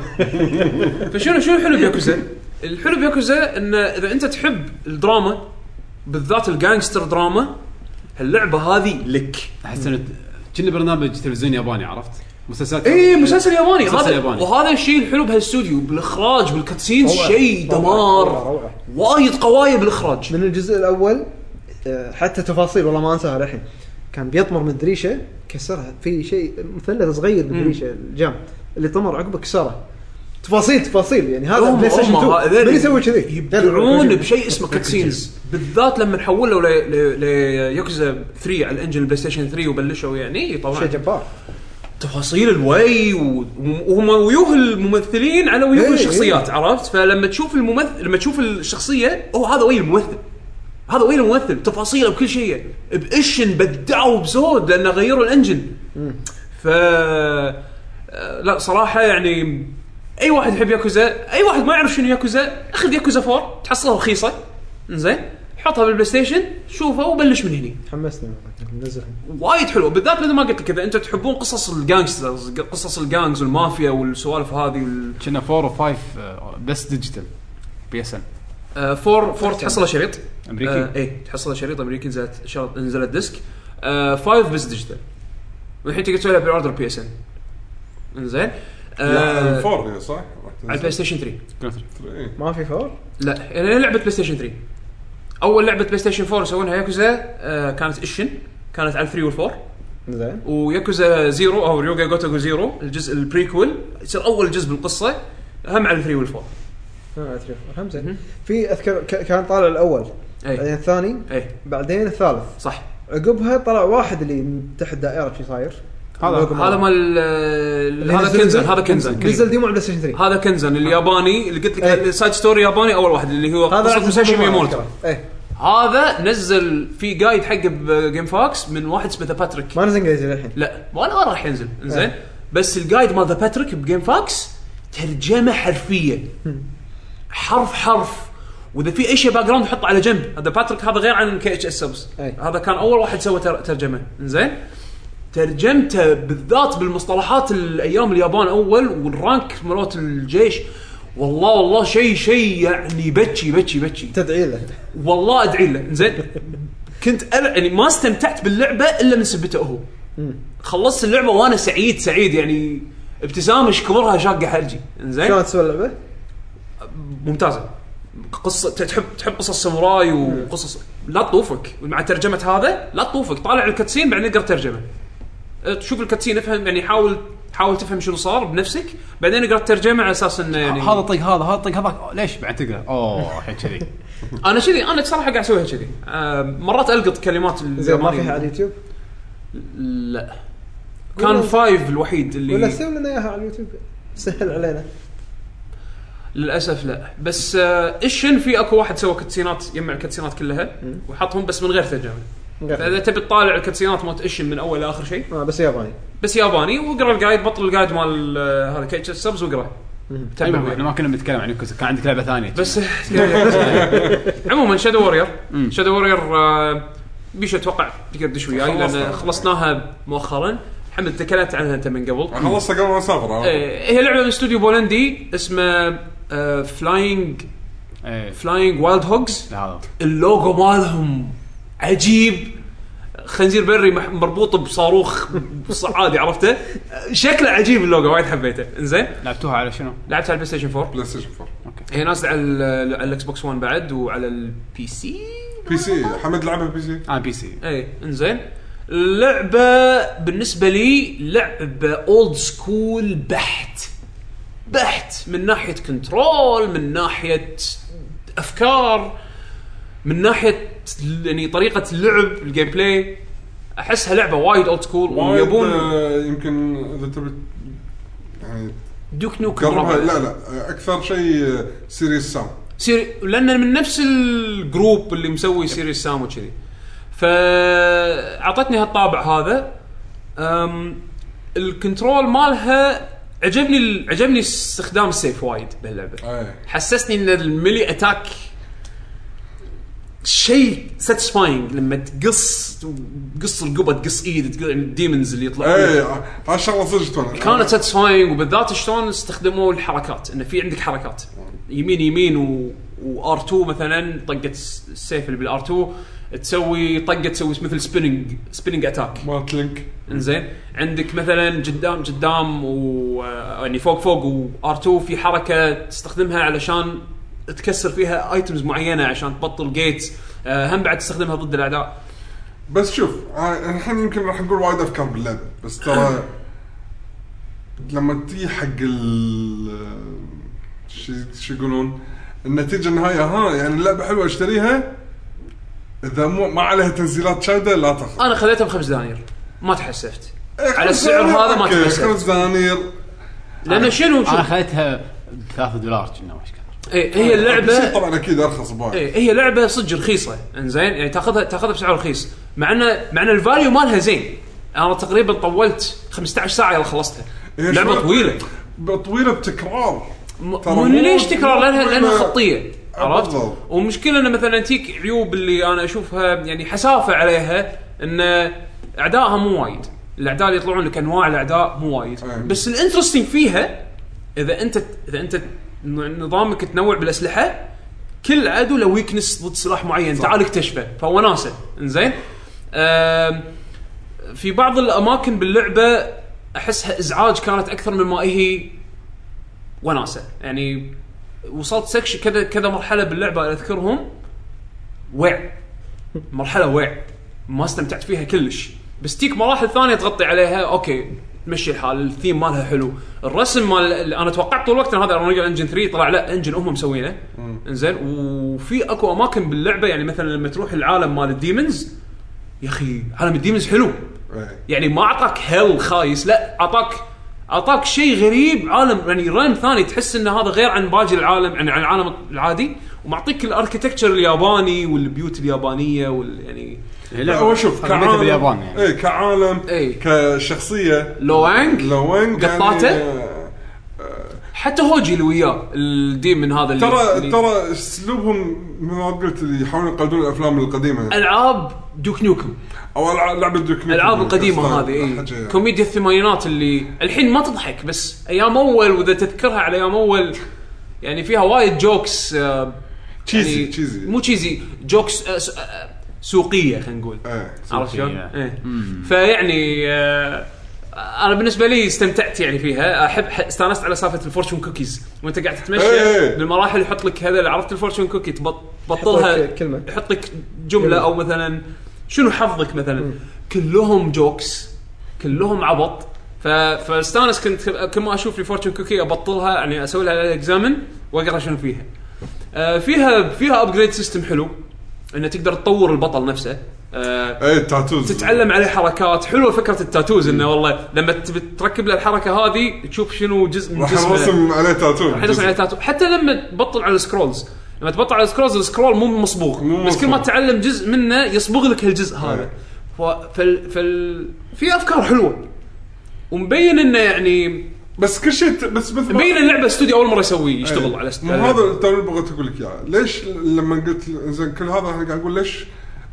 فشنو الحلو بياكوزا؟ الحلو بياكوزا ان اذا انت تحب الدراما بالذات الجانجستر دراما، هاللعبه هذه لك. احس انه كنا برنامج تلفزيوني ياباني، عرفت مسلسلات؟ مسلسل ياباني مسلسل هذا ياباني. وهذا الشيء الحلو بهالاستوديو بالاخراج بالكاتسينز، شيء دمار روعة. وايد قوايه بالاخراج. من الجزء الاول حتى تفاصيل والله ما انساها الحين، كان بيطمر من الدريشه كسرها في شيء مثلث صغير بالدريشه الجام اللي طمر عقبه كسره. تفاصيل يعني هذا بلاي ستيشن 2 من يسوي كذي؟ يبدعون بشيء اسمه كاتسينز بالذات لما حولوا لياكوزا 3 على الانجن البلاي ستيشن 3 وبلشوا يعني طبعا شيء جبار. تفاصيل الواي وهم ويوه الممثلين على ويوه الشخصيات، عرفت؟ فلما تشوف لما تشوف الشخصيه هذا وين الممثل، تفاصيله بكل شيء بإشن بدعوا بزود لأنه غيروا الانجن. لا صراحه يعني اي واحد يحب ياكوزا، اي واحد ما يعرف شنو ياكوزا، اخذ ياكوزا 4 تحصلها رخيصه انزين، حطها بالبلاي ستيشن شوفها وبلش من هني. حمسني ننزلها وايد حلو بالذات مثل ما قلت لك اذا انت تحبون قصص الجانجسترز، قصص الجانجز والمافيا والسوالف هذه كنا 4 و5 بس ديجيتال بي اس ان. 4 تحصلها شريط امريكي، اي تحصلها شريط امريكي، نزلت ديسك. 5 بس ديجيتال، والحين تقدر تسويها بالاوردر بي اس ان انزين. الفور صح على البلاي ستيشن 3 ما في 4 لا يعني لعبه بلاي ستيشن 3 اول لعبه بلاي ستيشن 4 يسوونها ياكوزا كانت إشن، كانت على 3 وال4 زين، وياكوزا زيرو او ريوغا غوتوغو زيرو الجزء البريكول يصير اول جزء بالقصه هم على 3 وال4. فهمت زين. في اذكر كان طالع الاول بعدين الثاني بعدين الثالث صح، عقبها طلع واحد اللي تحت دائره شي صاير. هذا مال هذا كنزن نزل ديمو على بلاي ستيشن 3. هذا كنزن الياباني اللي قلت لك السايد ستوري ياباني اول واحد اللي هو قصه مساشي ميموتو. هذا نزل في جايد حقه بجيم فاكس من واحد اسمه ذا باتريك، ما نزل انجليزي الحين لا ولا راح ينزل زين. بس الجايد مال ذا باتريك بجيم فاكس ترجمه حرفيه حرف واذا في اي شيء باك جراوند حطه على جنب. هذا باتريك هذا غير عن كي اتش اس سبس، هذا كان اول واحد سوى ترجمه زين. ترجمته بالذات بالمصطلحات الايام اليابان اول والرانك مالوت الجيش، والله شيء يعني بكي تدعي له والله ادعي له زين. كنت يعني ما استمتعت باللعبه الا من سبته هو. خلصت اللعبه وانا سعيد يعني ابتسامه كبرها شاقه حلجي زين. شلون تسوي اللعبه؟ ممتازه، قصه تحب قصص ساموراي وقصص لا تطوفك مع ترجمه هذا، لا تطوفك طالع الكاتسين بعدين اقرا ترجمه، تشوف الكاتسين افهم يعني حاول تفهم شنو صار بنفسك بعدين اقرا الترجمه على اساس انه يعني هذا طق هذا طق هذا ليش بعد تقرا الحين كذي. انا صراحه قاعد اسويها كذي مرات القط كلمات زين. ما فيها على اليوتيوب؟ لا كان 5 الوحيد اللي ولا سوي لنا اياها على اليوتيوب سهل علينا. للاسف لا، بس إيشن في اكو واحد سوى كاتسينات يجمع الكاتسينات كلها وحطهم بس من غير ترجمه. فاذا تبي تطالع الكاتسينات مالت إيشن من اول لاخر شيء بس ياباني واقرا الجايد، بطل الجايد مال هذا كيتش سبز واقرا. ايوه احنا ما كنا بنتكلم عن يوكوزا، كان عندك لعبه ثانيه بس عموما شادو وورير بيش اتوقع تقدر تدش وياي لان خلصناها مؤخرا. محمد تكلمت عنها انت من قبل. خلصت قبل ما اسافر. هي لعبه من استوديو بولندي اسمه فلاينج وايلد هوجز. اللوجو مالهم عجيب، خنزير بري مربوط بصاروخ صعادي عرفته شكله عجيب اللوجو وايد حبيته. انزين لعبتوها على شنو؟ لعبتها على البلاي ستيشن 4. بلاي ستيشن 4 اوكي. هي نازله على الاكس بوكس 1 بعد وعلى البي سي. بي سي حمد لعبها بي سي. بي سي. اي انزين اللعبه بالنسبه لي لعبه اولد سكول بحت من ناحيه كنترول، من ناحيه افكار، من ناحيه يعني طريقه اللعب الجيم بلاي. احسها لعبه وايد اولد سكول ويبون يمكن اذا تبي يعني دوك نوكم لا اكثر شيء سيريس سام لان من نفس الجروب اللي مسوي سيريس سام وكذي، فاعطتني هالطابع هذا. الكنترول مالها عجبني استخدام السيف وايد باللعبه. حسسني ان الميلي اتاك شيء ساتسفاينج لما تقص القبه، تقص ايد الديمونز اللي يطلعون. هالشغله صدق كانت ساتسفاينج، وبالذات شلون استخدموا الحركات، انه في عندك حركات يمين وR2 مثلا طقه السيف اللي بالR2 تسوي طقه تسوي مثل سبيننج اتاك مالت لينك. انزين عندك مثلا قدام يعني فوق وR2 في حركه تستخدمها علشان تكسر فيها ايتمز معينه عشان تبطل جيتس. هم بعد تستخدمها ضد الاعداء. بس شوف الحين يمكن راح نقول وايد افكار باللعبه، بس ترى لما تيجي حق شو يقولون النتيجه النهائيه يعني اللعبه حلوه اشتريها، اذا ما عليها تنزيلات شاده لا تاخذ. انا خذيتها ب5 دنانير ما تحسفت على السعر هذا، ما تحسفت 5 دنانير لان شنو انا خذيتها ب$3 كنا مشكله. هي اللعبه طبعا اكيد ارخص بوايد. هي لعبه صدق رخيصه. انزين يعني تاخذها بسعر رخيص، مع ان الفاليو مالها زين. انا تقريبا طولت 15 ساعه يلا خلصتها. لعبه طويله بتكرار. مو ليش تكرار؟ لانها خطيه عرفت. ومشكله ان مثلا تيك عيوب اللي انا اشوفها يعني حسافه عليها، ان اعدائها مو وايد. الاعداء اللي يطلعون لك انواع الاعداء مو وايد. بس الانترستينج فيها اذا انت نظامك تنوع بالاسلحه، كل عدو له ويكنس ضد سلاح معين تعال اكتشفه فوناسه. انزين في بعض الاماكن باللعبه احسها ازعاج كانت اكثر مما هي وناسه. يعني وصلت سكشن كذا مرحله باللعبه اذكرهم مرحله ما استمتعت فيها كلش. بس تيك مراحل ثانيه تغطي عليها اوكي تمشي الحال. الثيم مالها حلو، الرسم مال انا توقعت طول الوقت ان هذا رجل انجن 3 طلع لا انجن هم مسوينه. انزين وفي اكو اماكن باللعبه يعني مثلا لما تروح العالم مال الديمونز، يا اخي عالم الديمونز حلو يعني ما اعطاك هيل خايس، لا اعطاك شيء غريب، عالم يعني رن ثاني تحس ان هذا غير عن باقي العالم، عن العالم العادي. ومعطيك الاركيتكتشر الياباني والبيوت اليابانيه يعني لا هو شوف كعالم باليابان يعني كعالم كشخصيه لوانج قطاته يعني حتى هوجي اللي وياه الديمن هذا اللي ترى اسلوبهم مثل ما قلت اللي يحاولون يقلدون الافلام القديمه، العاب دوك نيوكم او لعبه دوك نيوكم، الالعاب القديمه هذه كوميديا الثمانينات اللي الحين ما تضحك، بس ايام اول واذا تذكرها على ايام اول يعني فيها وايد جوكس تشيزي مو تشيزي جوكس سوقيه خلينا نقول. عرفت شلون؟ فيعني انا بالنسبه لي استمتعت يعني فيها. استانست على سالفه الفورتشون كوكيز وانت قاعد تتمشى بالمراحل يحط لك هذا عرفت الفورتشون كوكي تبطلها يحط لك جمله او مثلا شنو حظك مثلا كلهم جوكس كلهم عبط. فاستانس كنت كل ما اشوف لي فورتشون كوكي ابطلها يعني اسوي لها اكزامن واقرا شنو فيها. فيها ابجريد سيستم حلو انه تقدر تطور البطل نفسه. تاتوز تتعلم عليه حركات حلوه. فكره التاتوز انه والله لما تركب له الحركه هذه تشوف شنو جزء من جسمه رسم عليه تاتو. حتى لما تبطل على السكرولز السكرول مو مصبوغ بس كل ما تتعلم جزء منه يصبغ لك هالجزء هذا. في افكار حلوه ومبين انه يعني بس كل شيء بس مبين اللعبه استوديو اول مره يشتغل على مو هذا اللي بغيت اقول لك اياه. ليش لما قلت زين كل هذا انا قاعد اقول ليش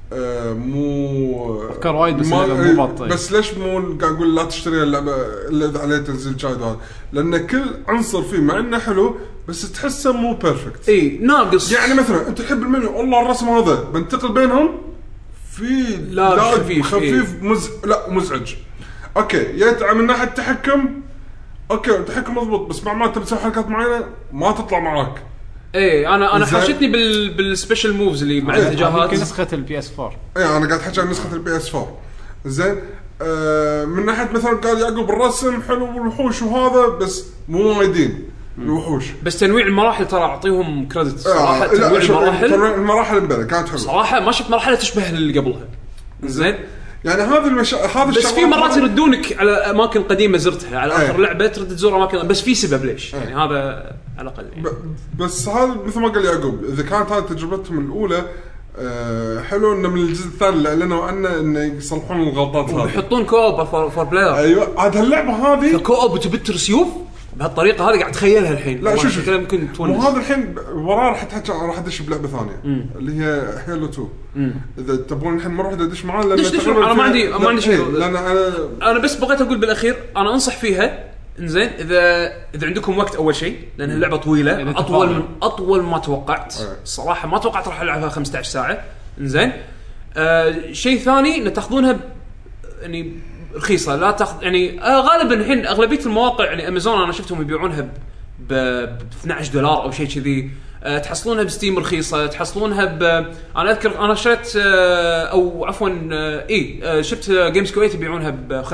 مو افكار وايد بس مو بطيء. بس ليش مو قاعد اقول لا تشتري اللعبه اللي عليه تنزيل شاهد هذا؟ لان كل عنصر فيه مع انه حلو بس تحسه مو بيرفكت. ناقص. يعني مثلا انت تحب المنيو والله الرسم هذا بنتقل بينهم في لا خفيف لا مزعج. اوكي يدعم من ناحيه التحكم، اوكي التحكم مضبوط، بس مع ما تبي تسوي حركات معينه ما تطلع معاك. ايه انا حاشتني بالسبيشال موفز اللي مع الاتجاهات. نسخه البي اس 4. ايه انا قاعد احكي عن نسخه البي اس 4. زين من ناحيه مثلا قال يعقوب الرسم حلو والوحوش وهذا، بس مو وايدين الوحوش. بس تنويع المراحل ترى اعطيهم كريدت صراحه. تنويع المراحل مبلغ كانت حلوه صراحه. ما شفت مرحله تشبه اللي قبلها. زين يعني هذا بس في مرات يردونك على اماكن قديمه زرتها على اخر لعبه ترد تزور اماكن، بس في سبب ليش يعني هذا على الاقل يعني. بس هذا مثل ما قال يعقوب، اذا كانت هذه تجربتهم الاولى حلو انه من الجزء الثاني اللي اعلنوا عنه انه يصلحون الغلطات هذه ويحطون كوب فور بلاير. ايوه عاد هاللعبه هذه كوب وتبتر سيوف بهالطريقه هذه قاعد اتخيلها الحين. لا شوف ممكن تونس. وهذا الحين وراه راح ادش بلعبه ثانيه اللي هي هيلو 2. اذا تبون الحين مره واحده ادش معاه، لان انا ما عندي شيء. لان انا بس بغيت اقول بالاخير انا انصح فيها. انزين اذا عندكم وقت اول شيء، لان اللعبه طويله اطول ما توقعت صراحه. ما توقعت راح العبها 15 ساعه. انزين شيء ثاني ان تاخذونها يعني رخيصه، لا تاخذ يعني غالبا الحين اغلبيه المواقع يعني امازون انا شفتهم يبيعونها ب $12 او شيء كذي. تحصلونها بستيم رخيصه، تحصلونها انا اذكر انا شريت او عفوا شفت جيمز كويت يبيعونها ب$5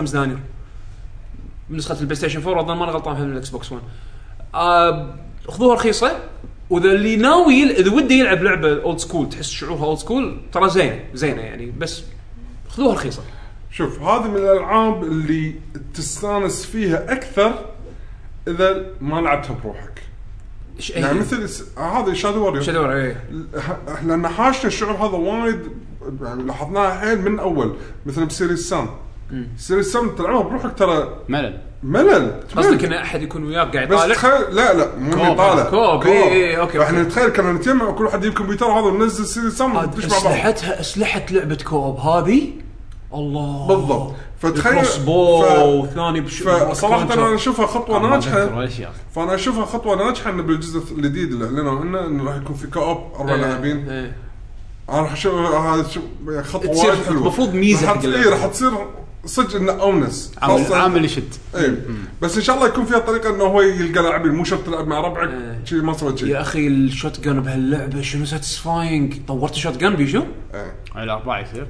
بنسخه البلاي ستيشن 4 اظن ما انا غلطان في الاكس بوكس 1. خذوها رخيصه. واذا اللي ناوي اذا وده يلعب لعبه اولد سكول تحس شعورها اولد سكول ترى زينه يعني، بس خذوها رخيصه. شوف هذه من الالعاب اللي تستانس فيها اكثر اذا ما لعبتها بروحك. يعني مثل هذا شادو واريور لان حاشنا الشعور هذا وايد يعني لاحظناها حيل من اول. مثلا بسيريس سام تلعبها بروحك ترى ملل. قصدك ان احد يكون وياك قاعد يطالع؟ لا مو يطالع كوب. اوكي احنا نتخيل كنا نتجمع وكل واحد يجيب كمبيوتر هذا وننزل سيريس سام ندش مع بعض. اسلحه لعبه كوب هذه الله بالضبط. فتخيل ثاني صراحه انا اشوفها خطوه ناجحه. فانا اشوفها خطوه ناجحه انه بالجزء الجديد اللي اعلنوا عنه انه راح يكون في كوب 4 لاعبين. انا راح اشوف هذا خطوه وايد حلوه. المفروض ميزه راح تصير صدق انه اونس عامل يشد. بس ان شاء الله يكون فيها طريقه انه هو يلقى لاعبين، مو شرط تلعب مع ربعك شيء ما سويت شيء. يا اخي الشوت جن بهاللعبه شنو ساتيسفاينج. طورت شوت جن بيشو على 4 يصير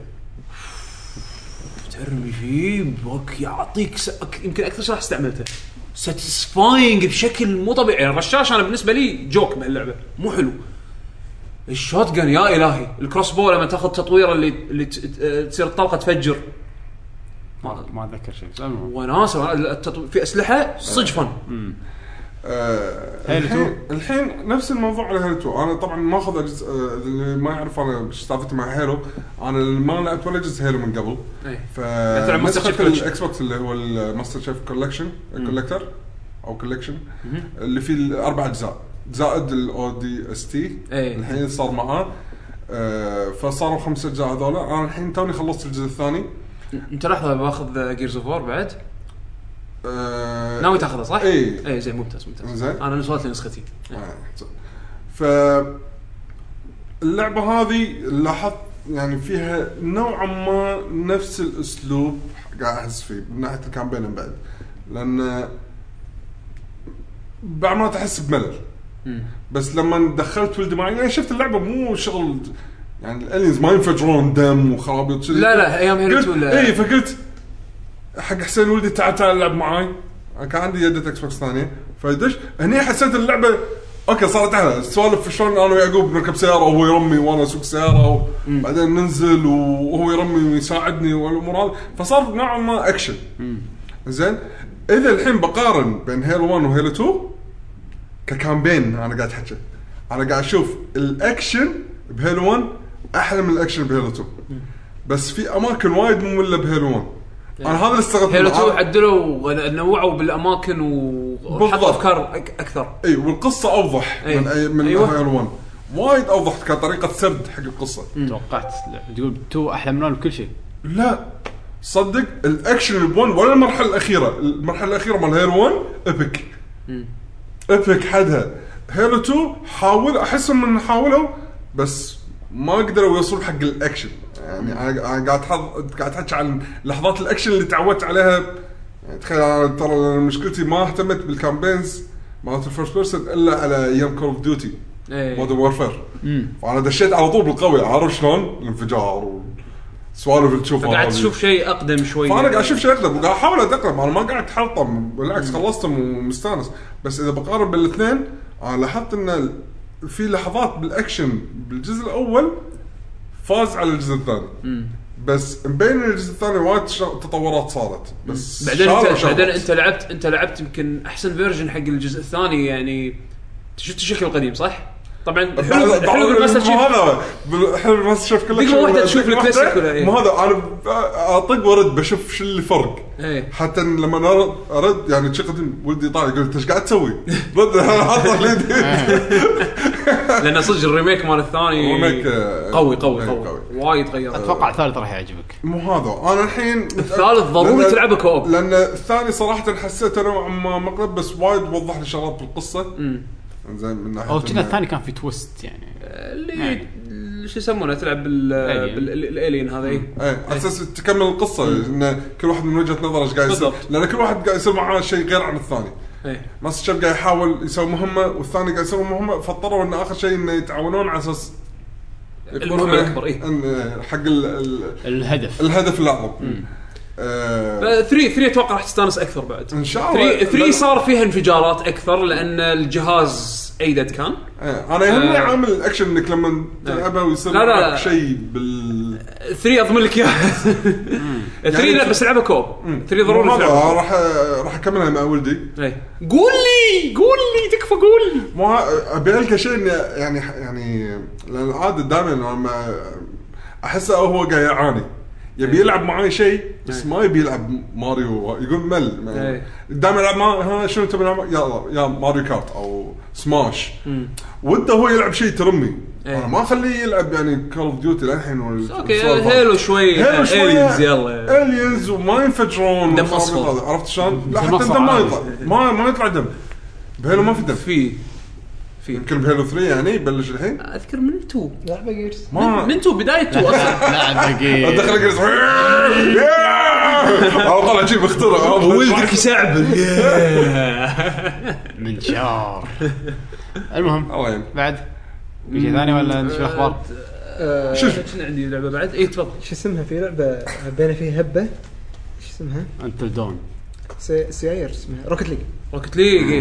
ترمي فيه بوك يعطيك يمكن اكثر شيء راح استعملته. ساتيسفاينج بشكل مو طبيعي. الرشاش انا بالنسبه لي جوك بهاللعبه مو حلو. الشوت جن يا الهي. الكروس بو لما تاخذ تطويره اللي تصير الطلقه تفجر ما اتذكر شيء وناسه. في اسلحه صجفا. الحين نفس الموضوع على هيلو 2. انا طبعا ما اخذ اللي ما يعرف انا سالفتي مع هيلو. انا ما لعبت ولا جزء هيلو من قبل. فنسخه الاكس بوكس اللي هو الماستر شيف كولكتر او كولكشن اللي فيه ال4 اجزاء زائد الاو دي اس تي الحين صار معاه. فصاروا 5 اجزاء هذول. انا الحين توني خلصت الجزء الثاني. انت لحظه باخذ جيرز اوف وور بعد ناوي تاخذها صح؟ اي زين ممتاز زين. انا نسوت نسختي. اللعبه هذه لاحظت يعني فيها نوعا ما نفس الاسلوب قاعد احس فيه من ناحيه الكامبين بعد، لان بعد ما تحس بملل. بس لما دخلت ولد معي يعني شفت اللعبه مو شغل يعني الالينز ما ينفجرون دم وخرابيط. لا ايام هيلو اي فقلت حق حسين ولدي تعال لعب معاي. كان عندي يدة اكس بوكس ثانيه فدش هني حسيت اللعبه اوكي صارت على سوالف شلون انا ويعقوب نركب سياره وهو يرمي وانا اسوق سياره وبعدين ننزل وهو يرمي ويساعدني والامور هذه. فصار نوعا ما اكشن. زين اذا الحين بقارن بين هيلو 1 وهيلو 2 ككامبين انا قاعد احكي انا قاعد اشوف الاكشن بهيلو 1 احلى من الاكشن بهيلو 2. بس في اماكن وايد ممله بهيلو 1. انا هذا اللي استغربت. هيلو 2 عدلوا نوعوا بالاماكن وحطوا افكار اكثر. اي والقصه اوضح من هيلو 1 وايد اوضح كطريقه سرد حق القصه. توقعت تقول 2 احلى منهم بكل شيء. لا صدق الاكشن ب1 ولا المرحله الاخيره مال هيلو 1 ايبك حدها. هيلو 2 حاول احسهم من حاولوا بس ما قدروا يوصلوا حق الاكشن. يعني انا قاعد احكي عن لحظات الاكشن اللي تعودت عليها. يعني تخيل انا ترى مشكلتي ما اهتمت بالكامبينز مالت الفيرست بيرسون الا على ايام كول اوف ديوتي مودرن وورفير. فانا دشيت على طول بالقوي، عارف شلون الانفجار والسوالف اللي تشوفها. قاعد تشوف شيء اقدم شوي. فانا قاعد اشوف شيء اقدم وقاعد احاول اتقرب. انا ما قاعد اتحلطم، بالعكس خلصتهم ومستانس. بس اذا بقارن بالاثنين انا لاحظت ان في لحظات بالاكشن بالجزء الاول فاز على الجزء الثاني. بس مبين الجزء الثاني وايد تطورات صارت. بس بعدين انت لعبت يمكن احسن فيرجن حق الجزء الثاني. يعني شفت الشكل القديم صح؟ طبعا حلو بالماستر شيف. هذا حلو بالماستر شيف كله دقيقه واحده تشوف الكلاسيك ولا مو هذا. انا اطق ورد بشوف شو اللي فرق. حتى لما ارد يعني قديم ولدي طالع يقول انت ايش قاعد تسوي؟ رد حاط لي لان صدق الريميك مال الثاني قوي وايد غير. اتوقع الثالث راح يعجبك. مو هذا انا الحين الثالث ضروري تلعبه كوب، لان الثاني صراحه حسيت نوعا ما مقلب بس وايد وضح لي شغلات بالقصه. زين من ناحيه او كنا الثاني كان في تويست يعني اللي شو يسمونه تلعب بالالين هذا اي اساس تكمل القصه ان كل واحد من وجهه نظره ايش قاعد يصير، لان كل واحد قاعد يصير معاه شيء غير عن الثاني. ماستر شيف قاعد يحاول يسوي مهمه والثاني قاعد يسوي مهمه، فاضطروا ان اخر شيء انه يتعاونون على اساس المهمه الاكبر حق الهدف الاعظم. 3 اتوقع راح تستانس اكثر بعد ان شاء الله. 3 صار فيها انفجارات اكثر لان الجهاز ايدد كان. انا يهمني عامل الاكشن انك لما تلعبها ويصير معك شيء 3 اضمن لك اياه. 3 لا بس العبها كوب. 3 ضروري راح اكملها مع ولدي. قول لي تكفى قول لي. ما ابي القى شيء يعني لان عاده دائما لما احسه هو قاعد يعاني يبي يلعب معي شيء بس ما يبي يلعب ماريو، يقول مل دائما يلعب ها شنو تبي نلعب يا ماريو كارت او سماش. وده هو يلعب شيء ترمي. انا ما اخليه يلعب يعني كول اوف ديوتي الحين اوكي هيلو شوي الينز يلا الينز وما ينفجرون دم اصفر. عرفت شلون؟ لا حتى الدم ما يطلع ما يطلع دم بهيلو. ما في دم في يمكن بهيلو 3 يعني يبلش الحين. اذكر من 2 لعبه جيرز من 2 بدايه 2 اصلا لعبه جيرز ادخل جيرز طلع شيء مخترع ولدك يساعد من شهر. المهم بعد في شيء ثاني ولا نشوف اخبار؟ شو عندي لعبه بعد. اي تفضل. شو اسمها في لعبه بين فيها هبه شو اسمها؟ انتل دون سياير اسمها روكت ليج.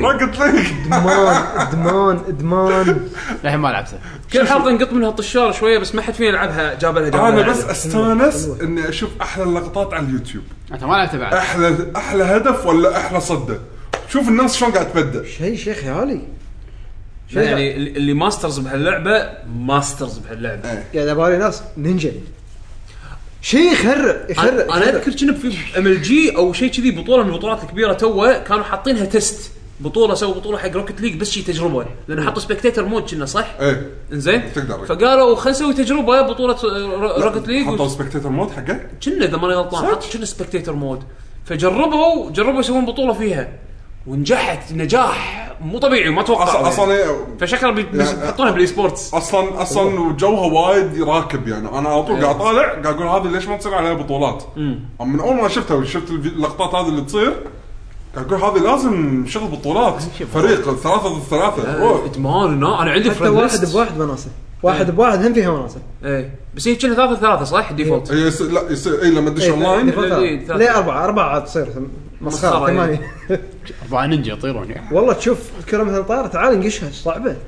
ادمان الحين ما لعبتها. كل حلقه نقط منها طشار شويه بس ما حد فينا يلعبها جاب لها انا بس استانس اني اشوف احلى اللقطات على اليوتيوب. انت ما لعبتها بعد؟ احلى هدف ولا احلى صده. شوف الناس شلون قاعد تبدأ شيء خيالي. يعني اللي ماسترز بهاللعبه قاعد ابالي ناس نينجا شيء يخرع. انا اذكر كنا في ام ال جي او شيء كذي بطوله من البطولات الكبيره توه كانوا حاطينها تيست سووا بطوله حق روكت ليج بس شيء تجربه لان حطوا سبكتيتر مود كنا صح. انزين فقالوا خلينا نسوي تجربه بطوله روكت ليج. حطوا سبكتيتر مود حقه كنا اذا ماني غلطان حطوا كنا سبكتيتر مود فجربوا يسوون بطوله فيها ونجحت نجاح مو طبيعي ما توقع اصلا. فشكله بيحطونها بالاي سبورتس اصلا وجوها وايد راكب. يعني انا على طول قاعد طالع قاعد اقول هذه ليش ما تصير عليها بطولات. من اول ما شفتها وشفت اللقطات هذه اللي تصير قاعد اقول هذه لازم شغل بطولات فريق 3 ضد 3. ادمان انا عندي فريق واحد بواحد مناصه واحد بواحد هم فيها مناصه. بس هي كنا 3 صح ديفولت. لا يصير لما تدش اونلاين لا 4 تصير مسخره 8 4 نينجا يطيرون والله تشوف الكره مثلا طايره تعال نقشها صعبه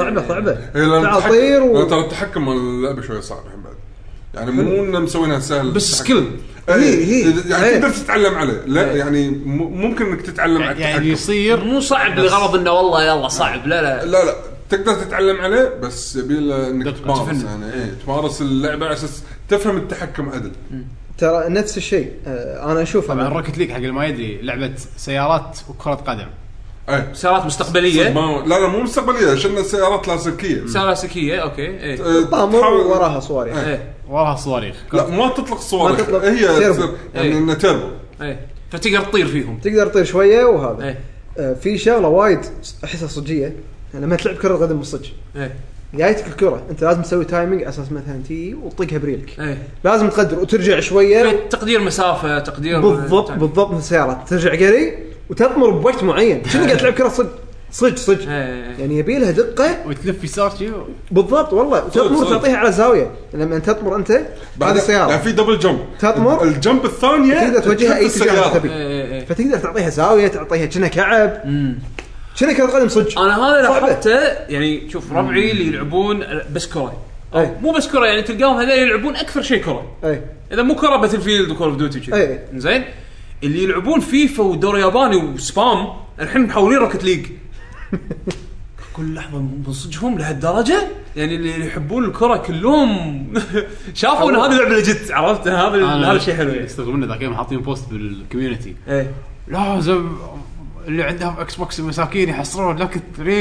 تعال طير ترى التحكم مال اللعبه شويه صعب بعد يعني مو انه مسوينها سهل بس سكيل هي يعني تقدر تتعلم عليه. لا يعني ممكن انك تتعلم على التحكم يعني يصير مو صعب لغرض انه والله يلا صعب لا تقدر تتعلم عليه بس يبي انك تمارس يعني تمارس اللعبه على اساس تفهم التحكم عدل. ترى نفس الشيء انا اشوف طبعا روكت ليج حق اللي ما يدري لعبه سيارات وكره قدم. سيارات مستقبليه لا مو مستقبليه عشان سيارات كلاسيكيه اوكي وراها صواريخ وراها صواريخ لا ما تطلق صواريخ هي يعني انها تربو فتقدر تطير فيهم تقدر تطير شويه وهذا في شغله وايد احسها صجيه لما تلعب كره قدم بالصج جايتك الكره انت لازم تسوي تايمينج على اساس مثلا تي وتطقها بريلك ايه لازم تقدر وترجع شويه تقدير مسافه تقدير بالضبط بالضبط من السياره ترجع قري وتطمر بوقت معين شنو قاعد تلعب كره صدق يعني يبي لها دقه وتلف يسار شي بالضبط والله وتطمر تعطيها على زاويه لما تطمر انت هذه السياره يعني في دبل جمب تطمر الجمب الثانيه تقدر توجهها اي اتجاه تبي فتقدر تعطيها زاويه تعطيها كأنها كعب كأنها كره قدم صدق انا هذا لاحظته يعني شوف ربعي اللي يلعبون بس كره أو مو بس كره يعني تلقاهم هذول يلعبون اكثر شيء كره اذا مو كره باتل فيلد وكول اوف ديوتي كذا زين اللي يلعبون فيفا ودوري ياباني وسبام الحين محاولين روكت ليج كل لحظه منصجهم لهالدرجه يعني اللي يحبون الكره كلهم شافوا ان هذه لعبه جت عرفت هذا شيء حلو يستغلون ذاك يوم حاطين بوست بالكوميونتي ايه لازم اللي عندهم اكس بوكس مساكين يحصلون لك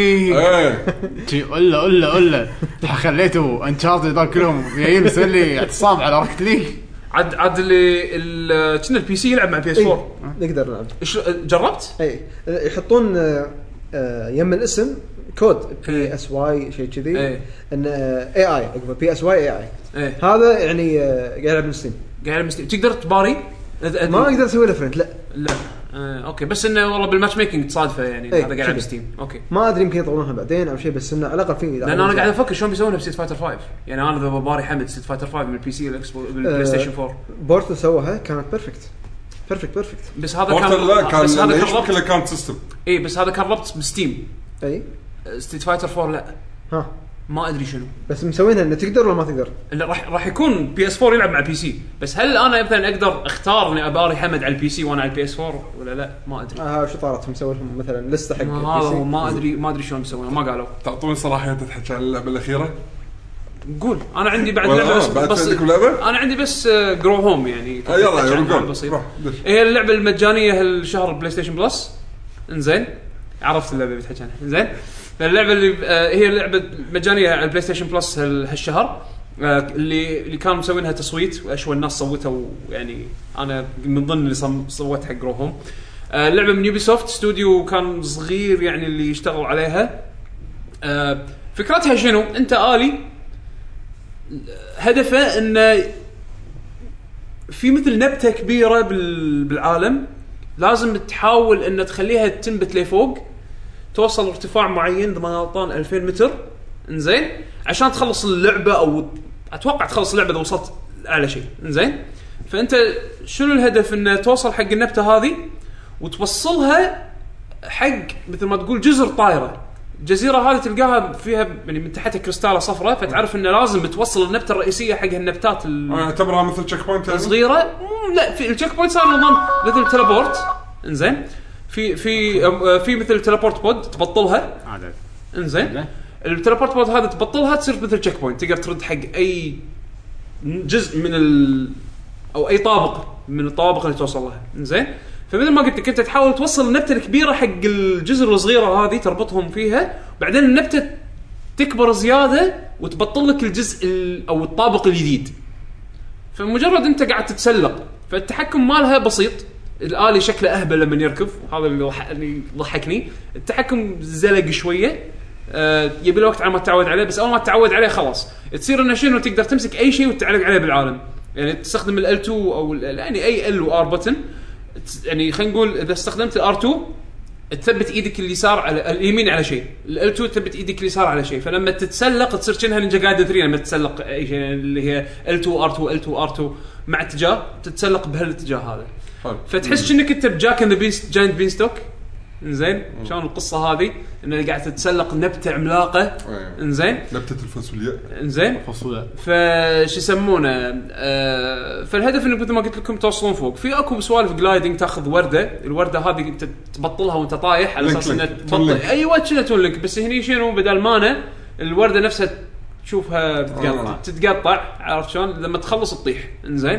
3 الا خليته انشارتد ذا كلهم جايين مسوي اعتصام على روكت ليج عاد اللي كنا البي سي يلعب مع بي اس 4 نقدر نلعب جربت اي يحطون يم الاسم كود بي اس واي شيء كذي ان اي اقبل بي اس واي اي هذا يعني قاعد يلعب ستيم تقدر تباري ما اقدر اسوي له فريند لا اوكي بس انه والله بالماتش ميكينج تصادفه يعني هذا قاعد يلعب ستيم اوكي ما ادري يمكن يطورونها بعدين او شيء بس انه على الاقل فيه لان انا قاعد افكر شلون بيسوونها بستيت فايتر 5 يعني انا اذا بباري حمد ستيت فايتر 5 من البي سي بالبلاي ستيشن 4 بورتو سووها كانت بيرفكت بس هذا كان بس هذا كله كان سيستم اي بس هذا كان ربط بستيم اي ستيت فايتر 4 لا ها ما ادري شنو بس مسوينها انه تقدر ولا ما تقدر راح يكون بي اس 4 يلعب مع بي سي بس هل انا مثلا اقدر اختار اني اباري حمد على البي سي وانا على البي اس 4 ولا لا ما ادري شو طارت مسوي لهم مثلا لسته حق البي سي ما ادري شلون بيسوونها ما قالوا تعطون صراحه انت تحكي عن اللعبه الاخيره قول انا عندي بعد لعبه بس انا عندي بس جرو هوم يعني يلا بسيط هي اللعبه المجانيه هالشهر بلاي ستيشن بلس انزين عرفت اللعبه اللي بتحكي عنها انزين اللعبه اللي هي اللعبه مجانيه على البلاي ستيشن بلس هالشهر اللي كانوا مسوينها تصويت واشوى الناس صوتوا يعني انا من ضمن اللي صوت حق روهم اللعبه من يوبي سوفت استوديو كان صغير يعني اللي يشتغلوا عليها فكرتها شنو انت آلي هدفه انه في مثل نبته كبيره بالعالم لازم تحاول ان تخليها تنبت لفوق توصل ارتفاع معين اذا ما غلطان 2000 متر انزين عشان تخلص اللعبه او اتوقع تخلص اللعبه اذا وصلت اعلى شيء انزين فانت شنو الهدف انه توصل حق النبته هذه وتوصلها حق مثل ما تقول جزر طايره الجزيره هذه تلقاها فيها يعني من تحتها كريستاله صفراء فتعرف انه لازم توصل النبته الرئيسيه حق النبتات اعتبرها مثل تشيك بوينت صغيره لا في التشيك بوينت صار نظام مثل تليبورت انزين في مثل تليبورت بود تبطلها عادي انزين التليبورت بود هذا تبطلها تصير مثل تشيك بوينت تقدر ترد حق اي جزء من او اي طابق من الطوابق اللي توصل لها انزين فمثل ما قلت كنت تحاول توصل النبته الكبيره حق الجزر الصغيره هذه تربطهم فيها بعدين النبته تكبر زياده وتبطل لك الجزء او الطابق الجديد فمجرد انت قاعد تتسلق فالتحكم مالها بسيط الآلي شكله أهبل لما يركض هذا اللي ضحكني التحكم زلق شوية يبي له وقت على ما تتعود عليه بس أول ما تتعود عليه خلاص تصير إنه شنو تقدر تمسك أي شيء وتعلق عليه بالعالم يعني تستخدم ال2 أو يعني أي L و R بutton يعني خلينا نقول إذا استخدمت R2 تثبت إيدك اليسار على اليمين على شيء ال2 تثبت إيدك اليسار على شيء فلما تتسلق تصير كأنها نينجا جايدن 3 لما تتسلق أي شيء اللي هي L2 R2 L2 R2 مع اتجاه تتسلق بهالاتجاه هذا فتحس انك انت بجاك ان ذا جاينت بين ستوك انزين شلون القصه هذه انك قاعد تتسلق نبته عملاقه انزين نبته الفاصوليا انزين فش يسمونه فالهدف انك مثل ما قلت لكم توصلون فوق في اكو سوالف جلايدنج تاخذ الورده هذه انت تبطلها وانت طايح على اساس انها تبطل ايوه كذا تولك بس هني شنو بدل مانا الورده نفسها تشوفها تتقطع عرفت شلون لما تخلص تطيح انزين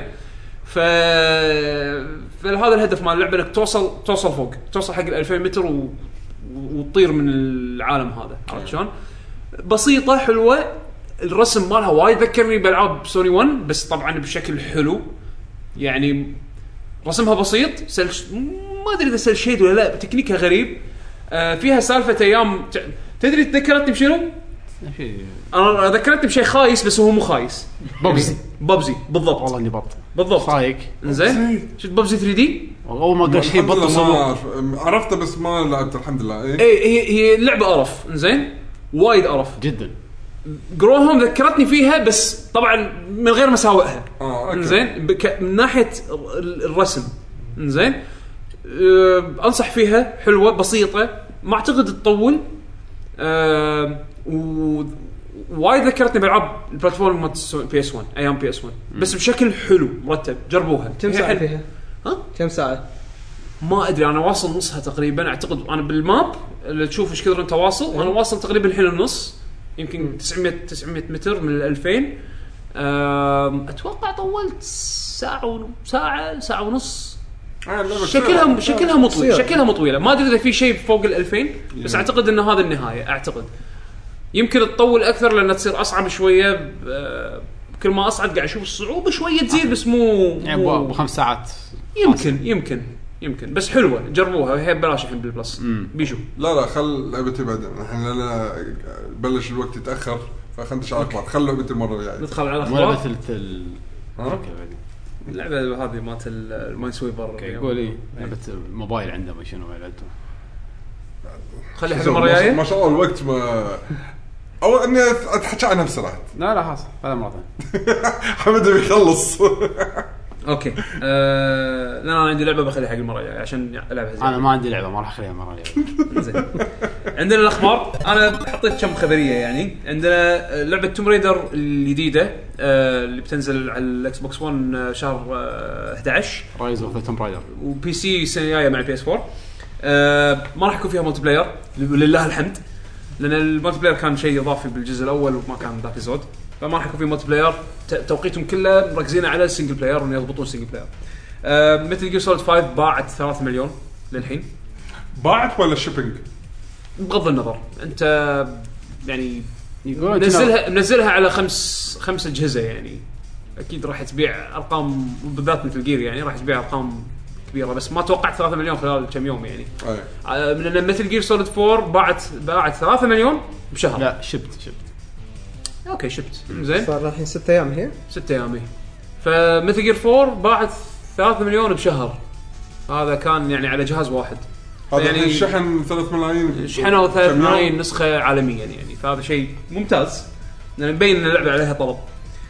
فهذا الهدف مال اللعبه انك توصل فوق توصل حق 2000 متر وتطير من العالم هذا عرفت شلون بسيطه حلوه الرسم مالها وايد ذكرني بالعاب سوني 1 بس طبعا بشكل حلو يعني رسمها بسيط ما ادري اذا سيل شيد ولا لا تكنيكها غريب فيها سالفه ايام تدري تذكرتني بشنو شيء انا ذكرتني بشيء خايس بس هو مو خايس. ببزي بالضبط. والله اني بط بالضبط صايك زين. شفت ببزي 3 دي اول ما قال شيء بط صوت عرفته بس ما لعبته الحمد لله. هي لعبه قرف زين وايد قرف جدا. جروهوم ذكرتني فيها بس طبعا من غير مساوئها زين من ناحيه الرسم زين. انصح فيها حلوه بسيطه ما اعتقد تطول. وايد ذكرتني بالعاب البلاتفورم مال PS1 ايام PS1 بس بشكل حلو مرتب. جربوها. كم ساعه فيها؟ ها كم ساعه؟ ما ادري انا واصل نصها تقريبا اعتقد. انا بالماب اللي تشوف ايش كثر انت واصل انا واصل تقريبا الحين النص يمكن 900 متر من 2000. اتوقع طولت ساعه ونص. شكلها مطويله ما ادري اذا في شيء فوق 2000 بس اعتقد ان هذا النهايه. اعتقد يمكن تطول اكثر لان تصير اصعب شويه. كل ما اصعد قاعد اشوف الصعوبه شويه تزيد بس مو يعني ب5 ساعات يمكن بس حلوه. جربوها هي ببلاش الحين بالبلس. بيشو لا خل لعبتي بعدين. الحين انا بلش الوقت يتاخر فخلنا نشارك بعض. خل لعبتي المره الجايه ندخل على لعبه اوكي اللعبه هذه مالت الماين سويبر يقول ايه لعبه موبايل عنده ما شنو لعبته. خلي حق المره الجايه ما شاء الله الوقت ما او اني اتحكي عنها بسرعه. لا خلاص هذا مره حمد بيخلص. اوكي لا انا عندي لعبه بخليها حق المره الجايه عشان العبها زين. انا ما عندي لعبه ما راح اخليها المره الجايه. زين عندنا الاخبار. انا حطيت كم خبريه يعني. عندنا لعبه توم رايدر الجديده اللي بتنزل على الاكس بوكس 1 شهر 11 رايز اوف توم رايدر وبي سي السنه الجايه مع PS4. ما راح يكون فيها ملتي بلاير لله الحمد لان الملتي بلاير كان شيء اضافي بالجزء الاول وما كان ذاك الزود فما راح يكون في ملتي بلاير. توقيتهم كله مركزين على السنجل بلاير وان يضبطون السنجل بلاير. مثل جير سوليد 5 باعت 3 مليون للحين. باعت ولا شيبينج بغض النظر انت يعني نزلها على 5 أجهزة يعني اكيد راح تبيع ارقام بالذات مثل جير يعني راح تبيع ارقام كبيره بس ما توقعت 3 مليون خلال كم يوم يعني. من مثل جير سوليد 4 باعت 3 مليون بشهر. لا شبت اوكي شبت زين صار الحين 6 ايام. هي 6 ايام فمثل جير 4 باعت 3 مليون بشهر. هذا كان يعني على جهاز واحد. يعني الشحن 3 ملايين شحنوا 3 ملايين نسخه عالميا يعني فهذا شيء ممتاز لان مبين ان اللعبه عليها طلب.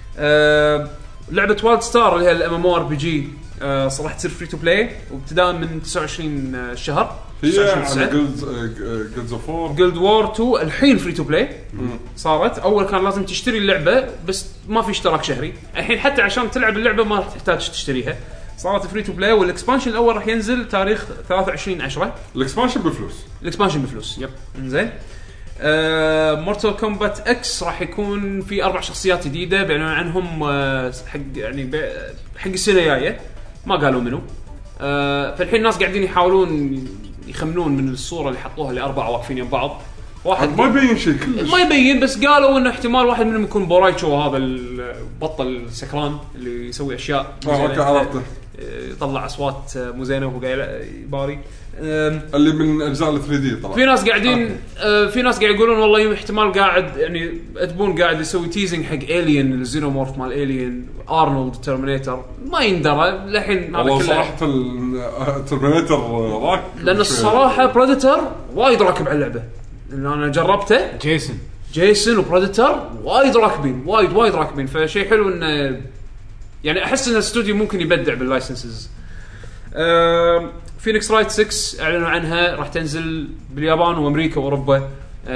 لعبه وايلد ستار اللي هي الام ام ار بي جي صراحه تصير فري تو بلاي وابتداء من 29 الشهر. هي على جولدز اوف وور جولد وور 2 الحين فري تو بلاي صارت. اول كان لازم تشتري اللعبه بس ما في اشتراك شهري. الحين حتى عشان تلعب اللعبه ما راح تحتاج تشتريها صارت فري تو بلاي. والاكسبانشن الاول راح ينزل تاريخ 23/10. الاكسبانشن بفلوس يب زين. مورتال كومبات اكس راح يكون في 4 شخصيات جديده بيعلنون عنهم حق يعني حق السنه الجايه ما قالوا منو. فالحين الناس قاعدين يحاولون يخمنون من الصوره اللي حطوها اللي 4 واقفين يم بعض. واحد ما يبين شيء كلش ما يبين بس قالوا انه احتمال واحد منهم يكون بورايتشو هذا البطل السكران اللي يسوي اشياء عرفته يطلع اصوات مو زينه وهو قاعد يباري اللي من اجزاء ال 3 دي طبعا. في ناس قاعدين في ناس قاعد يقولون والله احتمال قاعد يعني ادبون قاعد يسوي تيزنج حق الين الزينومورف مال الين ارنولد ترمينيتر ما يندرى الحين. هذا كله صراحه الترمينيتر راك لان الصراحه بريدتر وايد راكب على اللعبه لان انا جربته. جيسون وبريدتر وايد راكبين وايد راكبين فشيء حلو انه يعني احس ان الاستوديو ممكن يبدع باللايسنسز. فينيكس رايت 6 اعلنوا عنها راح تنزل باليابان وامريكا واوروبا.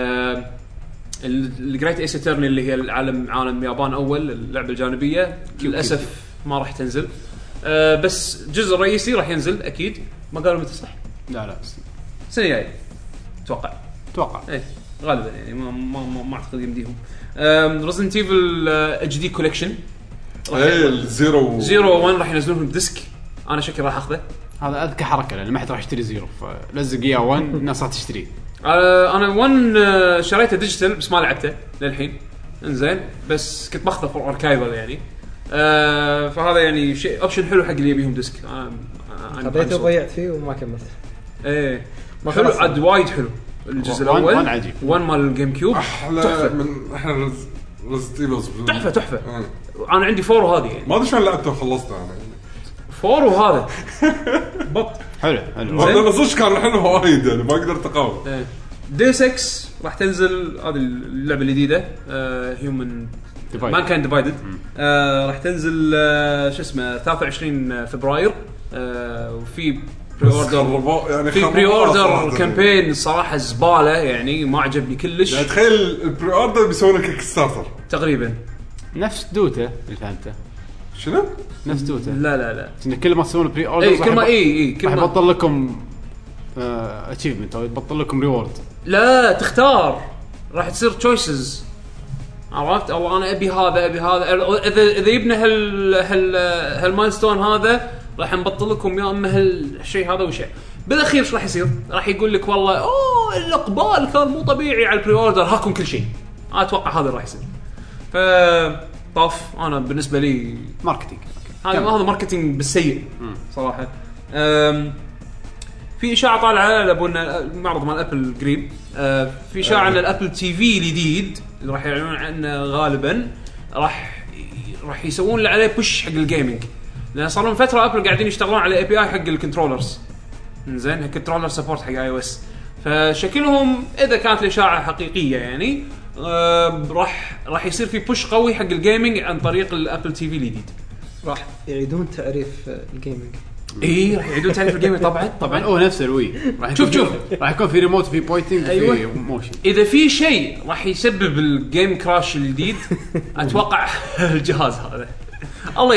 الجريت ايس اترني اللي هي عالم اليابان اول اللعبه الجانبيه للاسف ما راح تنزل. بس الجزء الرئيسي راح ينزل اكيد. ما قالوا متى صح؟ لا السنه الجايه اتوقع ايه غالبا يعني ما اعتقد يمديهم. ريزنت ايفل اتش دي كولكشن زيرو 1 راح ينزلونهم ديسك. انا شكل راح اخذه. هذا اذكى حركه لان ما حد راح يشتري زيرو فلزق اياه 1 الناس راح تشتريه. انا 1 شريته ديجيتال بس ما لعبته للحين انزين بس كنت باخذه فور اركايفل يعني. فهذا يعني شيء اوبشن حلو حق اللي يبيهم ديسك. انا خذيته ضيعت فيه وما كملت. ايه حلو عاد وايد حلو الجزء One الاول عجيب. 1 مال الجيم كيوب احلى من احنا ريزنت ايفل تحفه انا عندي 4 وهذه يعني ما ادري شلون لعبته وخلصته انا 4 وهذا بط حلو انا صدق كان حلو وايد يعني ما قدرت اقاوم. دي 6 راح تنزل هذه اللعبه الجديده هيومن مان كان ديفايدد راح تنزل شو اسمه 23 فبراير وفي يعني في بري اوردر كامبين صراحه زباله يعني ما عجبني كلش. يعني تخيل البري اوردر بيسوون كيك ستارتر تقريبا نفس دوتا اللي فهمته. شنو نفس دوتا لا إن كل ما تسوون بري اوردر كل ما كل ما يبطل لكم اتشيفمنت او يبطل لكم ريورد. لا تختار راح تصير تشويسز عرفت او انا ابي هذا اذا يبنى هالمايلستون هذا راح نبطل لكم يا اما هالشيء هذا وشيء بالاخير ايش راح يصير راح يقول لك والله الاقبال كان مو طبيعي على البري اوردر هاكم كل شيء اتوقع هذا راح يصير طاف انا بالنسبه لي ماركتينج هذا ماركتينج بالسيء صراحه. في اشاعه طالعه لابونا معرض مال ابل قريب في اشاعه عن الابل تي في الجديد اللي راح يعلنون عنه غالبا راح يسوون عليه بوش حق الجيمنج لان صار لهم فتره ابل قاعدين يشتغلون على اي بي اي حق الكنترولرز زين الكنترولر سبورت حق اي او اس فشكلهم اذا كانت الاشاعه حقيقيه يعني راح يصير في بوش قوي حق الجيمنج عن طريق الابل تي في الجديد. راح يعيدون تعريف الجيمنج. راح يعيدون تعريف الجيمنج طبعا هو نفس الوي شوف راح يكون في ريموت في بوينتنج في موشن. اذا في شيء راح يسبب الجيم كراش الجديد اتوقع الجهاز هذا الله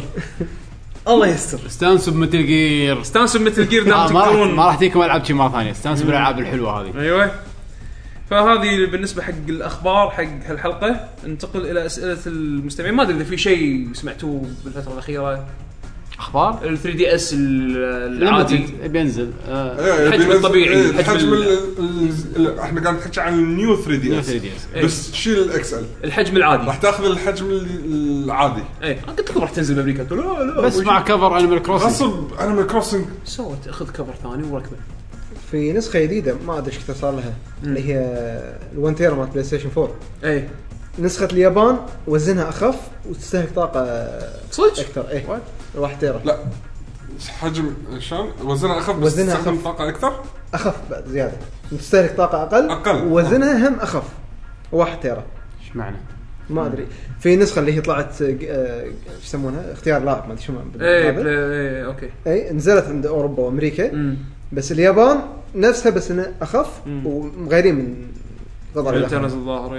يستر استانسوا بمثل جير دام تقدرون ما راح تجيكم العاب شي مره ثانيه استانسوا بالالعاب الحلوه هذه. ايوه فهذه بالنسبه حق الاخبار حق هالحلقه. ننتقل الى اسئله المستمعين. ما ادري اذا في شيء سمعتوه بالفتره الاخيره اخبار ال 3 دي اس العادي بينزل الحجم الطبيعي الحجم احنا قاعد نحكي عن النيو 3 دي اس بس شيل الاكس ال الحجم العادي راح تاخذ الحجم العادي. انا قلت لكم راح تنزل بامريكا لا بس مع كفر انيمال كروسنج غصب انيمال كروسنج سوت اخذ كفر ثاني وركبه في نسخه جديده ما ادري ايش كثر صار لها اللي هي ال1 تيرا مال بلاي ستيشن 4 نسخه اليابان وزنها اخف وتستهلك طاقه صدق اكثر 1 تيرا لا حجم شلون وزنها اخف بس تستخدم طاقه اكثر اخف بعد زياده تستهلك طاقه اقل ووزنها هم اخف 1 تيرا. ايش معنى ما ادري. في نسخه اللي هي طلعت ايش يسمونها اختيار لاعب ما ادري شو اوكي نزلت عند اوروبا وامريكا بس اليابان نفسها بس انها اخف ومغيرين من وضع الترس الظاهري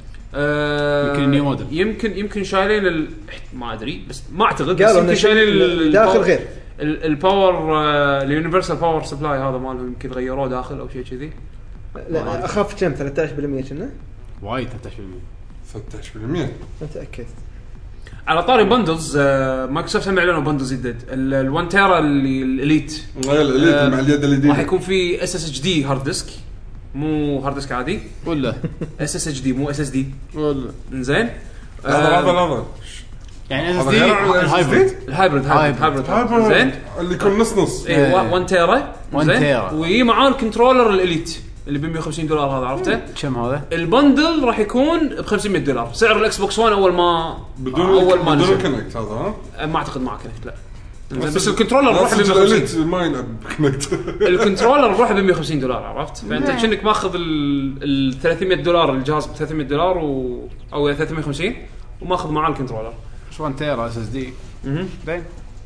يمكن النيو موديل يمكن شايلين ما ادري بس ما اعتقد بس يمكن شايلين داخل غير الباور اليونيفرسال باور سبلاي هذا مالهم يمكن غيروه داخل او شيء كذي. لا اخف كم 13% كنا وايد 13% متاكد. على طاري بندلز مايكروسوفت هم اعلنوا بندلز جديد ال1 تيرا اللي الاليت الاليت مع اليد الجديده راح يكون في اس اس اتش دي هارد ديسك مو هارد ديسك عادي ولا اس اس اتش دي مو اس اس دي ولا زين هذا يعني اس دي الهايبريد زين اللي يكون نص 1 تيرا ويجي معاه الكنترولر الاليت اللي ب $150 هذا عرفته كم هذا البندل راح يكون ب $500 سعر الاكس بوكس 1 اول ما بدون كونكت هذا ما اعتقد معه كونكت لا بس الكنترولر روح ب $150 ما يلعب كونكت الكنترولر روح ب $150 عرفت فانت كأنك ماخذ ال $300 الجهاز ب $300 او 350 وماخذ معاه الكنترولر 1 تيرا اس اس دي باين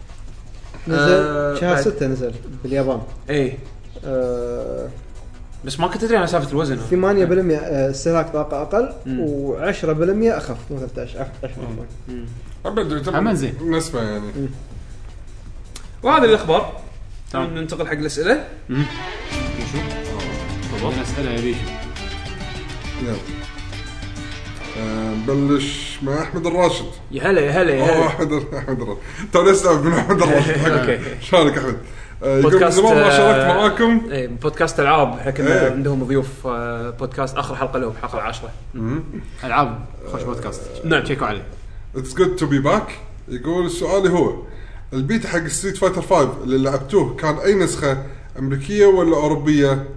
نزل شهر 6 نزل باليابان بس ما كنت ادري انا سالفه الوزن 8% استهلاك طاقه اقل و10% اخف مو 13 ابد طبعا زين نسبه يعني وهذا الاخبار. ننتقل حق الاسئله. شو الاسئله يا بيشو يلا بلش مع احمد الراشد. يا هلا احمد الراشد تو نسال من احمد الراشد. اوكي شلونك احمد؟ بودكاست زمان ما شاركت معاكم بودكاست العاب احنا كنا عندهم ضيوف بودكاست اخر حلقه له بحلقه 10 العاب خوش بودكاست نعم تشيكوا عليه. It's good to be back. يقول السؤال هو البيت حق ستريت فايتر 5 اللي لعبتوه كان اي نسخه امريكيه ولا اوروبيه؟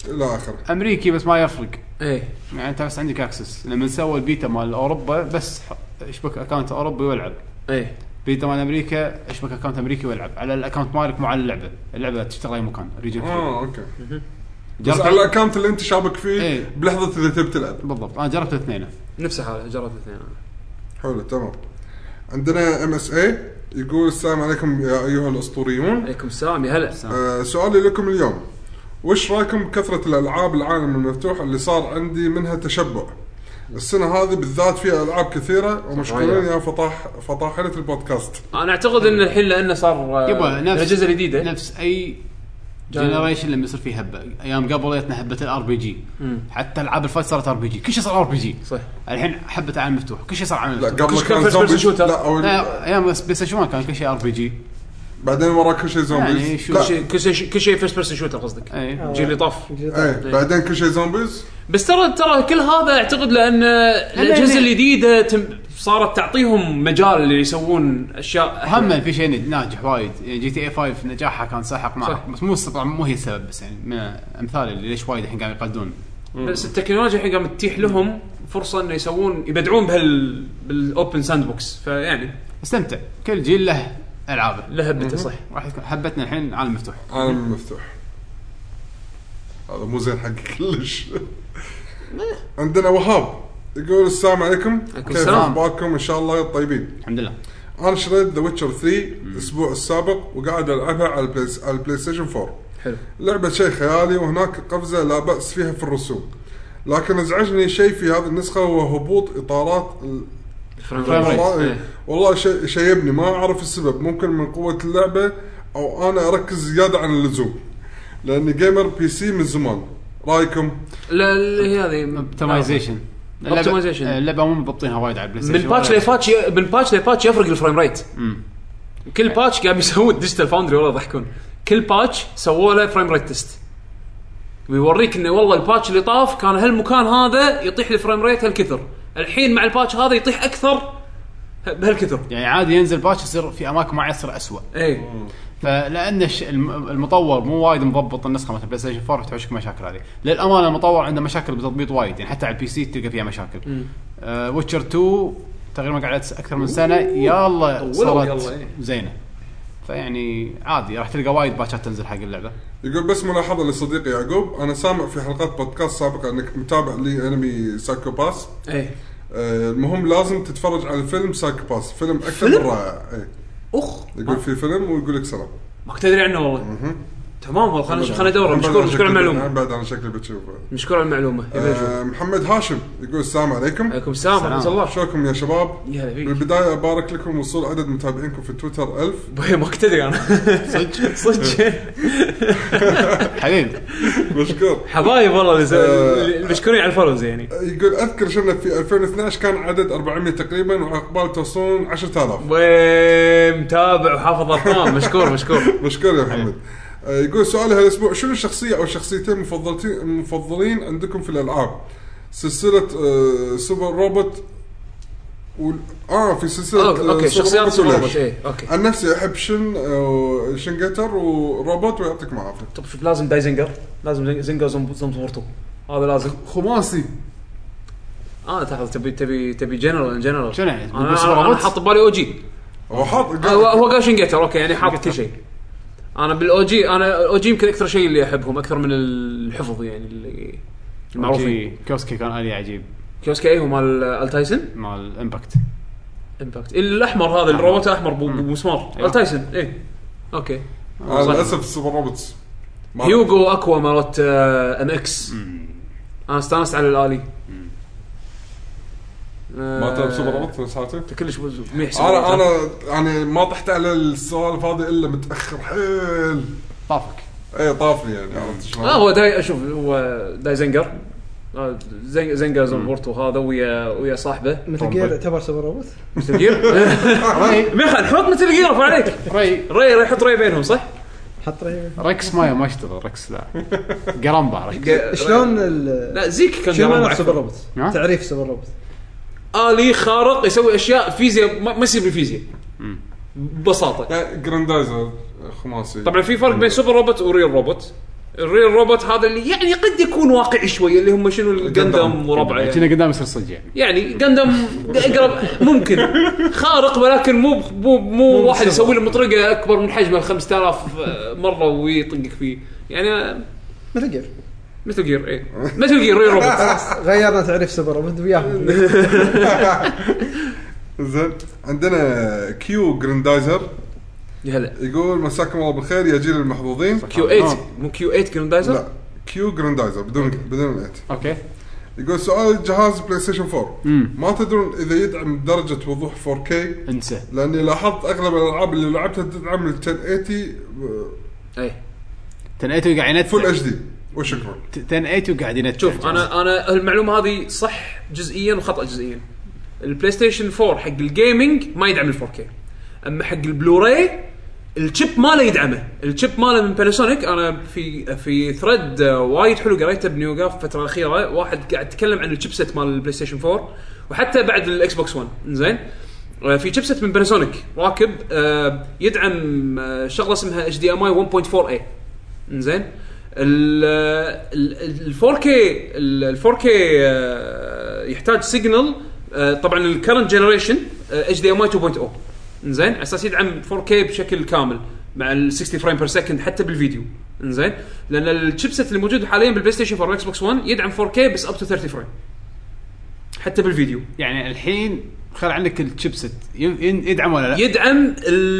الى اخره. امريكي بس ما يفرق. ايه يعني انت بس عندك اكسس لما نسوي البيتا مال اوروبا بس اشبك اكونت اوروبي والعب. ايه بيتا مال امريكا اشبك اكونت امريكي والعب على الاكونت مالك مو على اللعبه تشتغل اي مكان ريجن. اوكي. بس على الاكونت اللي انت شابك فيه ايه. بلحظه اذا تبي تلعب. بالضبط انا جربت الاثنين نفس الحاله جربت الاثنين. حلو تمام. عندنا MSA يقول السلام عليكم يا ايها الاسطوريون. عليكم السلام يا هلا. سؤالي لكم اليوم، وش رايكم بكثره الالعاب العالم المفتوح اللي صار عندي منها تشبع السنه هذه بالذات؟ فيها العاب كثيره ومشكورين يا فطاحله البودكاست. انا اعتقد ان الحين لانه صار الاجهزه الجديده نفس اي جنريشن لما يصير فيه هبه. ايام قبل جتنا هبه الRPG، حتى العاب الفايت صارت RPG، كل شيء صار RPG. صح. الحين حبه عالم مفتوح كل شيء صار عالم مفتوح. لا قبل كان فيرست شوتر. لا ايام بس شو كان كل شيء RPG، بعدين ورا كل شيء زومبيز. يعني كل شيء فيرست بيرسون شوتر قصدك. الجيل اللي طاف. بعدين كل شيء زومبيز. بس ترى كل هذا اعتقد لان الاجهزه الجديده صارت تعطيهم مجال اللي يسوون اشياء. هم في شيء ناجح وايد. GTA 5 نجاحها كان ساحق معه، بس مو هي السبب، بس يعني من امثال اللي ليش وايد الحين قاعد يقلدون. بس التكنولوجيا الحين قامت تتيح لهم فرصه انه يبدعون بالاوبن ساند بوكس. فيعني استمتع. كل جيل له العابه له هبته. صح. راح حبتنا الحين عالم مفتوح. عالم مفتوح هذا مو زين حق كلش. عندنا وهاب يقول السلام عليكم، كيف اخباركم؟ ان شاء الله طيبين. الحمد لله. انا شريت ذا ويتشر 3 الاسبوع السابق وقاعد العبها على البلاي ستيشن 4. حلو. لعبه شيء خيالي وهناك قفزه لا باس فيها في الرسوم، لكن ازعجني شيء في هذه النسخه هو هبوط اطارات والله شيء يبني ما اعرف السبب. ممكن من قوه اللعبه او انا اركز زياده عن اللزوم لاني جيمر بي سي من زمان. رايكم؟ لا اللي هي هذه اوبتمايزيشن. اللعبه مو مضبطينها وايد على البلاي ستيشن. من باتش لباتش يفرق الفريم ريت. كل باتش قاعد يسوون ديجيتال فاوندري والله يضحكون. كل باتش سووا له فريم ريت تيست ويوريك انه والله الباتش اللي طاف كان هالمكان هذا يطيح الفريم ريت هالكثر، الحين مع الباتش هذا يطيح اكثر بهالكثر. يعني عادي ينزل باتش يصير في اماكن ما يصير اسوء. اي فلان المطور مو وايد مضبط النسخه مثل بلاي ستيشن 4 تحوشك مشاكل هذه. للامانه المطور عنده مشاكل بتضبيط وايد، يعني حتى على البي سي تلقى فيها مشاكل. ويتشر 2 تقريبا قعدت اكثر من سنه يلا صارت زينه. فيعني عادي راح تلقى وايد باتشات تنزل حق اللعبه. يقول بس ملاحظه لصديقي يعقوب، انا سامع في حلقات بودكاست سابقه انك متابع لي انمي سايكو باس. المهم لازم تتفرج على الفيلم سايكو باس، فيلم اكثر من رائع. يقول في فيلم ويقول لك سلام. ما كنت ادري عنه والله. تمام والله خلنا ندور. مشكور على المعلومه. بعد انا شكلي بتشوفه. مشكور على المعلومه. محمد هاشم يقول السلام عليكم. عليكم السلام ورحمه الله. شلونكم يا شباب؟ بالبدايه ابارك لكم وصول عدد متابعينكم في تويتر 1000. ما كنت ادري انا. صدق حبيبي مشكور حبايب والله مشكورين على الفولوز. يعني يقول اذكر شنو في 2012 كان عدد 400 تقريبا وعقبال توصلون 10000. متابع وحافظ ارقام. مشكور مشكور يا محمد. يقول سؤالي هالاسبوع، شنو الشخصيه او الشخصيتين المفضلين عندكم في الالعاب؟ سلسله سوبر روبوت في سلسله اوكي شخصيات سوبر روبوت. اوكي عن نفسي احب شنجتر وروبوت ويعطيكم العافيه. طب شوف لازم دايزنجر، لازم زنجر زومبورتو هذا لازم. خماسي تبي جنرال شنو يعني؟ انا حاط بالي او جي. هو قال شنجتر اوكي يعني حاط كل شيء. انا بالاوجي يمكن اكثر شيء اللي احبهم اكثر من الحفظ يعني اللي المعروفين. كيوسكي كان علي عجيب. كيوسكي هو مال التايسن مال امباكت الاحمر هذا الروبوت الاحمر بمسمار. التايسن اوكي. للاسف السوبر روبوتس هيوغو اكوا مالت ام اكس. انا استانست على الالي. ما تلعب سوبر روبوت ساعتين كلش منيح. انا يعني ما طحت على السؤال هذا الا متاخر حيل. طافك طافني يعني عرفت شلون. هو اشوف هو دايزنجر زنجر زومبورتو هذا ويا صاحبه. مثل جير يعتبر سوبر روبوت. مثل جير نحط مثل جير رفع عليك. ري يحط ري بينهم صح. حط ري ركس ما يشتغل ركس لا قرنبا. شلون لا زيك كان قرنبا سوبر روبوت. تعريف سوبر روبوت آلي خارق يسوي أشياء فيزياء ما يصير بالفيزياء ببساطة. جراندايزر خماسي. طبعا في فرق بين سوبر روبوت وريل روبوت. الريل روبوت هذا اللي يعني قد يكون واقعي شويه اللي هم شنو الجندم وربعه كنا قدام يصير صدق يعني جندم اقرب ممكن خارق ولكن مو واحد يسوي له مطرقه اكبر من حجمه 5000 مره ويطقك فيه يعني مثل جير ايه مثل جير ريل روبوت غيرنا تعريف سوبر روبوت وياهم. زين عندنا كيو جراندايزر هلا يقول مساكم الله بالخير يا جيل المحظوظين. كيو 8 مو كيو 8 جراندايزر لا كيو جراندايزر بدون 8. اوكي يقول سؤال جهاز بلاي ستيشن 4 ما تدرون اذا يدعم درجه وضوح 4K؟ انسى لاني لاحظت اغلب الالعاب اللي لعبتها تدعم ال 1080 اي 1080 قاعد ينت فول اتش دي. وشكرا 1080 وقاعد ينت. شوف انا المعلومه هذه صح جزئيا وخطا جزئيا. البلاي ستيشن 4 حق الجيمنج ما يدعم ال 4K، اما حق البلوراي الشيب ماله يدعمه. الشيب ماله من باناسونيك. انا في ثريد وايد حلو قريته بنيوغاف الفتره الاخيره، واحد قاعد يتكلم عن الشيب سيت مال البلاي ستيشن 4 وحتى بعد الاكس بوكس 1. زين في شيب سيت من باناسونيك راكب يدعم شغله اسمها HDMI 1.4A. زين ال 4K يحتاج سيجنال طبعا الكرنت جنريشن HDMI 2.0. زين على اساس يدعم 4K بشكل كامل مع ال 60 فريم بير سكند حتى بالفيديو. زين لان الشيبسيت اللي موجود حاليا بالبلاي ستيشن 4 واكس بوكس 1 يدعم 4K بس اب تو 30 فريم حتى بالفيديو. يعني الحين خل عندك الشيبسيت يدعم ولا لا؟ يدعم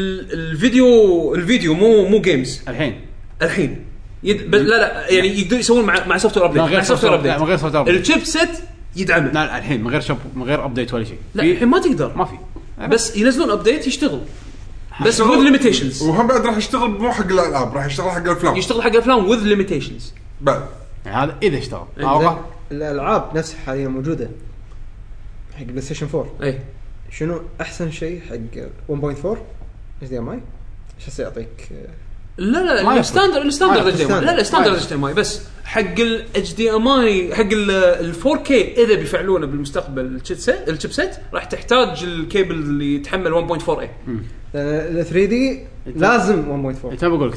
الفيديو مو جيمز الحين لا يعني يقدر يسوون مع سوفت وير ابديت. مع سوفت وير ابديت من غير سوفت وير الشيبسيت يدعمه. لا الحين من غير ابديت ولا شيء. لا الحين ما تقدر، ما في، بس ينزلون ابديت يشتغل بس with limitations. وهم بعد راح يشتغل مو حق الالعاب، راح يشتغل حق الافلام. يشتغل حق الافلام with limitations بعد يعني هذا اذا اشتغل. الالعاب نفسها حاليا موجوده حق بلاي ستيشن 4. اي شنو احسن شيء حق 1.4 HDMI؟ ايش يعطيك؟ لا الستاندرد HDMI. لا ستاندرد HDMI بس حق ال HDMI حق ال 4K اذا بيفعلونه بالمستقبل الشيبسيت راح تحتاج الكيبل اللي يتحمل 1.4A. ال 3D لازم 1.4. انت بقول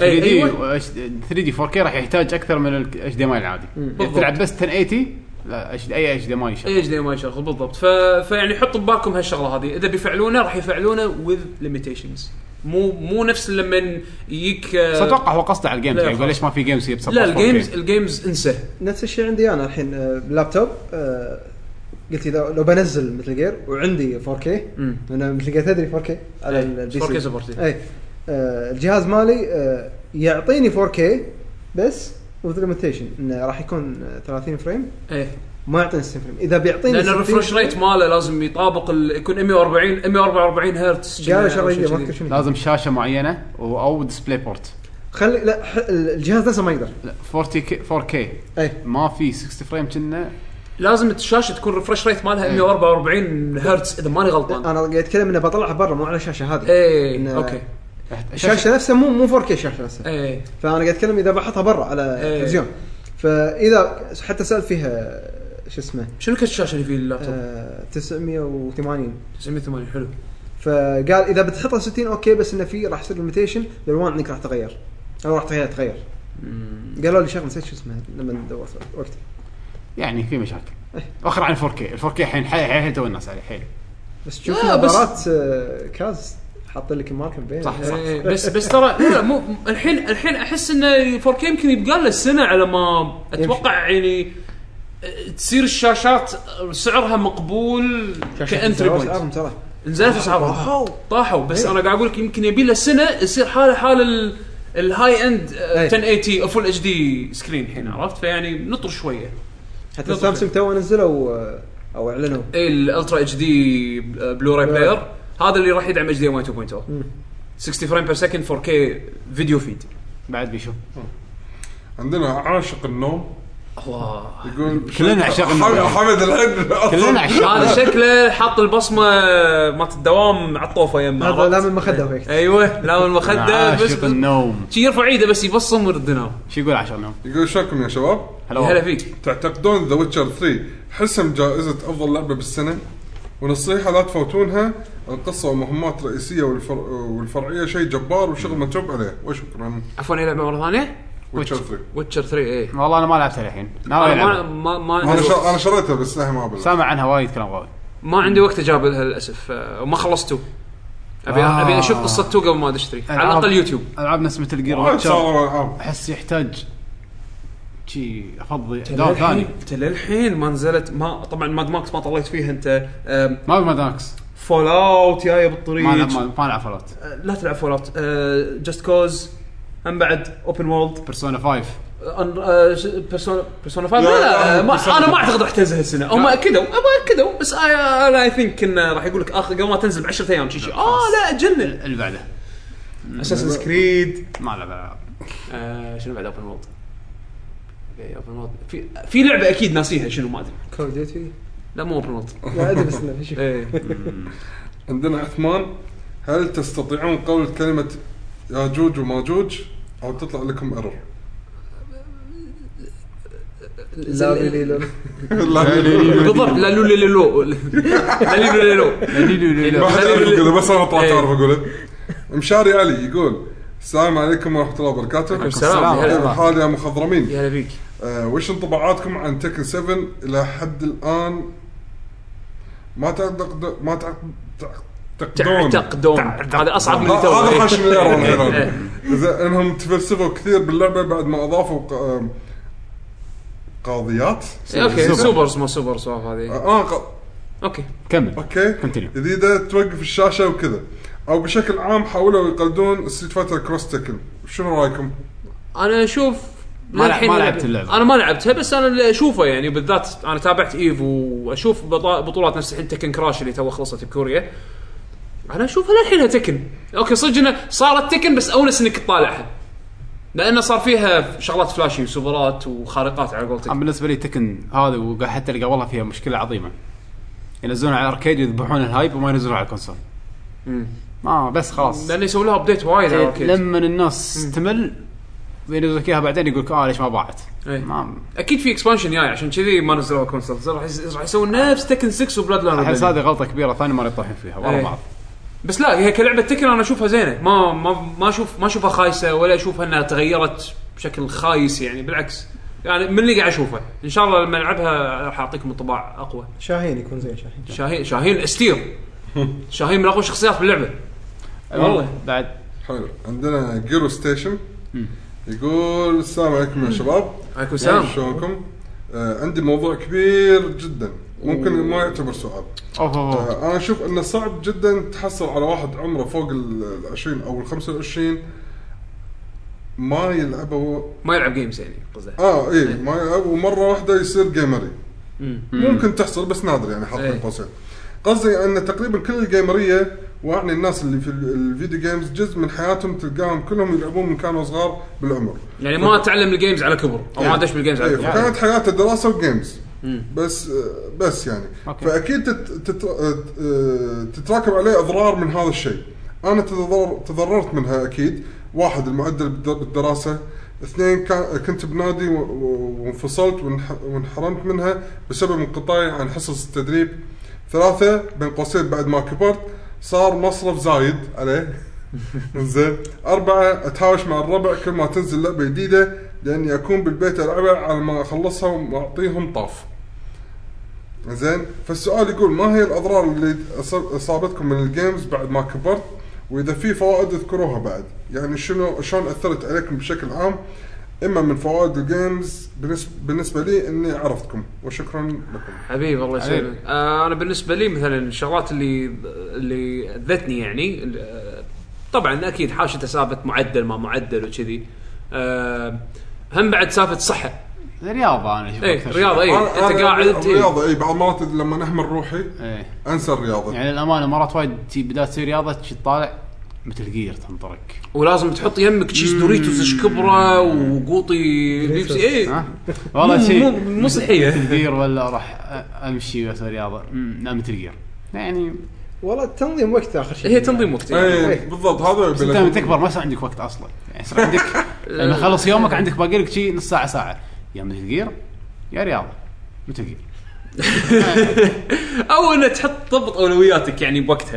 3D 4K راح يحتاج اكثر من ال HDMI العادي. تلعب بس 1080 لا اي HDMI يشغل بالضبط. فيعني حطوا ببالكم هالشغله هذه اذا بيفعلونه راح يفعلونه with limitations. مو نفس لما يجيك اتوقع هو قصده على الجيمز يقول ليش ما في جيمز يبسط. لا الجيمز انسى. نفس الشيء عندي انا الحين باللابتوب. قلت اذا لو بنزل مثل جير وعندي 4K انا مثل جير تدري 4K على البي سي 4K سبورت. اي الجهاز مالي يعطيني 4K بس with limitation انه راح يكون 30 فريم. ايه ما يعطيني 60 فريم. اذا بيعطيني لان الريفرش ريت ماله لازم يطابق يكون 144 هرتز. لازم شاشه معينه او ديسبلاي بورت. خلي لا الجهاز نفسه ما يقدر. لا 4K اي ما في 60 فريم كنا لازم الشاشه تكون ريفرش ريت مالها 144 هرتز اذا ماني غلطان. انا قاعد اتكلم انه بطلعها برا مو على الشاشه هذه. اي اوكي الشاشه نفسها مو 4K الشاشه نفسها. اي فانا قاعد اتكلم اذا بحطها برا على التلفزيون. فاذا حتى سأل فيها شو اسمه شنو كرت الشاشه اللي في اللابتوب 980 حلو. فقال اذا بتحطها 60 اوكي بس انه في راح يصير ليميتيشن الالوان انك راح تغير او راح تغير. قالوا لي شغله نسيت شو اسمها لما دورت وقت يعني في مشاكل اخر عن 4K. ال 4K الحين تو الناس عليه حيل بس تشوف نظارات كاز حاط لك الماركه بين صح. بس ترى لا مو الحين احس ان 4K يمكن يبقى له سنه على ما اتوقع يعني تصير الشاشات سعرها مقبول كانتري بوينت. نزلت اسعارهم طاحوا بس انا قاعد اقول لك يمكن يبي له سنه يصير حال الهاي اند 1080 او فول اتش دي سكرين الحين عرفت. فيعني نطر شويه. حتى سامسونج تو نزلوا او اعلنوا الالترا اتش دي بلوراي بلاير هذا اللي راح يدعم HDMI 2.0 60 فريم بير سكند 4K فيديو فيد. بعد بيشوف عندنا عاشق النوم الله يقول كلنا عشاق النوم. حمد الحين كلنا عشاق. هذا شكله حاط البصمه مالت الدوام على الطوفه يمه. هذا لا من المخده وهيك. ايوه لا من المخده بس النوم شي يرفع ايده بس يبصم ويرد ينام. شو يقول عشاق النوم؟ يقول شكرا يا شباب. هلا فيك. تعتقدون ذا ويتشر 3 حسم جائزه افضل لعبه بالسنه؟ ونصيحه لا تفوتونها. القصه ومهمات رئيسيه والفرعيه شيء جبار وشغل متعوب عليه. وشكرا. عفوا لعبه مره ثانيه ويتشر 3 ايه والله انا ما لعبتها الحين ناوي ما العبها. ما انا شريتها بس ما بلعب. سامع عنها وايد كلام غالي. ما عندي وقت اجاب لها للاسف وما خلصته. ابي اشوف قصته قبل ما اشتري على الاقل يوتيوب. العاب نسمه الجير ويتشر احس يحتاج شيء افضل دور ثاني. للحين ما نزلت. ما طبعا ماد ماكس ما طلعت فيها انت. ما ماد ماكس فول اوت جايه بالطريق. ما العب فول اوت. لا تلعب فول اوت. جاست كوز هم بعد اوبن وورلد. بيرسونا 5 بيرسونا 5 لا انا ما اعتقد راح تنزل هالسنه. هم اكدوا بس انا اي ثينك انه راح يقول لك اخر قبل ما تنزل ب 10 ايام شيء. لا تجنن. اللي بعده اساسن كريد ما لعب. شنو بعد اوبن وورلد؟ اوبن وورلد في لعبه اكيد ناسيها شنو ما ادري. كول ديوتي لا مو اوبن وورلد. لا ادري بس شوف. عندنا عثمان، هل تستطيعون قول كلمه ياجوج وماجوج او تطلع لكم ايرور؟ لا ليلو بالضبط. لا لولو بس انا طلعت اعرف اقوله. مشاري علي يقول السلام عليكم ورحمه الله وبركاته. السلام. حال يا مخضرمين. يا هلا فيك. وش انطباعاتكم عن تكن 7 الى حد الان؟ ما تعتقدون هذا اصعب من تو. هذا حاش من الايرور. اذا انهم تفلسفوا كثير باللعبه بعد ما اضافوا قاضيات. اوكي سوبرز ما سوبر سواف هذه. اوكي كمل. اوكي كونتينيو. جديده توقف الشاشه وكذا، او بشكل عام حاولوا يقلدون ستريت فايتر كروس تكن. شنو رايكم؟ انا اشوف ما لعبت اللعبه. انا ما لعبتها بس انا اللي اشوفه يعني بالذات انا تابعت ايف واشوف بطولات نفس الحين تكن كراش اللي تو خلصت بكوريا. انا اشوفها للحين تكن اوكي صدق انها صارت تكن بس اونس انك تطالعها لانه صار فيها شغلات فلاشي وسوبرات وخارقات على قولتك. بالنسبه لي تكن هذا وحتى اللي قبلها فيها مشكله عظيمه، ينزلون على الاركيد ويذبحون الهايب وما ينزلون على الكونسول. ما بس خلاص لان يسوي لها ابديت وايد على الاركيد. لما الناس تمل بينزلوا اياها بعدين يقولك ليش ما باعت. اكيد في اكسبانشن جاي عشان كذي ما نزلوها كونسول. راح يسوون نفس تكن 6 وبلاد لاند. احس هذه غلطه كبيره ثاني ما يطيحون فيها ورا بعض. بس لا هي كلعبه تكن انا اشوفها زينه. ما اشوفها خايسه ولا اشوفها انها تغيرت بشكل خايس يعني بالعكس. يعني من اللي قاعد اشوفه ان شاء الله لما العبها راح اعطيكم انطباع اقوى. شاهين يكون زين. شاهين استير. شاهين من اقوى الشخصيات باللعبه والله. بعد حلو. عندنا جيرو ستيشن يقول السلام عليكم يا شباب. عليكم السلام. شلونكم؟ عندي موضوع كبير جدا ممكن ما يعتبر سؤال. انا اشوف انه صعب جدا تحصل على واحد عمره فوق ال20 او ال25 ما يلعب جيمز يعني قصدي. ايه ما يلعب ومره واحده يصير جيمري. ممكن تحصل بس نادر يعني حط قوسين. قصدي ان تقريبا كل الجيمريه وعني الناس اللي في الفيديو جيمز جزء من حياتهم تلقاهم كلهم يلعبون من كانوا صغار بالعمر. يعني ما تعلم الجيمز على كبر او ما دش بالجيمز على كبر. كانت حياته دراسه وجيمز بس يعني فاكيد تتراكم عليه اضرار من هذا الشيء. انا تضررت منها اكيد. واحد المعدل بالدراسه، اثنين كنت بنادي وانفصلت وانحرمت منها بسبب انقطاعي عن حصص التدريب. ثلاثة بين قوسين بعد ما كبرت صار مصرف زايد عليه. زين. 4 اتهاوش مع الربع كل ما تنزل لعبة جديدة لاني اكون بالبيت العبها على ما اخلصها واعطيهم طاف. زين. فالسؤال يقول ما هي الاضرار اللي اصابتكم من الجيمز بعد ما كبرت واذا في فوائد اذكروها بعد. يعني شلون اثرت عليكم بشكل عام اما من فوائد الجيمز بالنسبه لي اني عرفتكم وشكرا لكم حبيبي. الله يسلمك. انا بالنسبه لي مثلا الشغلات اللي ذتني يعني طبعا اكيد حاشته ثابت معدل ما معدل وكذي. هم بعد سالفه صحه الرياضه. انا اشوف رياضه انت قاعد رياضه بعض مرات لما نهمل روحي انسى الرياضه. يعني الامانه مرات وايد بدات تصير رياضه تطالع مثل جير تنطرق ولازم تحط يمك تشيز دوريتوس ايش كبره وقوطي بيبسي. والله شيء مو صحيه. جير ولا راح امشي واسوي رياضه لا مثل جير يعني. والله التنظيم وقت اخر شيء. هي تنظيم وقت بالضبط. هذا انت تكبر ما صار عندك وقت اصلا يعني صار عندك لما خلص يومك عندك باقي لك شيء نص ساعه يا مثل جير يا رياضه مثل جير. او انك تحط ضبط اولوياتك يعني بوقتها.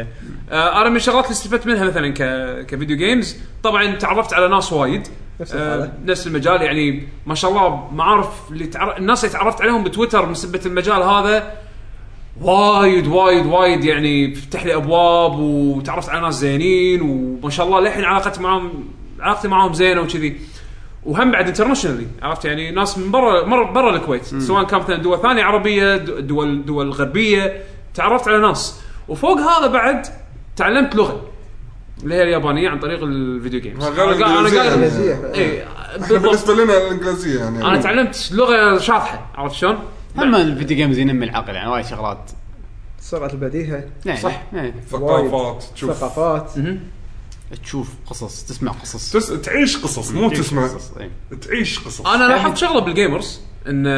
انا من الشغلات اللي استفدت منها مثلا كفيديو جيمز، طبعا تعرفت على ناس وايد نفس المجال، يعني ما شاء الله معارف الناس اللي تعرفت عليهم بتويتر بسبة المجال هذا وايد وايد وايد، يعني فتح لي ابواب وتعرفت على ناس زينين، وما شاء الله للحين علاقتي معهم زينه وكذي. وهم بعد انترناشونالي عرفت يعني ناس من برا الكويت، سواء كان مثلا دول ثانيه عربيه، دول غربيه، تعرفت على ناس. وفوق هذا بعد تعلمت لغه اللي هي اليابانيه عن طريق الفيديو جيمز. انا قاعد اي بالنسبه لنا الانجليزيه يعني انا تعلمت لغه شاطحه، عرفت شلون؟ اما الفيديو جيمز ينمي العقل يعني وايد شغلات، سرعه البديهه صح، ثقافات، ثقافات، تشوف قصص، تسمع قصص، تعيش قصص، مو تسمع قصص. تعيش قصص. انا لاحظت شغله بالجيمرز ان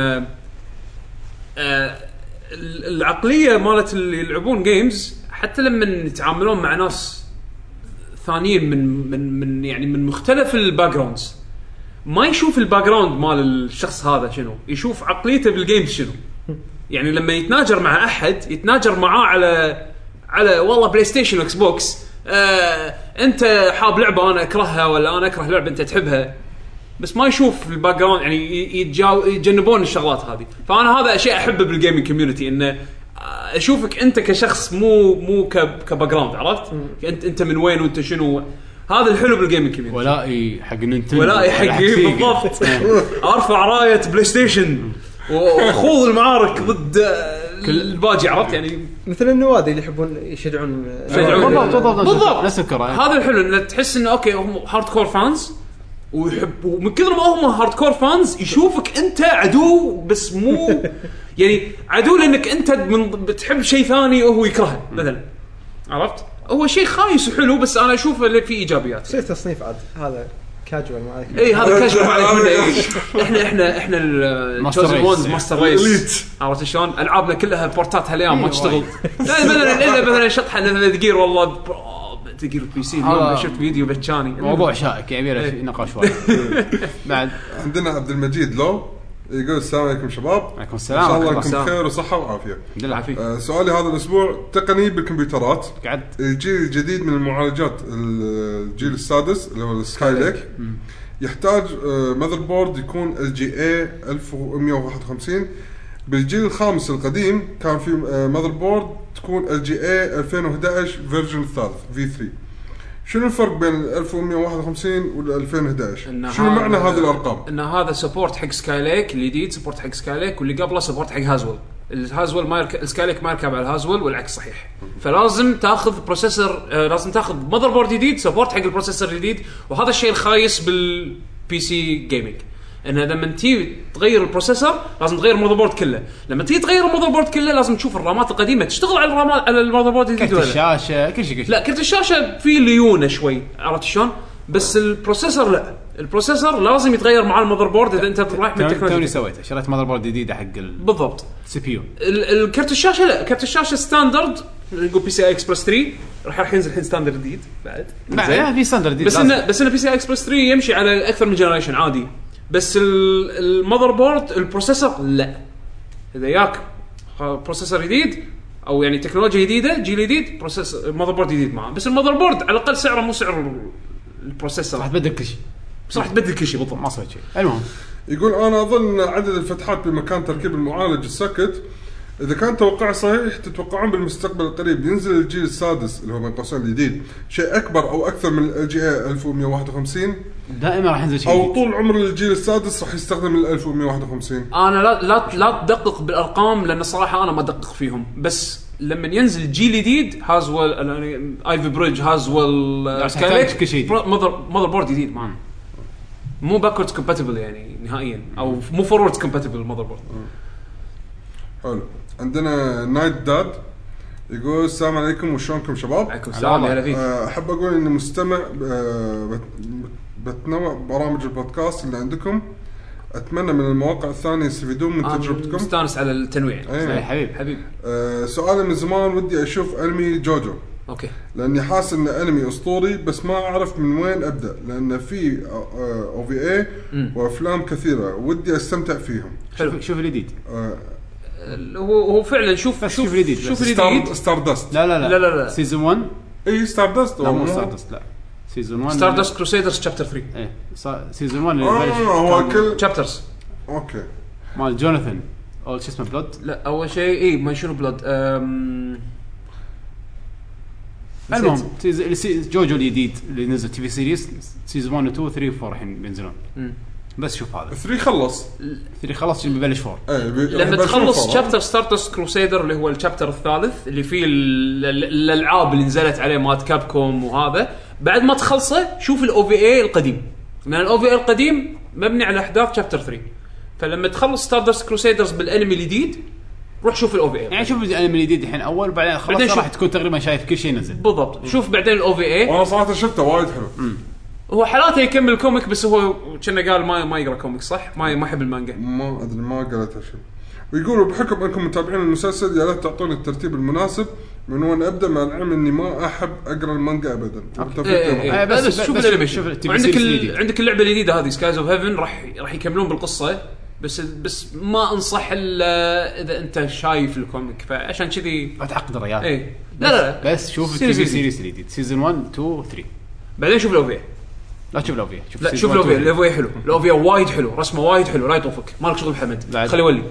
العقليه مالت اللي يلعبون جيمز حتى لما يتعاملون مع ناس ثانيين من يعني من مختلف الباك جراوندز، ما يشوف الباك جراوند مال الشخص هذا شنو، يشوف عقليته بالجيمز شنو. يعني لما يتناجر مع احد يتناجر معاه على والله بلاي ستيشن واكس بوكس، انت حاب لعبه انا اكرهها، ولا انا اكره لعبه انت تحبها، بس ما يشوف الباك جراوند، يعني يتجنبون الشغلات هذه. فانا هذا شيء احبه بالجيمنج كوميونتي، انه اشوفك انت كشخص مو كباك جراوند، عرفت؟ انت من وين وانت شنو. هذا الحلو بالجيمنج كوميونتي. ولائي حق نينتندو، ولائي حقي بالضبط. ارفع رايه بلاي ستيشن وخوض المعارك ضد الباجي، عرفت يعني مثل النوادي اللي يحبون يشجعون بالضبط نفس الكره. هذا الحلو ان تحس انه اوكي هم هارد كور فانز ويحب، ومن كثر ما هم هارد كور فانز يشوفك انت عدو، بس مو يعني عدو لانك انت بتحب شيء ثاني وهو يكرهه مثلا، عرفت؟ هو شيء خايس وحلو، بس انا اشوفه اللي فيه ايجابيات. صير تصنيف عاد هذا كاجوال ما عليك. اي هذا كاجوال ما عليك. احنا التشوزن وونز ماستر ريس، عرفت شلون؟ العابنا كلها بورتات هاليوم ما تشتغل. لا مثلا شطحه مثلا دقير، والله تقير البي سي اليوم شفت فيديو بتشاني موضوع شائك يبي له نقاش وايد. بعد عندنا عبد المجيد لو يقول السلام عليكم شباب. عليكم السلام، ان شاء الله انكم بخير وصحه وعافيه. الحمد لله عافيك. سؤالي هذا الاسبوع تقني بالكمبيوترات. قعد الجيل الجديد من المعالجات، الجيل السادس اللي هو السكاي ليك، يحتاج ماذر بورد يكون LGA 1151. بالجيل الخامس القديم كان في ماذر بورد تكون LGA 2011 فيرجن الثالث V3. شنو الفرق بين 1151 وال 2011؟ شنو معنى هذه الارقام؟ ان هذا سبورت حق سكاي ليك الجديد، سبورت حق سكاي ليك، واللي قبله سبورت حق هازول. الهازول ما سكاي ليك ما يركب على الهازول والعكس صحيح. فلازم تاخذ بروسيسور، لازم تاخذ ماذر بورد جديد سبورت حق البروسيسور الجديد. وهذا الشيء الخايس بالبي سي جيمنج، ان لما تيجي تغير البروسيسور لازم تغير الماذر بورد كله. لما تيجي تغير الماذر بورد كله لازم تشوف الرامات القديمه تشتغل على الرامات على الماذر بورد الجديد. كرت الشاشه كل شيء. لا كرت الشاشه فيه ليونه شوي، عرفت شلون؟ بس البروسيسور لا، البروسيسور لازم يتغير مع الماذر بورد. اذا انت رايح من التكنولوجيا توني سويته، شريت ماذر بورد جديده حق بالضبط سي بي يو. الكرت الشاشه لا، كرت الشاشه ستاندرد نقول بي سي اي اكسبرس 3 راح ينزل الحين ستاندرد جديد بعد. في ستاندرد جديد، بس انه بي سي اي اكسبرس 3 يمشي على اكثر من جنريشن عادي. بس المذر بورد البروسيسور لا، اذا ياك بروسيسور جديد او يعني تكنولوجيا جديده جيل جديد، بروسيسور ماذر بورد جديد معه. بس الماذر بورد على الاقل سعره مو سعر البروسيسور، راح تبدل كل شيء. راح تبدل كل شيء بالضبط، ما سويت شيء. المهم يقول انا اظن عدد الفتحات بمكان تركيب المعالج الساكت، اذا كان توقع صحيح تتوقعون بالمستقبل القريب ينزل الجيل السادس اللي هو من قوسين الجديد شيء اكبر او اكثر من LGA 1151؟ دائما راح ينزل شيء، او طول عمر الجيل السادس راح يستخدم ال 1151؟ انا لا تدقق بالارقام لان الصراحه انا ما ادقق فيهم. بس لما ينزل جيل جديد هازول ايفي بريدج هازول سكايليك ماذر بورد جديد معنا، مو باكورد كومباتبل يعني نهائيا، او مو فورورد كومباتبل ماذر بورد. حلو. عندنا نايت داد يقول السلام عليكم وشلونكم شباب؟ عليكم السلام. هلا فيك. احب اقول اني مستمع بتنوع برامج البودكاست اللي عندكم. اتمنى من المواقع الثانيه يستفيدون من تجربتكم. مستانس على التنويع. حبيب. سؤالي من زمان ودي اشوف انمي جوجو. اوكي. لاني حاسس انه انمي اسطوري بس ما اعرف من وين ابدا، لان في OVA وافلام كثيره ودي استمتع فيهم. شوف الجديد. هو فعلا شوف الجديد. ستار داست. لا سيزون 1 اي ستاردست لا مو ستاردست لا سيزون 1 ستاردست كروسيدرز شابتر 3 ايه سيزون 1 اللي بلش هو كل شابترز اوكي مال جوناثان اول شو اسمه بلود. لا اول شيء اي ما شنو بلود المهم جوجو الجديد اللي نزل تي في سيريز سيزون 1 و 2 و 3 و 4 الحين بينزلون. بس شوف هذا 3 خلص 3 خلص اللي ببلش 4 لما تخلص شابتر ستارتس كروسيدر اللي هو الشابتر الثالث اللي فيه الالعاب اللي نزلت عليه مات كابكوم وهذا بعد ما تخلصه شوف الاو في اي القديم لان الاو في اي القديم مبني على احداث شابتر 3 فلما تخلص ستاردست كروسيدرز بالانمي الجديد روح شوف الاو في اي يعني شوف الانمي الجديد الحين اول وبعدين خلاص راح تكون تقريبا شايف كل شيء نزل بالضبط. شوف بعدين الاو في اي وانا صراحه شفته وايد حلو. هو حالاته يكمل كوميك بس هو كنا قال ما يقرا كوميك صح ما يحب المانجا ما ادري ما قريتها شيء. ويقولوا بحكم انكم متابعين المسلسل يا ريت تعطوني الترتيب المناسب من وين ابدا مع العلم اني ما احب اقرا المانجا ابدا. بس شوف الانمي عندك اللعبه الجديده هذه سكايز اوف هيفن راح يكملون بالقصه بس ما انصح اذا انت شايف الكوميك فعشان كذي لا تعقد الريال. ايه لا بس شوف التي في سيريز الجديد سيزون 1 2 3 بعدين شوف الاوفي. لا تشوف الاوفي شوف الاوفي حلو الاوفي وايد حلو رسمه وايد حلو لا يطوفك مالك شغل بحمد خلي ولي.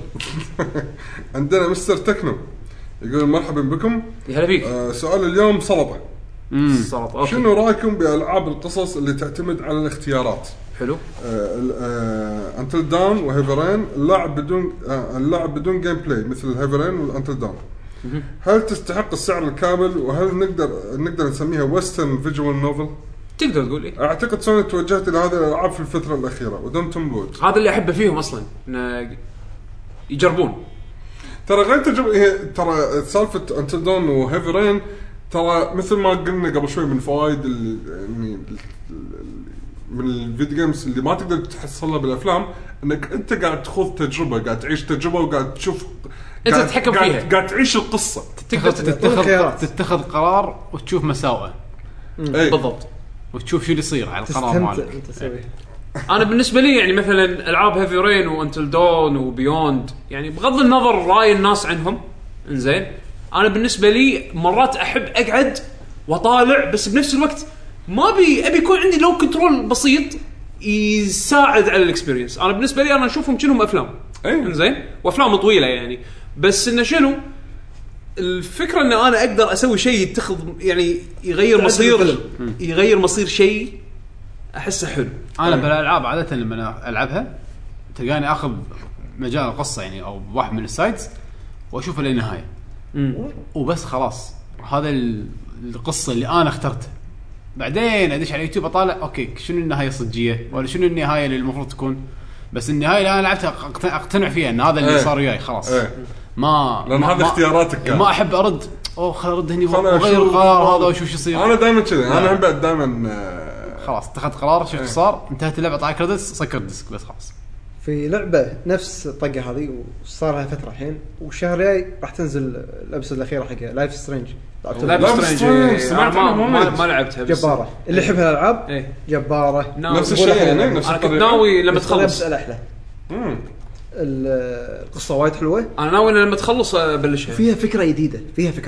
عندنا مستر تكنو يقول مرحبا بكم يا هلا فيك. سؤال اليوم سلطه سلطه شنو رايكم بالعاب القصص اللي تعتمد على الاختيارات؟ حلو انتل داون وهيفرين اللعب بدون جيم بلاي مثل الهيفرين والانتل داون هل تستحق السعر الكامل وهل نقدر نسميها ويسترن فيجوال نوفل؟ تقدر تقول إيه؟ اعتقد سوني توجهت الى هذه الالعاب في الفتره الاخيره ودمتم بود. هذا اللي احبه فيهم اصلا يجربون ترى غير تجربه ترى سالفه انتل داون وهيفرين ترى مثل ما قلنا قبل شوي من فوائد يعني من الفيديو جيمز اللي ما تقدر تحصلها بالافلام انك انت قاعد تخوض تجربه قاعد تعيش تجربه وقاعد تشوف انت تتحكم فيها قاعد تعيش القصه تتخذ قرار وتشوف مساوئه بالضبط وتشوف شو اللي يصير على القرار مالك. انا بالنسبه لي يعني مثلا العاب هيفي رين وانتل دون وبيوند يعني بغض النظر راي الناس عنهم انزين انا بالنسبه لي مرات احب اقعد واطالع بس بنفس الوقت ما ابي يكون عندي لو كنترول بسيط يساعد على الاكسبيرينس. انا بالنسبه لي انا اشوفهم كأنهم افلام انزين وافلام طويله يعني بس انه شنو الفكره ان انا اقدر اسوي شيء يتخذ يعني يغير مصير شيء احسه حلو. انا بالالعاب عاده لما العبها تلقاني اخذ مجال القصه يعني او واحد من السايدز واشوفه للنهايه وبس خلاص هذا القصه اللي انا اخترتها بعدين ادش على يوتيوب اطالع اوكي شنو النهايه الصجيه ولا شنو النهايه اللي المفروض تكون بس النهايه اللي انا لعبتها اقتنع فيها ان هذا اللي صار وياي خلاص ما لان هذا اختياراتك ما احب ارد خل ارد هني وغير القرار هذا وشوف شو يصير. انا دائما كذا انا احب دائما خلاص اتخذت قرار شفت صار انتهت اللعبه طلع كريدتس سكر الديسك بس خلاص. في لعبه نفس الطقه هذه وصار لها فتره الحين والشهر الجاي راح تنزل الابسود الاخيره حقها لايف سترينج. ما لعبتها بس جباره اللي يحب الالعاب جباره نفس الشيء يعني نفس الطريقه. انا ناوي لما تخلص الاحلى القصه وايد حلوه. انا ناوي لما تخلص ابلشها. فيها فكره جديده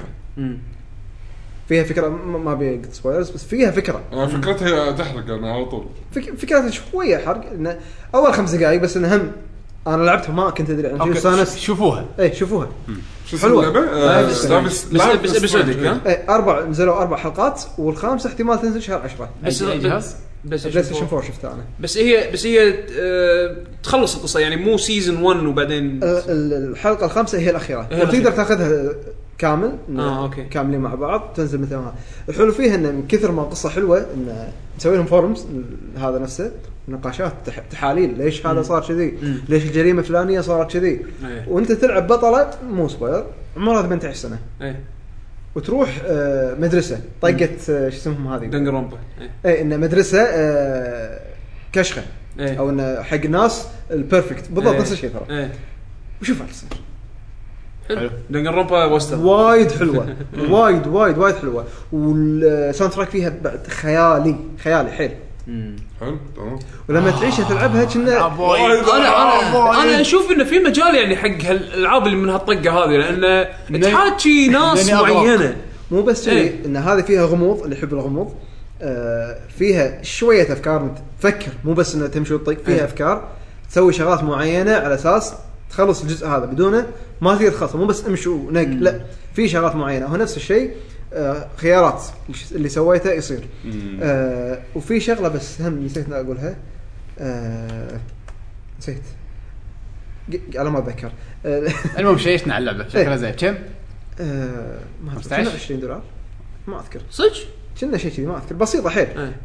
فيها فكره ما بي سبويلرز بس فيها فكره فكرتها تحرق انا على طول فكرتها شويه حرق إن اول 5 دقائق بس انها هم انا لعبتها ما كنت ادري عن شو شوفوها شوفوها حلوه بس 4 نزلوا 4 حلقات والخامسه احتمال تنزل شهر 10 بس جهاز بس PlayStation 4 شفتها انا بس هي تخلص القصه يعني مو سيزون 1 وبعدين الحلقه الخامسه هي الاخيره وتقدر تاخذها كامل كاملين مع بعض تنزل مثل ما الحلو فيها ان من كثر ما القصه حلوه ان نسوي لهم فورمز هذا نفسه نقاشات تحاليل ليش هذا صار كذي ليش الجريمه الفلانيه صارت كذي وانت تلعب بطله مو سبويلر عمرها 18 سنه وتروح مدرسه طقت شو اسمهم هذه دنجرومبا ان مدرسه كشخه او ان حق ناس البيرفكت بالضبط نفس الشيء ترى وشوف هالسنة حلو دنجرومبا وستر وايد حلوه وايد حلوه والساوند تراك فيها بعد خيالي حيل حلو تمام ولما تعيشها تلعبها كنا انا اشوف انه في مجال يعني حق هالالعاب اللي من هالطقه هذه لان تحاكي ناس معينه مو بس ان هذه فيها غموض، اللي يحب الغموض فيها شويه افكار تفكر، مو بس انها تمشي وتطق، فيها افكار تسوي شغلات معينه على اساس تخلص الجزء هذا بدونه ما تقدر تخلصه، مو بس امشي ونق، لا في شغلات معينه. هو نفس الشيء خيارات اللي سويته يصير. وفي شغله بس هم نسيت اقولها، نسيت على ما اتذكر. المهم شيشنا على اللعبه شكلها زين كم؟ ما ادري $20 ما اذكر صدق كنا شيء كذي ما اذكر، بسيطه حيل.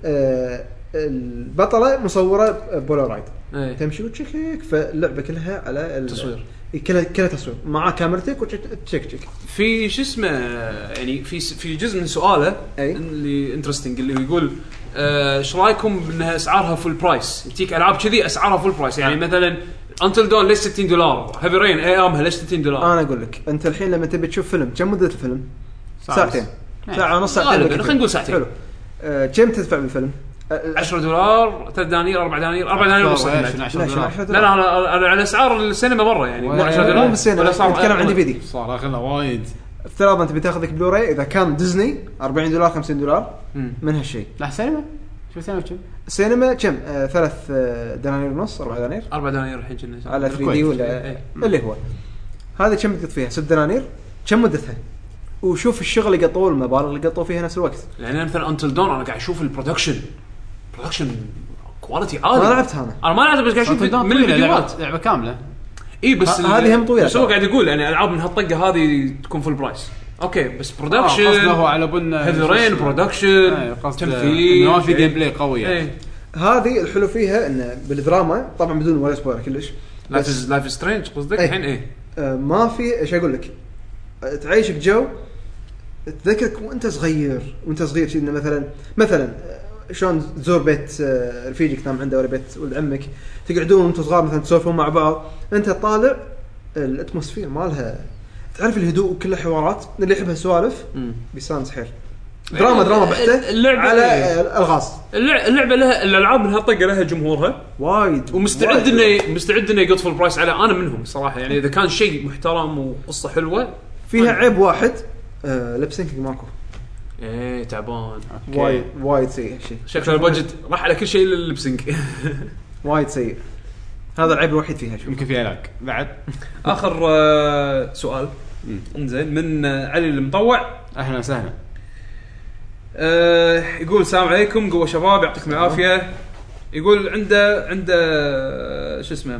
البطله مصوره بولارايد تمشي وتشيك، فاللعبه كلها على التصوير، كلها تصوير مع كاميرتك وتشيك. في شو اسمه يعني في جزء من سؤاله اللي انترستينج اللي يقول ايش رايكم بانها اسعارها فول برايس؟ يجيك العاب كذي اسعارها فول برايس، يعني مثلا انتل دون ليش $60، هيفي رين ايامها ليش $60. انا اقول لك انت الحين لما تبي تشوف فيلم كم مده الفيلم؟ ساعتين، ساعه ونص، ساعتين، خلينا نقول ساعتين. حلو. كم تدفع بالفيلم؟ $10 $3 $4 $4 ونص. لا انا على اسعار السينما مره يعني مو $10 بالسينما، نتكلم عن DVD صار اغلى وايد. افترض انت بتاخذك بلوراي اذا كان ديزني $40 $50 من هالشيء. لا سينما شو سينما كم؟ السينما كم؟ $3.5 $4 الحين كنا على 3D ولا اللي هو هذا كم قط فيها $6 كم مدتها؟ وشوف الشغل اللي قطوه، المبالغ اللي قطوه فيها نفس الوقت. يعني مثلا انتل دون انا قاعد اشوف البرودكشن كواليتي عالي. ما لعبت انا ما لعبت، بس قاعد اشوف من الفيديوهات لعبه كامله. اي بس هذه هم طويله. بس هو قاعد يقول يعني العاب من هالطقه هذه تكون فول برايس. اوكي بس برودكشن قصده هو على بنا هذرين برودكشن تمثيل ما في جيم بلاي قويه. هذه الحلو فيها ان بالدراما طبعا بدون ولا سبويلر كلش. لايف سترينج قصدك الحين ما في ايش اقول لك، تعيشك جو تذكرك وانت صغير شيء مثلا شلون تزور بيت رفيجك تنام عنده ولا بيت ولد عمك، تقعدون وانتم صغار مثلا تسولفون مع بعض، انت طالع الاتموسفير مالها تعرف الهدوء وكل حوارات اللي يحب هالسوالف بيسان سحر. دراما بحته على الغاز. اللعبه لها الالعاب من هالطقه لها جمهورها وايد ومستعد انه يقط البرايس على انا منهم الصراحه. يعني اذا كان شيء محترم وقصه حلوه فيها عيب واحد لبسينك ماكو تعبان وايد سيء شيء. شكل البادجت راح على كل شيء الا اللبسينك وايد سيء. هذا العيب الوحيد فيها. شو يمكن فيها لاج بعد. اخر سؤال انزين من علي المطوع. اهلا وسهلا. يقول السلام عليكم قوة شباب يعطيكم العافية. يقول عنده شو اسمه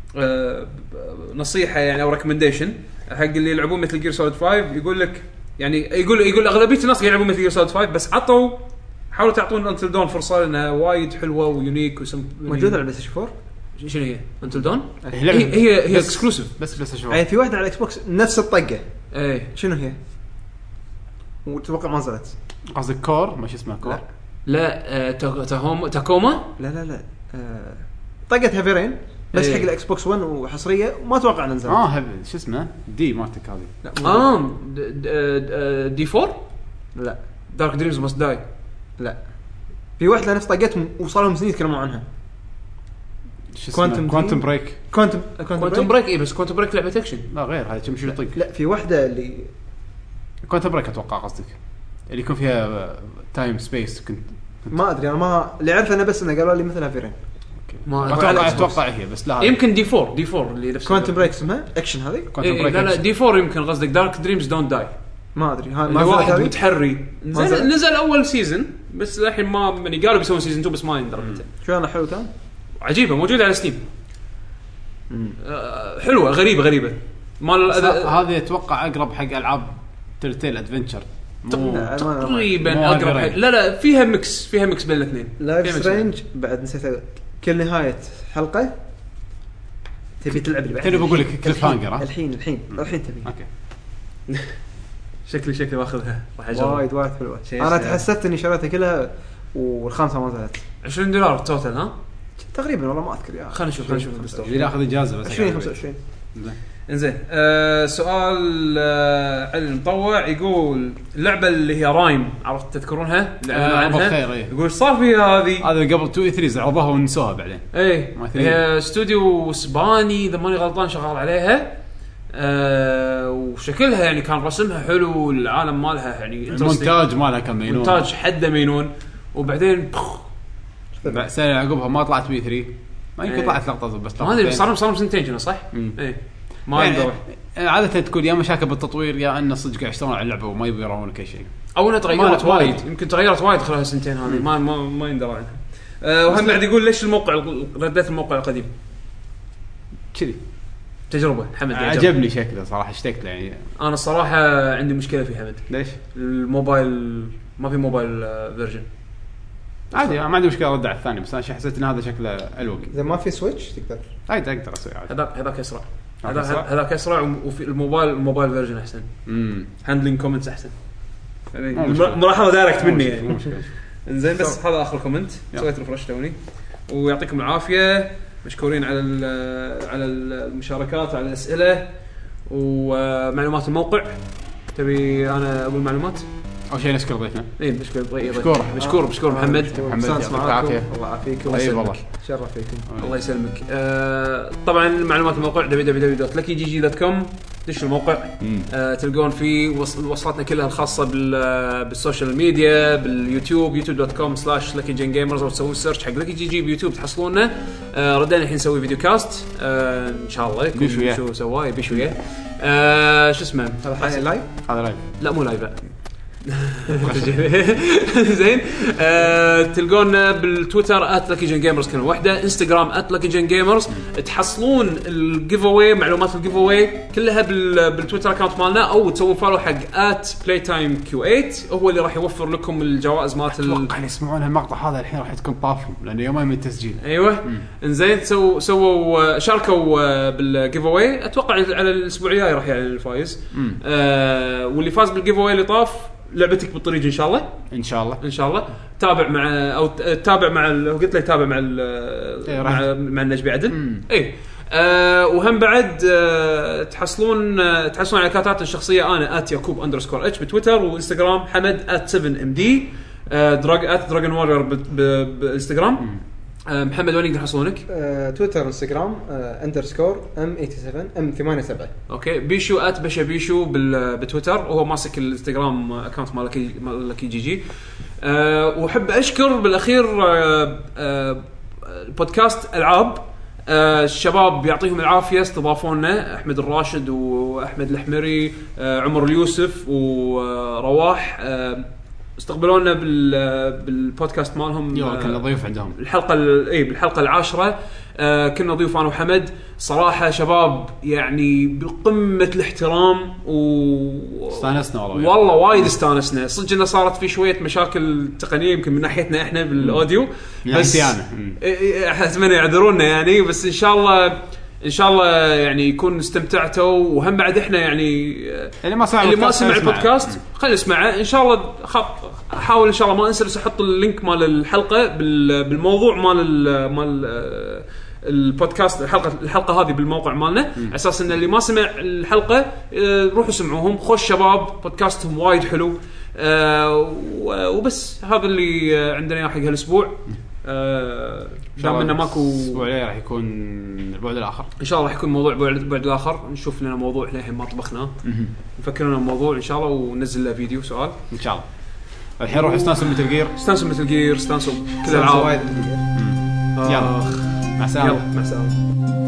نصيحة يعني او ريكومنديشن حق اللي يلعبون مثل جير سوليد 5. يقول لك يعني يقول اغلبية الناس يلعبون مثل جير سوليد 5 بس حاولوا تعطون انتل دون فرصة لانها وايد حلوة ويونيك موجودة على البلاي ستيشن 4. شنو هي انتل دون؟ هي اكسكلوسيف بس بلاي ستيشن 4. يعني في واحدة على الاكس بوكس نفس الطقة. ايه شنو هي؟ وتوقع ما نزلت. قصدك كور ما شو اسمه كور؟ لا تاكوما لا طقت هيفرين بس حق الاكس بوكس 1 وحصريه وما اتوقع ننزل. شو اسمه دي مالتك هذه. دي 4 لا دارك دريمز ماست داي. لا في واحده نفس طقتهم وصار لهم سنين يتكلمون عنها. كوانتم بريك. كوانتم بريك اي بس كوانتم بريك لعبه اكشن. لا غير هاي تمشي يطق. لا في واحده اللي كوانتم بريك اتوقع قصدك اللي يكون فيها تايم سبيس. كنت ما ادري انا ما اللي عرفت انا بس انه قالوا لي مثلها فيرين. ما اتوقع هي بس لا يمكن دي 4 اللي نفس كوانتم بريك اسمها اكشن هذه. لا دي 4 يمكن قصدك دارك دريمز دونت داي. ما ادري هاي ما واحد متحري نزل اول سيزن بس الحين ما من قالوا بيسوون سيزن 2 بس ما يندرى متى. شو انا حلو كان عجيبه موجوده على ستيم. حلوه غريبه مال هذه اتوقع اقرب حق العاب تلتيل ادفنتشر تقريبا اقرب. لا فيها ميكس بين الاثنين. لايف سترينج بعد نسيت كل نهايه حلقه تبي تلعب اللي بعد. تبي بقول لك كليف هانجر الحين تبي. اوكي شكلي باخذها راح اجرب. وايد حلوه. انا تحسبت اني شريتها كلها والخامسه ما نزلت. $20 توتال ها تقريبا والله ما اذكر. يا خلينا نشوف بالستور اللي ياخذ اجازه بس 25. انزين سؤال علي المطوع. يقول اللعبه اللي هي رايم عرفت تذكرونها عنها. يقول صار فيها هذه قبل 2 3 عرضوها ونسوها بعدين. هي استوديو اسباني اذا ماني غلطان شغال عليها. وشكلها يعني كان رسمها حلو، العالم مالها يعني المونتاج مالها كان مينون، مونتاج حده مينون. وبعدين سنه عقبها ما طلعت بي 3 ما يمكن طلعت لقطه بس ما ادري صار سنتين كنا صح. ايه ما يعني يقدر عاده تكون يا مشاكل بالتطوير يا ان صدق قاعد يشتغلون على اللعبه وما يبي يراونك اي شيء، او انها تغيرت وايد، يمكن تغيرت وايد خلال السنتين هذه ما يندرى عنها. وهم بعد يقول ليش الموقع رديت الموقع القديم كذي تجربه. حمد عجبني شكله صراحه، اشتقت يعني. انا الصراحه عندي مشكله في حمد. ليش؟ الموبايل ما في موبايل فيرجن عادي، ما عندي مشكله ارد على الثاني، بس انا حسيت ان هذا شكله الوق. اذا ما في سويتش تقدر عادي اقدر اسوي عادي. هذاك اسرع، هذاك اسرع. وفي الموبايل فيرجن احسن، هاندلينج كومنتس احسن. يعني ملاحظه دايركت مني يعني. انزين بس هذا اخر كومنت سويت ريفرش توني. ويعطيكم العافيه، مشكورين على المشاركات وعلى الاسئله ومعلومات الموقع. تبي انا اقول معلومات؟ اول شيء نشكر ضيفنا. اي بشكور محمد يعطيك العافيه. الله يعافيك ويسلمك، شرف فيكم. الله يسلمك. طبعا معلومات الموقع www.luckygg.com. دش الموقع تلقون فيه وصلاتنا كلها الخاصه بالسوشيال ميديا، باليوتيوب youtube.com/luckygengamers، او تسوون سيرش حق luckygg بيوتيوب تحصلوننا. ردينا الحين نسوي فيديو كاست ان شاء الله يكون شو سواي بشويه. شو اسمه هذا لايف؟ هذا لايف؟ لا مو لايف زين. تلقونا بالتويتر @luckygengamers كلمه واحده، انستغرام @luckygengamers. تحصلون الجيف اواي، معلومات الجيف اواي كلها بالتويتر اكاونت مالنا، او تسوون فولو حق @playtimeq8 هو اللي راح يوفر لكم الجوائز مالت اتوقع يسمعون المقطع هذا الحين راح تكون طافهم لانه يومين من التسجيل. ايوه انزين سووا شاركوا بالجيف اواي. اتوقع على الاسبوع الجاي راح يعلن الفايز. واللي فاز بالجيف اواي اللي طاف لعبتك بالطريق ان شاء الله. ان شاء الله تابع مع او تابع مع قلت له تابع مع النجبي عدل. اي وهم بعد تحصلون على كاتات الشخصيه. انا @yakub_h بتويتر، وانستغرام حمد @7md، دراجون واريور بالانستغرام. محمد وين يقدر يحصلونك؟ تويتر انستغرام _m87 m87. اوكي. بيشو @بشبيشو بتويتر، وهو ماسك الانستغرام اكونت مالك جي جي. وحب اشكر بالاخير بودكاست العاب الشباب يعطيهم العافيه، استضافونا احمد الراشد واحمد الحمري، عمر اليوسف ورواح، استقبلونا بالبودكاست مالهم. كنا ضيوف عندهم بالحلقه العاشرة. كنا ضيوف انا وحمد. صراحه شباب يعني بقمه الاحترام استانسنا والله وايد استانسنا صدق. انه صارت في شويه مشاكل تقنيه يمكن من ناحيتنا احنا بالاوديو، بس اتمنى يعذرونا يعني. بس ان شاء الله يعني يكون استمتعتوا. وهم بعد احنا يعني اللي ما سمع البودكاست خلينا نسمعه ان شاء الله. احاول ان شاء الله ما انسى احط اللينك مال الحلقه بالموضوع مال البودكاست. الحلقه هذه بالموقع مالنا على اساس ان اللي ما سمع الحلقه روحوا سمعوهم. خوش شباب، بودكاستهم وايد حلو. وبس هذا اللي عندنا اياه حق هالاسبوع. دام انه ماكو الاسبوع الجاي راح يكون البعد الاخر. ان شاء الله راح يكون موضوع بعد الاخر. نشوف لنا موضوع للحين ما طبخناه. نفكر لنا موضوع ان شاء الله وننزل له فيديو سؤال ان شاء الله. الحين روح استانسوا مثل جير، استانسوا كل الالعاب. يلا مع السلامه. مع السلامه.